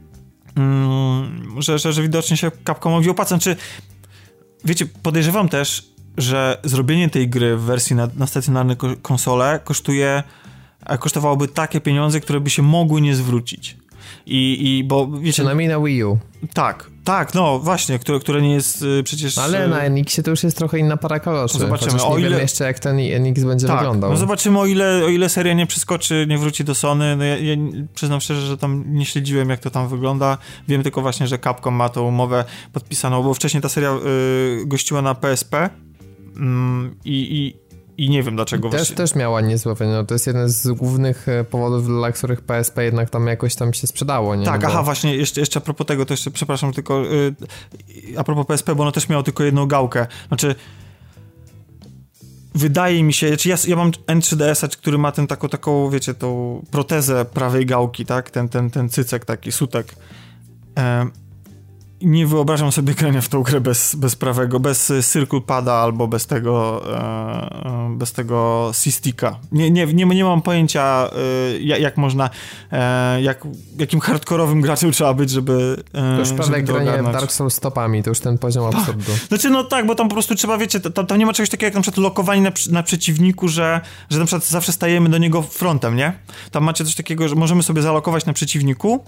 y, że, że, że widocznie się Capcomowi opłaca, czy wiecie, podejrzewam też, że zrobienie tej gry w wersji na, na stacjonarne konsole kosztuje kosztowałoby takie pieniądze, które by się mogły nie zwrócić. I, i bo wiecie... Przynajmniej na Wii U. Tak, tak, no właśnie, które, które nie jest y, przecież... Ale na N X-ie to już jest trochę inna para kaloszy. Zobaczymy. Chociaż nie o ile... wiem jeszcze, jak ten N X będzie tak, wyglądał. No zobaczymy, o ile, o ile seria nie przeskoczy, nie wróci do Sony. No ja, ja przyznam szczerze, że tam nie śledziłem, jak to tam wygląda. Wiem tylko właśnie, że Capcom ma tą umowę podpisaną, bo wcześniej ta seria y, gościła na P S P mm, i, i I nie wiem dlaczego też, właśnie. Też miała niezłe, no to jest jeden z głównych powodów, dla których P S P jednak tam jakoś tam się sprzedało, nie? Tak, bo... aha, właśnie, jeszcze, jeszcze a propos tego, to jeszcze, przepraszam, tylko yy, a propos P S P, bo ono też miało tylko jedną gałkę. Znaczy, wydaje mi się, czy ja, ja mam N trzy D S a, który ma ten taką, taką, wiecie, tą protezę prawej gałki, tak? Ten, ten, ten cycek taki, sutek. E, nie wyobrażam sobie grania w tą grę bez, bez prawego, bez Circle Pada albo bez tego e, bez tego C-Sticka. Nie, nie, nie, nie mam pojęcia e, jak można e, jak, jakim hardkorowym graczem trzeba być, żeby e, to już prawie granie ogarnąć. w Dark Souls stopami, to już ten poziom absurdu. Znaczy no tak, bo tam po prostu trzeba, wiecie, tam, tam nie ma czegoś takiego jak na przykład lokowanie na, na przeciwniku, że, że na przykład zawsze stajemy do niego frontem, nie? Tam macie coś takiego, że możemy sobie zalokować na przeciwniku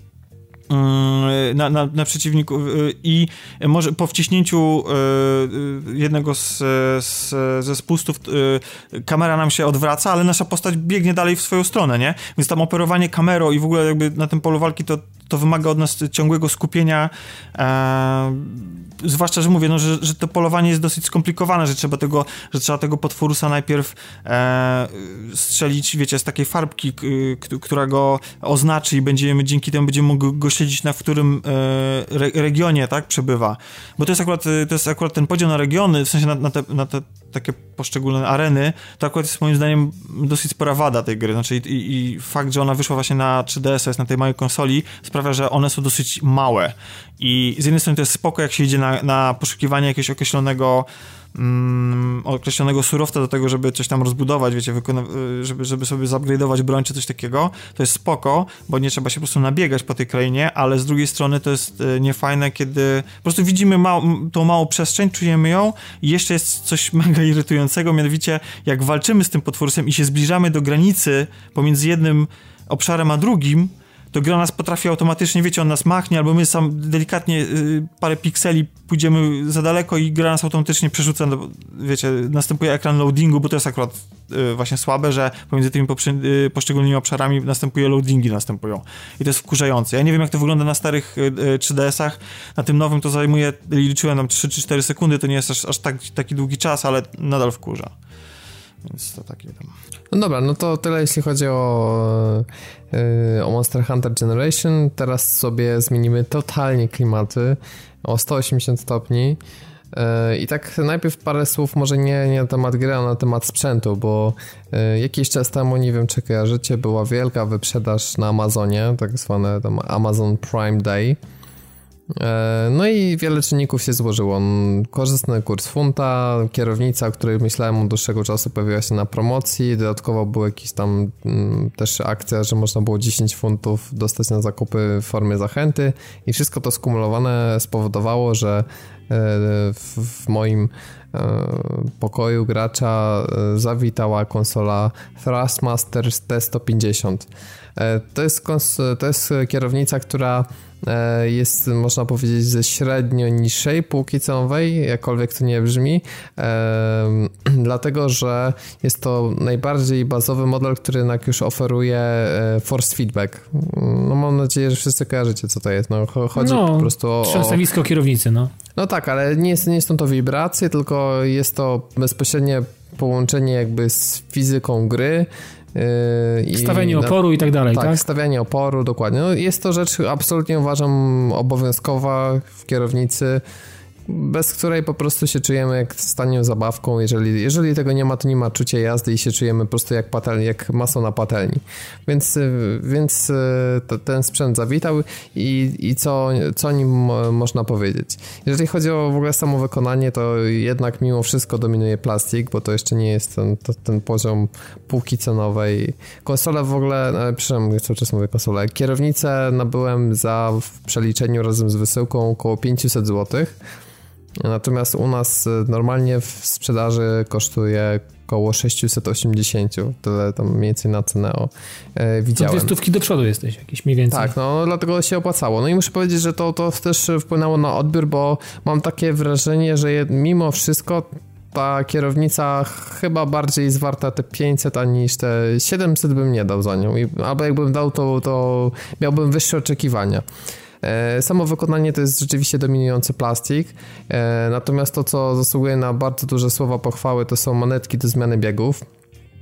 Na, na, na przeciwniku i może po wciśnięciu jednego z, z, ze spustów kamera nam się odwraca, ale nasza postać biegnie dalej w swoją stronę, nie? Więc tam operowanie kamerą i w ogóle jakby na tym polu walki to, to wymaga od nas ciągłego skupienia, e, zwłaszcza, że mówię, no, że, że to polowanie jest dosyć skomplikowane, że trzeba tego, że trzeba tego potworusa najpierw e, strzelić, wiecie, z takiej farbki, k, k, która go oznaczy i będziemy, dzięki temu będziemy mogli go śledzić, na w którym e, re, regionie, tak, przebywa. Bo to jest akurat, to jest akurat ten podział na regiony, w sensie na, na, te, na te takie poszczególne areny, to akurat jest moim zdaniem dosyć spora wada tej gry. Znaczy i, i, i fakt, że ona wyszła właśnie na trzy D S a, jest na tej małej konsoli, sprawia, że one są dosyć małe. I z jednej strony to jest spoko, jak się idzie na, na poszukiwanie jakiegoś określonego mm, określonego surowca do tego, żeby coś tam rozbudować, wiecie, wykona- żeby, żeby sobie zupgrade'ować broń czy coś takiego, to jest spoko, bo nie trzeba się po prostu nabiegać po tej krainie, ale z drugiej strony to jest niefajne, kiedy po prostu widzimy mał, tą małą przestrzeń, czujemy ją i jeszcze jest coś mega irytującego, mianowicie jak walczymy z tym potworem i się zbliżamy do granicy pomiędzy jednym obszarem a drugim, to gra nas potrafi automatycznie, wiecie, on nas machnie, albo my sam delikatnie y, parę pikseli pójdziemy za daleko i gra nas automatycznie przerzuca, no, wiecie, następuje ekran loadingu, bo to jest akurat y, właśnie słabe, że pomiędzy tymi poprze- y, poszczególnymi obszarami następuje loadingi, następują. I to jest wkurzające. Ja nie wiem, jak to wygląda na starych y, trzy D S ach, na tym nowym to zajmuje, liczyłem tam trzy czy cztery sekundy, to nie jest aż, aż tak, taki długi czas, ale nadal wkurza. Więc to takie tam... No dobra, no to tyle jeśli chodzi o, yy, o Monster Hunter Generation. Teraz sobie zmienimy totalnie klimaty o sto osiemdziesiąt stopni. Yy, I tak najpierw parę słów może nie, nie na temat gry, a na temat sprzętu, bo yy, jakiś czas temu, nie wiem czy kojarzycie, była wielka wyprzedaż na Amazonie, tak zwane tam Amazon Prime Day. No i wiele czynników się złożyło. Korzystny kurs funta, kierownica, o której myślałem od dłuższego czasu, pojawiła się na promocji, dodatkowo była jakaś tam m, też akcja, że można było dziesięć funtów dostać na zakupy w formie zachęty i wszystko to skumulowane spowodowało, że w, w moim pokoju gracza zawitała konsola Thrustmaster T sto pięćdziesiąt. To jest, kons- to jest kierownica, która jest, można powiedzieć, ze średnio niższej półki cenowej, jakkolwiek to nie brzmi, e, dlatego, że jest to najbardziej bazowy model, który jednak już oferuje force feedback. No mam nadzieję, że wszyscy kojarzycie, co to jest. No, chodzi no, po prostu o... trzęsawisko kierownicy, no. No tak, ale nie, jest, nie są to wibracje, tylko jest to bezpośrednie połączenie jakby z fizyką gry. Yy, stawianie oporu i tak dalej, tak? Tak, stawianie oporu, dokładnie. No, jest to rzecz absolutnie, uważam, obowiązkowa w kierownicy, bez której po prostu się czujemy jak z tanią zabawką. Jeżeli, jeżeli tego nie ma, to nie ma czucia jazdy i się czujemy po prostu jak, patel, jak masło na patelni. Więc, więc to, ten sprzęt zawitał i, i co, co o nim można powiedzieć? Jeżeli chodzi o w ogóle samo wykonanie, to jednak mimo wszystko dominuje plastik, bo to jeszcze nie jest ten, to, ten poziom półki cenowej. Konsolę w ogóle, przepraszam, cały czas mówię konsolę, kierownicę nabyłem za w przeliczeniu razem z wysyłką około pięćset złotych. Natomiast u nas normalnie w sprzedaży kosztuje około sześćset osiemdziesiąt, tyle tam mniej więcej na cenę o, e, widziałem. To dwie stówki do przodu jesteś jakiś mniej więcej. Tak, no dlatego się opłacało. No i muszę powiedzieć, że to, to też wpłynęło na odbiór, bo mam takie wrażenie, że je, mimo wszystko ta kierownica chyba bardziej jest warta te pięćset, a niż te siedemset bym nie dał za nią. I, albo jakbym dał, to, to miałbym wyższe oczekiwania. Samo wykonanie to jest rzeczywiście dominujący plastik, natomiast to, co zasługuje na bardzo duże słowa pochwały, to są manetki do zmiany biegów.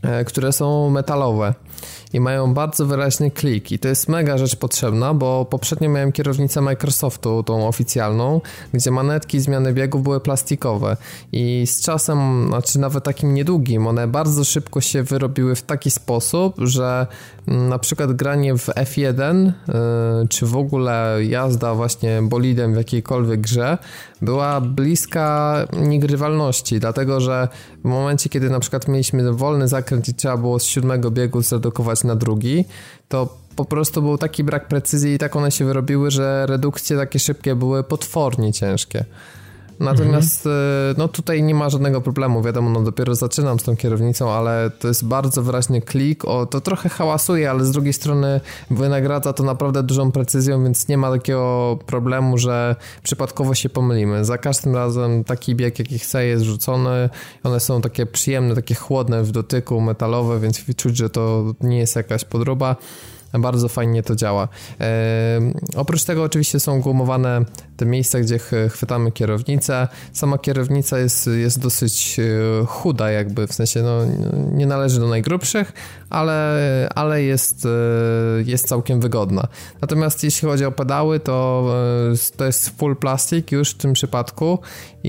które są metalowe i mają bardzo wyraźny klik i to jest mega rzecz potrzebna, bo poprzednio miałem kierownicę Microsoftu, tą oficjalną, gdzie manetki zmiany biegów były plastikowe i z czasem, znaczy nawet takim niedługim, one bardzo szybko się wyrobiły w taki sposób, że na przykład granie w F jeden yy, czy w ogóle jazda właśnie bolidem w jakiejkolwiek grze była bliska niegrywalności, dlatego że w momencie, kiedy na przykład mieliśmy wolny zakręt i trzeba było z siódmego biegu zredukować na drugi, to po prostu był taki brak precyzji i tak one się wyrobiły, że redukcje takie szybkie były potwornie ciężkie. Natomiast mhm. no tutaj nie ma żadnego problemu, wiadomo, no dopiero zaczynam z tą kierownicą, ale to jest bardzo wyraźny klik, o, to trochę hałasuje, ale z drugiej strony wynagradza to naprawdę dużą precyzją, więc nie ma takiego problemu, że przypadkowo się pomylimy. Za każdym razem taki bieg, jaki chcę, jest rzucony, one są takie przyjemne, takie chłodne w dotyku, metalowe, więc czuć, że to nie jest jakaś podróba. Bardzo fajnie to działa. E, oprócz tego oczywiście są gumowane te miejsca, gdzie ch- chwytamy kierownicę. Sama kierownica jest, jest dosyć chuda jakby, w sensie no, nie należy do najgrubszych, ale, ale jest, jest całkiem wygodna. Natomiast jeśli chodzi o pedały, to, to jest full plastik już w tym przypadku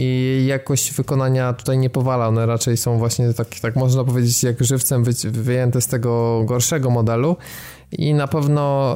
i jakość wykonania tutaj nie powala. One raczej są właśnie tak, tak można powiedzieć jak żywcem wy- wyjęte z tego gorszego modelu. I na pewno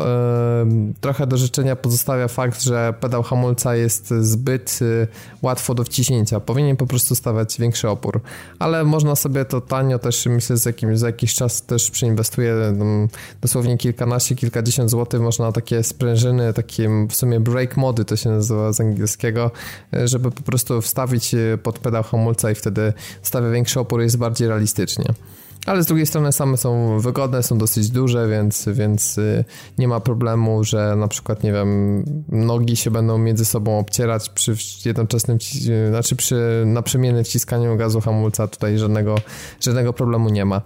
y, trochę do życzenia pozostawia fakt, że pedał hamulca jest zbyt y, łatwo do wciśnięcia. Powinien po prostu stawiać większy opór. Ale można sobie to tanio też, myślę, za, jakim, za jakiś czas też przeinwestuje y, dosłownie kilkanaście, kilkadziesiąt złotych. Można takie sprężyny, takie w sumie brake mody to się nazywa z angielskiego, y, żeby po prostu wstawić pod pedał hamulca i wtedy stawia większy opór, jest bardziej realistycznie. Ale z drugiej strony same są wygodne, są dosyć duże, więc, więc nie ma problemu, że na przykład, nie wiem, nogi się będą między sobą obcierać przy jednoczesnym, znaczy przy naprzemiennym wciskaniu gazu hamulca, tutaj żadnego, żadnego problemu nie ma.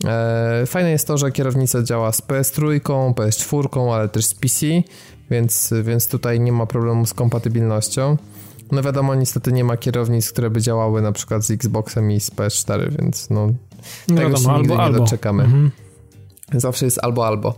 Fajne jest to, że kierownica działa z P S trzy, P S cztery, ale też z P C, więc, więc tutaj nie ma problemu z kompatybilnością. No wiadomo, niestety nie ma kierownic, które by działały na przykład z Xboxem i z P S cztery, więc no, no tego wiadomo, się nigdy albo, nie albo. doczekamy. Mhm. Zawsze jest albo, albo.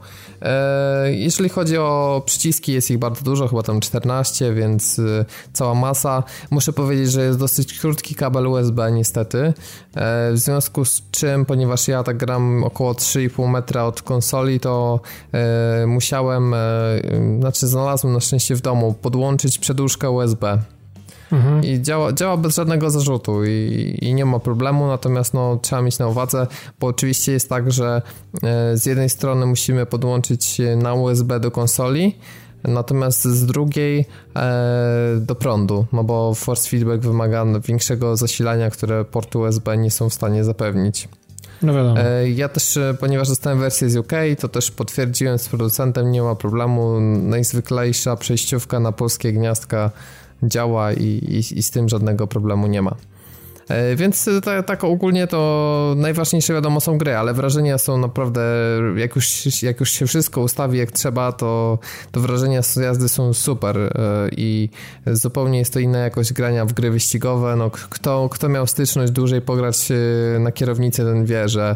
E, jeśli chodzi o przyciski, jest ich bardzo dużo, chyba tam czternaście, więc y, cała masa. Muszę powiedzieć, że jest dosyć krótki kabel U S B niestety, e, w związku z czym, ponieważ ja tak gram około trzy i pół metra od konsoli, to e, musiałem, e, znaczy znalazłem na szczęście w domu, podłączyć przedłużkę U S B. Mhm. I działa, działa bez żadnego zarzutu i, i nie ma problemu, natomiast no, trzeba mieć na uwadze, bo oczywiście jest tak, że e, z jednej strony musimy podłączyć na U S B do konsoli, natomiast z drugiej e, do prądu, no bo force feedback wymaga większego zasilania, które porty U S B nie są w stanie zapewnić. No wiadomo. E, ja też, ponieważ dostałem wersję z U K, to też potwierdziłem z producentem, nie ma problemu, najzwyklejsza przejściówka na polskie gniazdka działa i, i, i z tym żadnego problemu nie ma. E, więc tak, tak ogólnie to najważniejsze wiadomo są gry, ale wrażenia są naprawdę, jak już, jak już się wszystko ustawi jak trzeba, to, to wrażenia z jazdy są super e, i zupełnie jest to inna jakość grania w gry wyścigowe. No, kto, kto miał styczność dłużej pograć na kierownicy, ten wie, że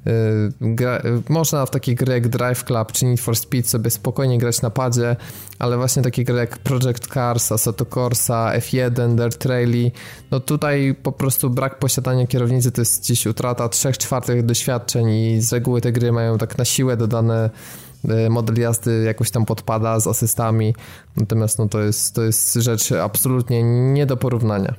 Gra, można w takie gry jak Drive Club czy Need for Speed sobie spokojnie grać na padzie, ale właśnie takie gry jak Project Cars, Assetto Corsa, F jeden, Dirt Rally, no tutaj po prostu brak posiadania kierownicy to jest gdzieś utrata trzech czwartych doświadczeń i z reguły te gry mają tak na siłę dodane, model jazdy jakoś tam podpada z asystami, natomiast no to jest, to jest rzecz absolutnie nie do porównania.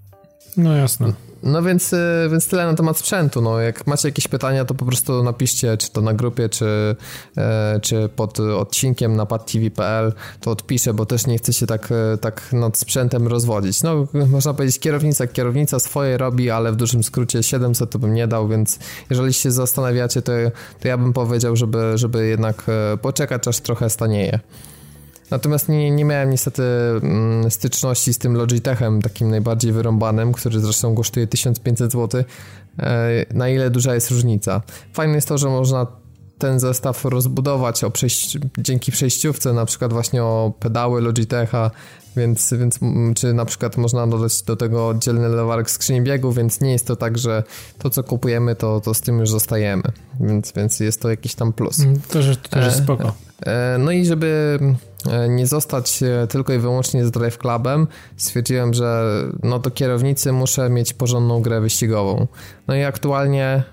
No jasne. No więc, więc tyle na temat sprzętu. No, jak macie jakieś pytania, to po prostu napiszcie, czy to na grupie, czy, e, czy pod odcinkiem na pad t v kropka p l, to odpiszę, bo też nie chcę się tak, tak nad sprzętem rozwodzić. No, można powiedzieć, kierownica, kierownica swoje robi, ale w dużym skrócie siedemset to bym nie dał, więc jeżeli się zastanawiacie, to, to ja bym powiedział, żeby, żeby jednak poczekać, aż trochę stanieje. Natomiast nie, nie miałem niestety mm, styczności z tym Logitechem, takim najbardziej wyrąbanym, który zresztą kosztuje tysiąc pięćset złotych. E, na ile duża jest różnica? Fajne jest to, że można ten zestaw rozbudować o przejś- dzięki przejściówce, na przykład właśnie o pedały Logitecha, więc, więc czy na przykład można dodać do tego oddzielny lewarek skrzyni biegu, więc nie jest to tak, że to co kupujemy, to, to z tym już zostajemy, więc, więc jest to jakiś tam plus. To, że, to jest spoko. No i żeby nie zostać tylko i wyłącznie z Drive Clubem, stwierdziłem, że no do kierownicy muszę mieć porządną grę wyścigową. No i aktualnie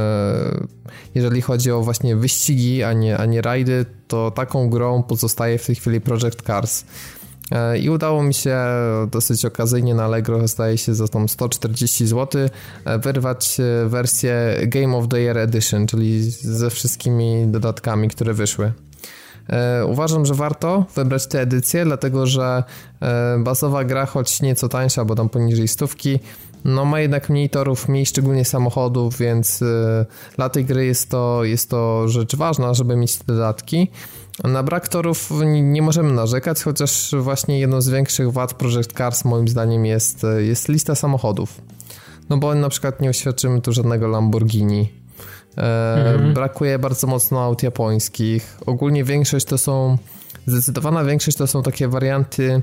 jeżeli chodzi o właśnie wyścigi, a nie, a nie rajdy, to taką grą pozostaje w tej chwili Project Cars. I udało mi się dosyć okazyjnie na Allegro, zdaje się za tą sto czterdzieści złotych, wyrwać wersję Game of the Year Edition, czyli ze wszystkimi dodatkami, które wyszły. Uważam, że warto wybrać tę edycję, dlatego że bazowa gra, choć nieco tańsza, bo tam poniżej stówki, no ma jednak mniej torów, mniej szczególnie samochodów, więc dla tej gry jest to, jest to rzecz ważna, żeby mieć te dodatki. Na brak torów nie możemy narzekać, chociaż właśnie jedną z większych wad Project Cars moim zdaniem jest, jest lista samochodów. No bo na przykład nie oświadczymy tu żadnego Lamborghini. E, mhm. Brakuje bardzo mocno aut japońskich. Ogólnie większość to są, zdecydowana większość to są takie warianty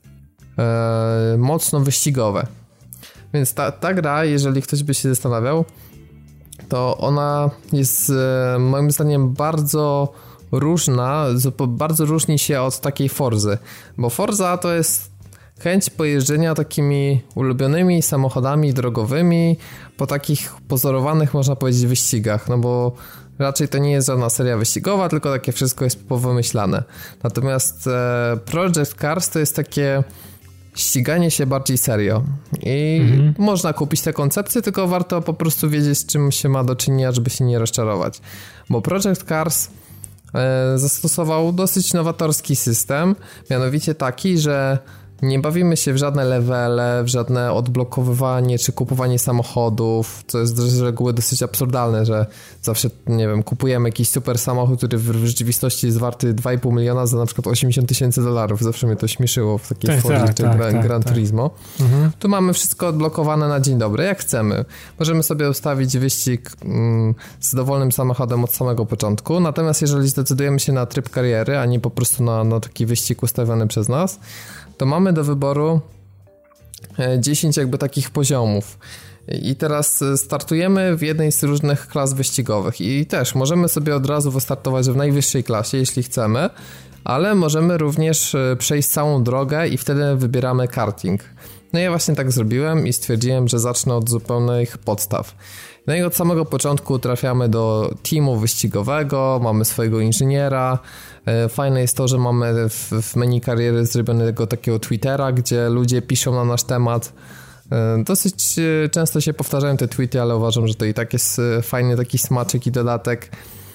e, mocno wyścigowe. Więc ta, ta gra, jeżeli ktoś by się zastanawiał, to ona jest e, moim zdaniem bardzo różna, bardzo różni się od takiej Forzy, bo Forza to jest chęć pojeżdżenia takimi ulubionymi samochodami drogowymi po takich pozorowanych, można powiedzieć, wyścigach, no bo raczej to nie jest żadna seria wyścigowa, tylko takie wszystko jest powymyślane. Natomiast e, Project Cars to jest takie ściganie się bardziej serio i mhm. można kupić te koncepcje, tylko warto po prostu wiedzieć, z czym się ma do czynienia, żeby się nie rozczarować, bo Project Cars e, zastosował dosyć nowatorski system, mianowicie taki, że nie bawimy się w żadne levele, w żadne odblokowywanie czy kupowanie samochodów, co jest z reguły dosyć absurdalne, że zawsze, nie wiem, kupujemy jakiś super samochód, który w rzeczywistości jest warty dwa i pół miliona za na przykład osiemdziesiąt tysięcy dolarów. Zawsze mnie to śmieszyło w takiej tak, Forzie tak, czy tak, Gran, tak, Gran tak. Turismo. Mhm. Tu mamy wszystko odblokowane na dzień dobry, jak chcemy. Możemy sobie ustawić wyścig mm, z dowolnym samochodem od samego początku, natomiast jeżeli zdecydujemy się na tryb kariery, a nie po prostu na, na taki wyścig ustawiony przez nas, to mamy do wyboru dziesięć jakby takich poziomów. I teraz startujemy w jednej z różnych klas wyścigowych i też możemy sobie od razu wystartować w najwyższej klasie, jeśli chcemy, ale możemy również przejść całą drogę i wtedy wybieramy karting. No ja właśnie tak zrobiłem i stwierdziłem, że zacznę od zupełnych podstaw. No i od samego początku trafiamy do teamu wyścigowego, mamy swojego inżyniera. Fajne jest to, że mamy w, w menu kariery zrobionego takiego Twittera, gdzie ludzie piszą na nasz temat. Dosyć często się powtarzają te tweety, ale uważam, że to i tak jest fajny taki smaczek i dodatek.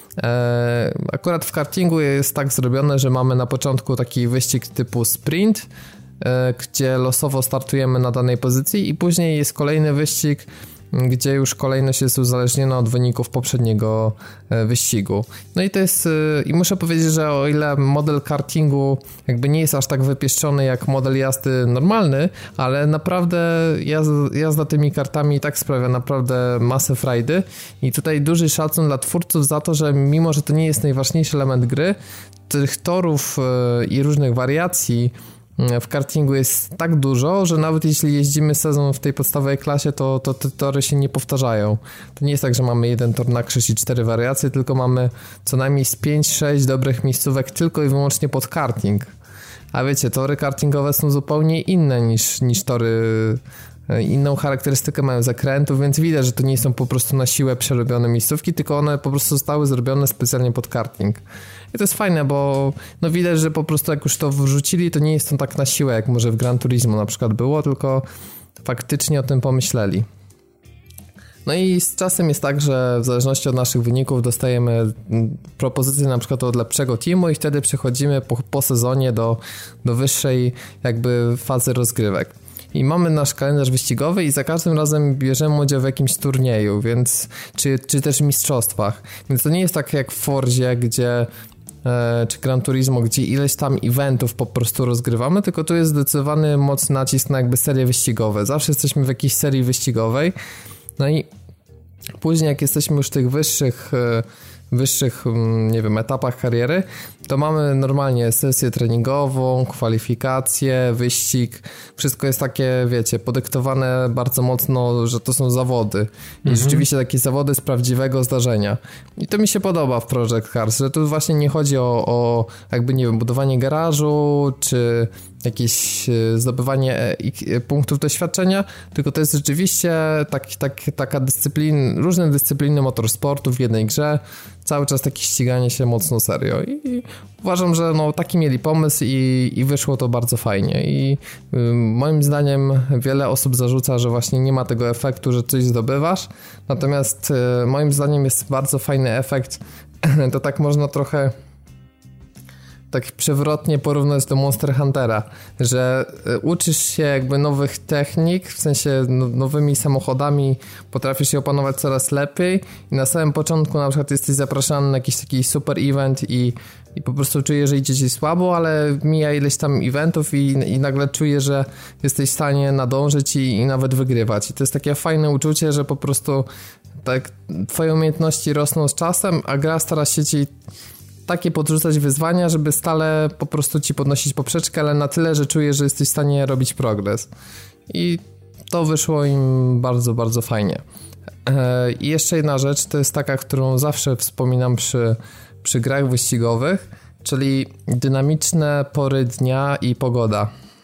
Akurat w kartingu jest tak zrobione, że mamy na początku taki wyścig typu sprint, gdzie losowo startujemy na danej pozycji i później jest kolejny wyścig, gdzie już kolejność jest uzależniona od wyników poprzedniego wyścigu. No i to jest, i muszę powiedzieć, że o ile model kartingu jakby nie jest aż tak wypieszczony jak model jazdy normalny, ale naprawdę jazda, jazda tymi kartami i tak sprawia naprawdę masę frajdy i tutaj duży szacun dla twórców za to, że mimo, że to nie jest najważniejszy element gry, tych torów i różnych wariacji w kartingu jest tak dużo, że nawet jeśli jeździmy sezon w tej podstawowej klasie, to, to te tory się nie powtarzają. To nie jest tak, że mamy jeden tor na krzyż i cztery wariacje, tylko mamy co najmniej z pięć sześć dobrych miejscówek tylko i wyłącznie pod karting. A wiecie, tory kartingowe są zupełnie inne niż, niż tory, inną charakterystykę mają zakrętów, więc widać, że to nie są po prostu na siłę przerobione miejscówki, tylko one po prostu zostały zrobione specjalnie pod karting. I to jest fajne, bo no widać, że po prostu jak już to wrzucili, to nie jest to tak na siłę, jak może w Gran Turismo na przykład było, tylko faktycznie o tym pomyśleli. No i z czasem jest tak, że w zależności od naszych wyników dostajemy propozycje na przykład od lepszego teamu i wtedy przechodzimy po, po sezonie do, do wyższej jakby fazy rozgrywek. I mamy nasz kalendarz wyścigowy i za każdym razem bierzemy udział w jakimś turnieju, więc czy, czy też mistrzostwach. Więc to nie jest tak jak w Forzie, gdzie e, czy Gran Turismo, gdzie ileś tam eventów po prostu rozgrywamy, tylko tu jest zdecydowany mocny nacisk na jakby serie wyścigowe. Zawsze jesteśmy w jakiejś serii wyścigowej. No i później jak jesteśmy już w tych wyższych wyższych, nie wiem, etapach kariery, to mamy normalnie sesję treningową, kwalifikacje, wyścig, wszystko jest takie, wiecie, podyktowane bardzo mocno, że to są zawody i mhm. rzeczywiście takie zawody z prawdziwego zdarzenia. I to mi się podoba w Project Cars, że tu właśnie nie chodzi o, o jakby, nie wiem, budowanie garażu, czy jakieś zdobywanie punktów doświadczenia, tylko to jest rzeczywiście tak, tak, taka dyscyplina, różne dyscypliny motorsportu w jednej grze, cały czas takie ściganie się mocno serio i, i uważam, że no, taki mieli pomysł i, i wyszło to bardzo fajnie i y, moim zdaniem wiele osób zarzuca, że właśnie nie ma tego efektu, że coś zdobywasz, natomiast y, moim zdaniem jest bardzo fajny efekt, to tak można trochę tak przewrotnie porównać do Monster Huntera, że uczysz się jakby nowych technik, w sensie no, nowymi samochodami potrafisz je opanować coraz lepiej i na samym początku na przykład jesteś zapraszany na jakiś taki super event i, i po prostu czujesz, że idzie ci słabo, ale mija ileś tam eventów i, i nagle czujesz, że jesteś w stanie nadążyć i, i nawet wygrywać. I to jest takie fajne uczucie, że po prostu tak twoje umiejętności rosną z czasem, a gra stara się ci takie podrzucać wyzwania, żeby stale po prostu ci podnosić poprzeczkę, ale na tyle, że czujesz, że jesteś w stanie robić progres. I to wyszło im bardzo, bardzo fajnie. I jeszcze jedna rzecz, to jest taka, którą zawsze wspominam przy, przy grach wyścigowych, czyli dynamiczne pory dnia i pogoda.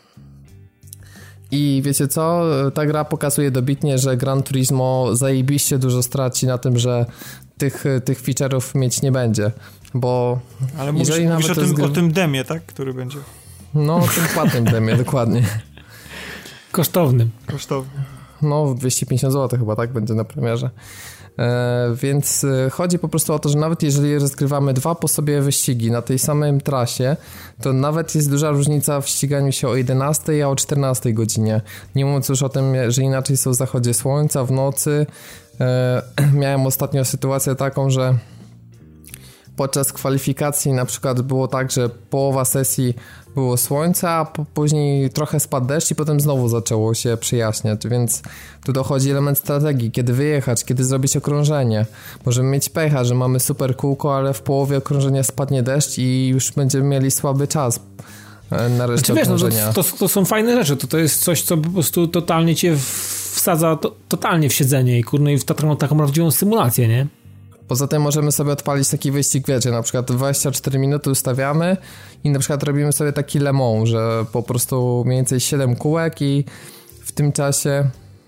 I wiecie co? Ta gra pokazuje dobitnie, że Gran Turismo zajebiście dużo straci na tym, że tych, tych feature'ów mieć nie będzie. Bo ale mówisz, jeżeli mówisz nawet o, tym, gry... o tym demie, tak? Który będzie? No, o tym płatnym demie, dokładnie. Kosztownym. Kosztownym. No, dwieście pięćdziesiąt złotych chyba, tak? Będzie na premierze. E, więc e, chodzi po prostu o to, że nawet jeżeli rozgrywamy dwa po sobie wyścigi na tej samej trasie, to nawet jest duża różnica w ściganiu się o jedenastej, a o czternastej godzinie. Nie mówiąc już o tym, że inaczej są w zachodzie słońca, w nocy. E, miałem ostatnio sytuację taką, że podczas kwalifikacji na przykład było tak, że połowa sesji było słońce, a po, później trochę spadł deszcz i potem znowu zaczęło się przyjaśniać, więc tu dochodzi element strategii, kiedy wyjechać, kiedy zrobić okrążenie. Możemy mieć pecha, że mamy super kółko, ale w połowie okrążenia spadnie deszcz i już będziemy mieli słaby czas na resztę znaczy, okrążenia. Wiesz, no to, to, to są fajne rzeczy, to, to jest coś, co po prostu totalnie cię wsadza to, totalnie w siedzenie i kurno i w taką, taką prawdziwą symulację, nie? Poza tym możemy sobie odpalić taki wyścig, wiecie, na przykład dwadzieścia cztery minuty ustawiamy i na przykład robimy sobie taki Le Mans, że po prostu mniej więcej siedem kółek i w tym czasie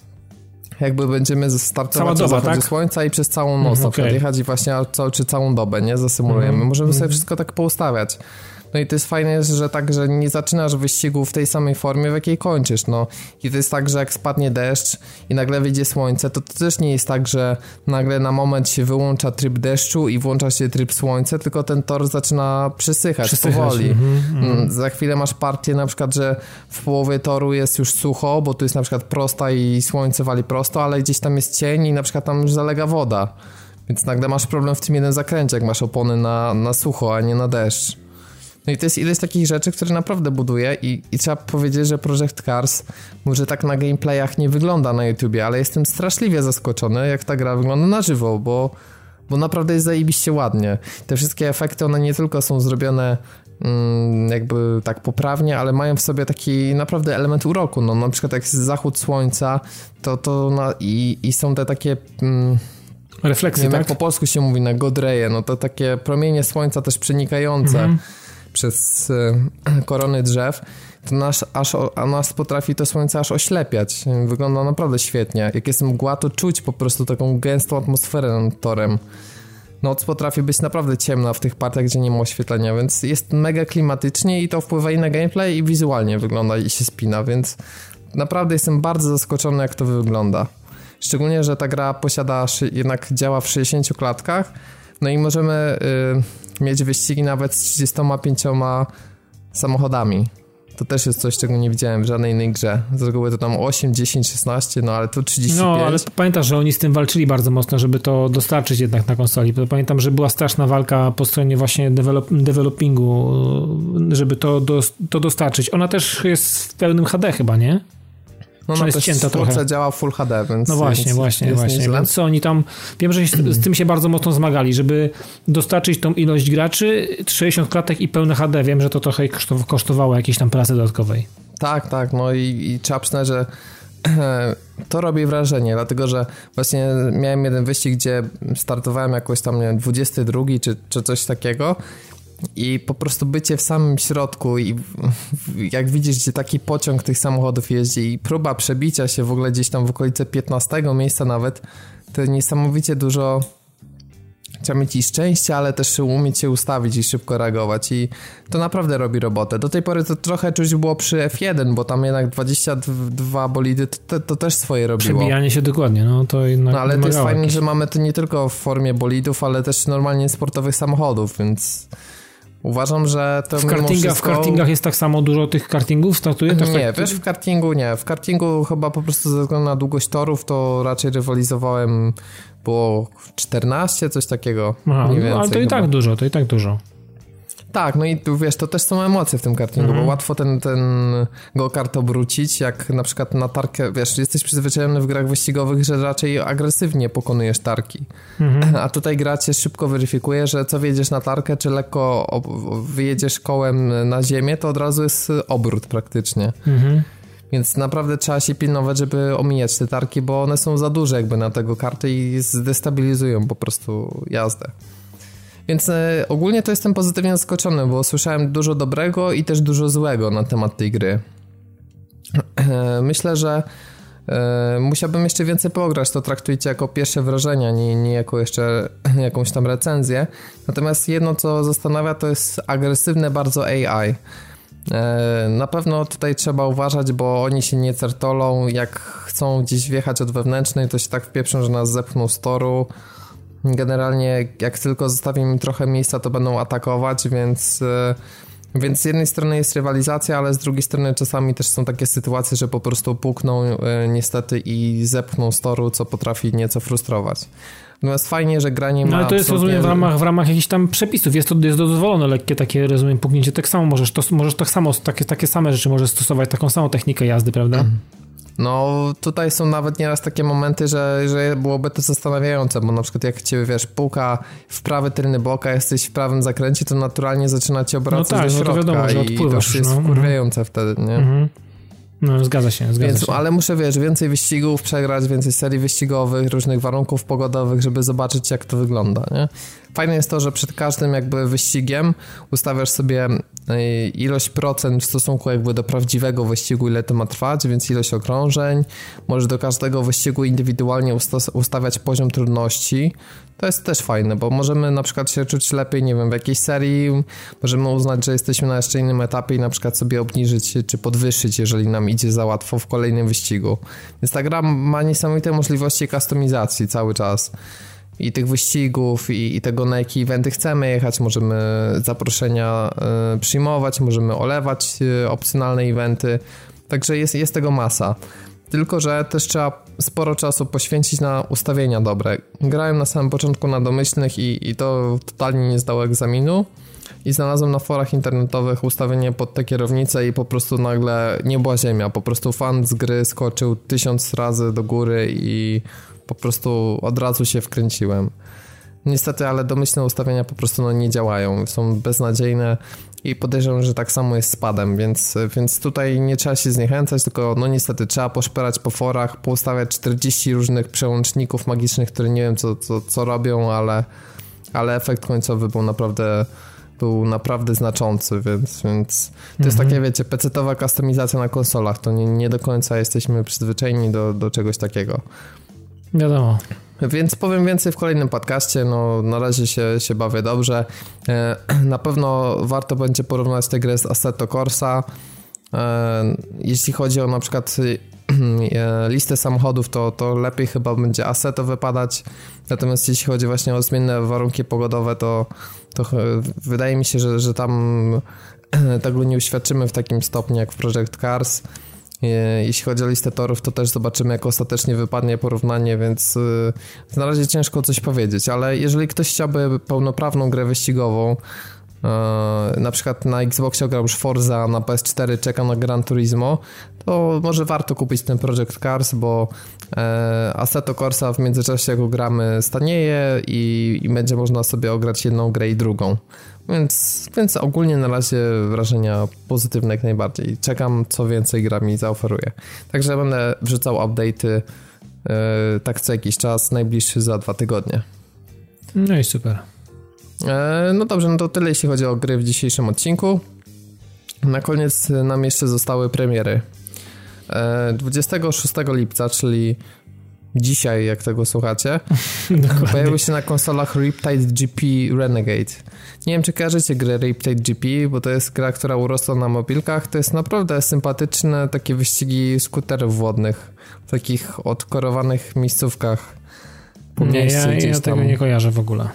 jakby będziemy startować na zachodzie tak? słońca i przez całą noc mm, na przykład okay. jechać i właśnie cał, czy całą dobę, nie? Zasymulujemy. Mm, możemy mm. sobie wszystko tak poustawiać. No i to jest fajne, że tak, że nie zaczynasz wyścigu w tej samej formie, w jakiej kończysz, no. I to jest tak, że jak spadnie deszcz i nagle wyjdzie słońce, to to też nie jest tak, że nagle na moment się wyłącza tryb deszczu i włącza się tryb słońce, tylko ten tor zaczyna przysychać, przysychać. powoli. Mm-hmm, mm. Za chwilę masz partię na przykład, że w połowie toru jest już sucho, bo tu jest na przykład prosta i słońce wali prosto, ale gdzieś tam jest cień i na przykład tam już zalega woda. Więc nagle masz problem w tym jednym zakręcie, jak masz opony na, na sucho, a nie na deszcz. No i to jest ileś takich rzeczy, które naprawdę buduje i, i trzeba powiedzieć, że Project Cars może tak na gameplayach nie wygląda na YouTubie, ale jestem straszliwie zaskoczony, jak ta gra wygląda na żywo, bo, bo naprawdę jest zajebiście ładnie. Te wszystkie efekty, one nie tylko są zrobione mm, jakby tak poprawnie, ale mają w sobie taki naprawdę element uroku. No na przykład jak jest zachód słońca, to, to na, i, i są te takie... Mm, refleksje, nie wiem, tak? Jak po polsku się mówi na godreje, no to takie promienie słońca też przenikające mhm. przez y, korony drzew, to nas, aż, a nas potrafi to słońce aż oślepiać. Wygląda naprawdę świetnie. Jak jest mgła, to czuć po prostu taką gęstą atmosferę nad torem. Noc potrafi być naprawdę ciemna w tych partiach, gdzie nie ma oświetlenia, więc jest mega klimatycznie i to wpływa i na gameplay i wizualnie wygląda i się spina, więc naprawdę jestem bardzo zaskoczony, jak to wygląda. Szczególnie, że ta gra posiada, jednak działa w sześćdziesięciu klatkach, no i możemy y, mieć wyścigi nawet z trzydziestoma pięcioma samochodami. To też jest coś, czego nie widziałem w żadnej innej grze. Z reguły to tam osiem, dziesięć, szesnaście, no ale tu trzydzieści pięć. No, ale pamiętasz, że oni z tym walczyli bardzo mocno, żeby to dostarczyć jednak na konsoli. Pamiętam, że była straszna walka po stronie właśnie develop, developingu, żeby to, do, to dostarczyć. Ona też jest w pełnym H D chyba, nie? No, no jest cięta trochę. działa Full H D, więc... No właśnie, więc właśnie, właśnie. Więc oni tam, wiem, że z tym się bardzo mocno zmagali, żeby dostarczyć tą ilość graczy, sześćdziesiąt klatek i pełne H D. Wiem, że to trochę kosztowało jakiejś tam pracy dodatkowej. Tak, tak, no i, i trzeba przyznać, że to robi wrażenie, dlatego że właśnie miałem jeden wyścig, gdzie startowałem jakoś tam, nie wiem, dwudziesty drugi czy, czy coś takiego i po prostu bycie w samym środku i jak widzisz, gdzie taki pociąg tych samochodów jeździ i próba przebicia się w ogóle gdzieś tam w okolice piętnastego miejsca nawet, to niesamowicie dużo trzeba mieć i szczęście, ale też umieć się ustawić i szybko reagować i to naprawdę robi robotę. Do tej pory to trochę czuć było przy F jeden, bo tam jednak dwadzieścia dwa bolidy to, to też swoje robiło. Przebijanie się dokładnie, no to jednak no ale to jest fajne, jakieś... że mamy to nie tylko w formie bolidów, ale też normalnie sportowych samochodów, więc uważam, że to w kartingach, wszystko... w kartingach jest tak samo dużo tych kartingów startuje? Też nie, tak... wiesz, w kartingu nie. W kartingu chyba po prostu ze względu na długość torów to raczej rywalizowałem, było czternaście, coś takiego. Aha, mniej no, więcej ale to i chyba. tak dużo, to i tak dużo. Tak, no i tu wiesz, to też są emocje w tym kartingu, Mhm. bo łatwo ten, ten go-kart obrócić, jak na przykład na tarkę, wiesz, jesteś przyzwyczajony w grach wyścigowych, że raczej agresywnie pokonujesz tarki, Mhm. a tutaj gra cię szybko weryfikuje, że co wjedziesz na tarkę, czy lekko ob- wyjedziesz kołem na ziemię, to od razu jest obrót praktycznie. Mhm. Więc naprawdę trzeba się pilnować, żeby omijać te tarki, bo one są za duże jakby na tego karty i zdestabilizują po prostu jazdę. Więc e, ogólnie to jestem pozytywnie zaskoczony, bo słyszałem dużo dobrego i też dużo złego na temat tej gry. E, myślę, że e, musiałbym jeszcze więcej pograć, to traktujcie jako pierwsze wrażenia, nie, nie jako jeszcze jakąś tam recenzję. Natomiast jedno, co zastanawia, to jest agresywne bardzo A I. E, na pewno tutaj trzeba uważać, bo oni się nie certolą, jak chcą gdzieś wjechać od wewnętrznej, to się tak wpieprzą, że nas zepchną z toru. Generalnie jak tylko zostawimy im trochę miejsca, to będą atakować, więc, więc z jednej strony jest rywalizacja, ale z drugiej strony czasami też są takie sytuacje, że po prostu pukną niestety i zepchną z toru, co potrafi nieco frustrować. Natomiast fajnie, że granie ma... No ale to jest, rozumiem, w ramach, w ramach jakichś tam przepisów. Jest to jest dozwolone lekkie takie, rozumiem, puknięcie. Tak samo możesz, to, możesz tak samo, takie, takie same rzeczy możesz stosować, taką samą technikę jazdy, prawda? No tutaj są nawet nieraz takie momenty, że, że byłoby to zastanawiające, bo na przykład jak cię, wiesz, puka w prawy tylny bok, a jesteś w prawym zakręcie, to naturalnie zaczyna cię obracać no tak, do środka, no to wiadomo, że odpływasz, i to jest no, wkurwiające no. wtedy, nie? Mhm. No zgadza się, zgadza Więc, się. ale muszę, wiesz, więcej wyścigów przegrać, więcej serii wyścigowych, różnych warunków pogodowych, żeby zobaczyć, jak to wygląda, nie? Fajne jest to, że przed każdym jakby wyścigiem ustawiasz sobie ilość procent w stosunku jakby do prawdziwego wyścigu, ile to ma trwać, więc ilość okrążeń. Możesz do każdego wyścigu indywidualnie usta- ustawiać poziom trudności. To jest też fajne, bo możemy na przykład się czuć lepiej, nie wiem, w jakiejś serii, możemy uznać, że jesteśmy na jeszcze innym etapie i na przykład sobie obniżyć czy podwyższyć, jeżeli nam idzie za łatwo w kolejnym wyścigu. Więc ta gra ma niesamowite możliwości kustomizacji cały czas. I tych wyścigów, i, i tego, na jakie eventy chcemy jechać, możemy zaproszenia y, przyjmować, możemy olewać y, opcjonalne eventy, także jest, jest tego masa. Tylko że też trzeba sporo czasu poświęcić na ustawienia dobre. Grałem na samym początku na domyślnych i, i to totalnie nie zdało egzaminu i znalazłem na forach internetowych ustawienie pod tę kierownicę i po prostu nagle nie była ziemia, po prostu fan z gry skoczył tysiąc razy do góry i po prostu od razu się wkręciłem. Niestety, ale domyślne ustawienia po prostu no, nie działają, są beznadziejne i podejrzewam, że tak samo jest z padem, więc, więc tutaj nie trzeba się zniechęcać, tylko no niestety trzeba poszperać po forach, poustawiać czterdzieści różnych przełączników magicznych, które nie wiem co, co, co robią, ale, ale efekt końcowy był naprawdę był naprawdę znaczący, więc, więc to mhm. jest takie, wiecie, pecetowa kustomizacja na konsolach, to nie, nie do końca jesteśmy przyzwyczajeni do, do czegoś takiego. Wiadomo. Więc powiem więcej w kolejnym podcaście, no na razie się, się bawię dobrze. E, na pewno warto będzie porównać tę grę z Assetto Corsa. E, jeśli chodzi o na przykład e, listę samochodów, to, to lepiej chyba będzie Assetto wypadać. Natomiast jeśli chodzi właśnie o zmienne warunki pogodowe, to, to wydaje mi się, że, że tam tego nie uświadczymy w takim stopniu jak w Project Cars. Jeśli chodzi o listę torów, to też zobaczymy, jak ostatecznie wypadnie porównanie, więc yy, na razie ciężko coś powiedzieć, ale jeżeli ktoś chciałby pełnoprawną grę wyścigową, na przykład na Xboxie grał już Forza, na P S cztery czekam na Gran Turismo, to może warto kupić ten Project Cars, bo Assetto Corsa w międzyczasie jak go gramy stanieje i, i będzie można sobie ograć jedną grę i drugą. Więc, więc ogólnie na razie wrażenia pozytywne jak najbardziej. Czekam, co więcej gra mi zaoferuje. Także będę wrzucał update'y yy, tak co jakiś czas, najbliższy za dwa tygodnie. No i super. Yy, no dobrze, no to tyle jeśli chodzi o gry w dzisiejszym odcinku. Na koniec nam jeszcze zostały premiery. Yy, dwudziestego szóstego lipca, czyli dzisiaj, jak tego słuchacie, pojawił się na konsolach Riptide G P Renegade. Nie wiem, czy kojarzycie grę Riptide G P, bo to jest gra, która urosła na mobilkach. To jest naprawdę sympatyczne takie wyścigi skuterów wodnych w takich odkorowanych miejscówkach po nie, mieście ja, gdzieś ja tam. tego nie kojarzę w ogóle.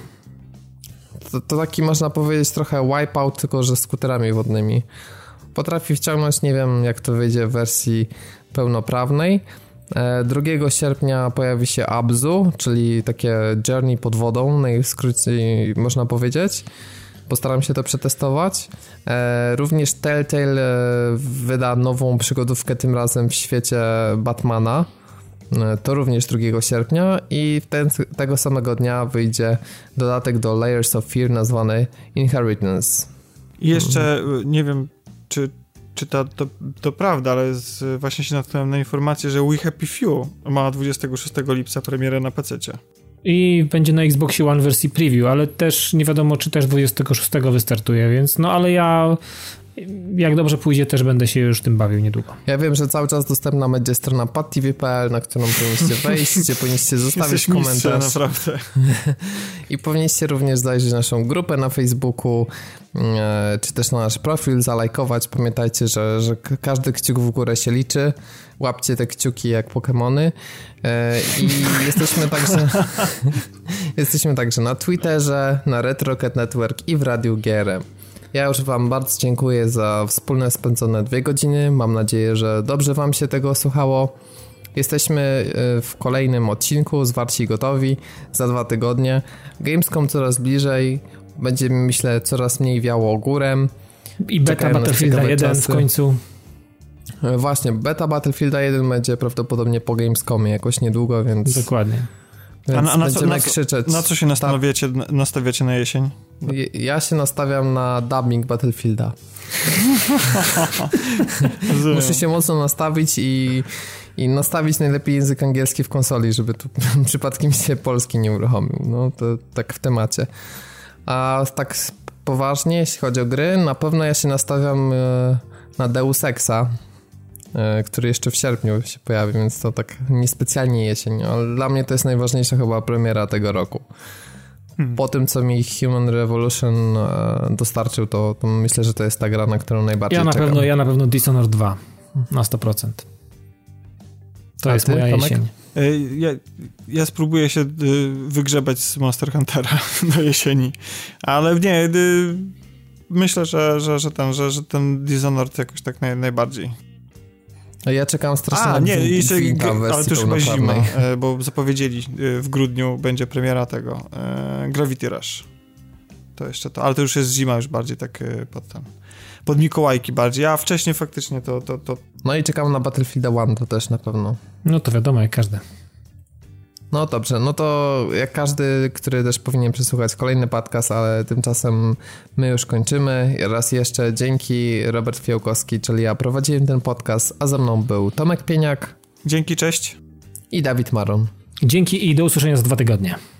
To, to taki można powiedzieć trochę Wipeout, tylko że skuterami wodnymi. Potrafi wciągnąć, nie wiem jak to wyjdzie w wersji pełnoprawnej. drugiego sierpnia pojawi się Abzu, czyli takie journey pod wodą, najskrócej można powiedzieć. Postaram się to przetestować. Również Telltale wyda nową przygodówkę, tym razem w świecie Batmana. To również drugiego sierpnia i ten, tego samego dnia wyjdzie dodatek do Layers of Fear nazwany Inheritance. I jeszcze mhm. nie wiem, czy Czy to, to, to prawda, ale z, właśnie się natknąłem na informację, że We Happy Few ma dwudziestego szóstego lipca premierę na pececie. I będzie na Xboxie One wersji preview, ale też nie wiadomo, czy też dwudziestego szóstego wystartuje, więc no ale ja jak dobrze pójdzie, też będę się już tym bawił niedługo. Ja wiem, że cały czas dostępna będzie strona padtv kropka p l, na którą powinniście wejść, gdzie powinniście zostawić Jesteś komentarz. Mistrze, naprawdę. I powinniście również zajrzeć naszą grupę na Facebooku, e, czy też na nasz profil, zalajkować. Pamiętajcie, że, że każdy kciuk w górę się liczy. Łapcie te kciuki jak Pokemony. E, I jesteśmy także jesteśmy także na Twitterze, na RetroCat Network i w Radiu G R M. Ja już wam bardzo dziękuję za wspólne spędzone dwie godziny. Mam nadzieję, że dobrze wam się tego słuchało. Jesteśmy w kolejnym odcinku, zwarci i gotowi, za dwa tygodnie. Gamescom coraz bliżej, będzie, myślę, coraz mniej wiało górem. I beta Battlefielda jeden w końcu. Właśnie, beta Battlefielda jeden będzie prawdopodobnie po Gamescomie jakoś niedługo, więc... Dokładnie. Więc a na, na, będziemy co, na, krzyczeć. Na co się nastawiacie, Ta... nastawiacie na jesień? Ja się nastawiam na dubbing Battlefielda. Muszę się mocno nastawić i, i nastawić najlepiej język angielski w konsoli, żeby tu przypadkiem się polski nie uruchomił. No to tak w temacie. A tak poważnie, jeśli chodzi o gry, na pewno ja się nastawiam na Deus Exa, który jeszcze w sierpniu się pojawi, więc to tak niespecjalnie jesień, ale dla mnie to jest najważniejsza chyba premiera tego roku. Hmm. Po tym, co mi Human Revolution dostarczył, to, to myślę, że to jest ta gra, na którą najbardziej ja na czekam. Pewno, ja na pewno Dishonored dwa na sto procent. To A jest ty, moja Tomek? Jesień. Ja, ja spróbuję się wygrzebać z Monster Huntera do jesieni, ale nie, myślę, że, że, że, ten, że, że ten Dishonored jakoś tak naj, najbardziej. Ja czekam strasznie A, na nie, jeszcze, ale to już chyba zima, bo zapowiedzieli w grudniu będzie premiera tego Gravity Rush. To jeszcze to, ale to już jest zima, już bardziej tak pod ten, pod Mikołajki bardziej, a wcześniej faktycznie to, to, to... No i czekam na Battlefield jeden, to też na pewno. No to wiadomo, jak każdy. No dobrze, no to jak każdy, który też powinien przesłuchać kolejny podcast, ale tymczasem my już kończymy. Raz jeszcze dzięki, Robert Fiałkowski, czyli ja prowadziłem ten podcast, a ze mną był Tomek Pieniak. Dzięki, cześć. I Dawid Maron. Dzięki i do usłyszenia za dwa tygodnie.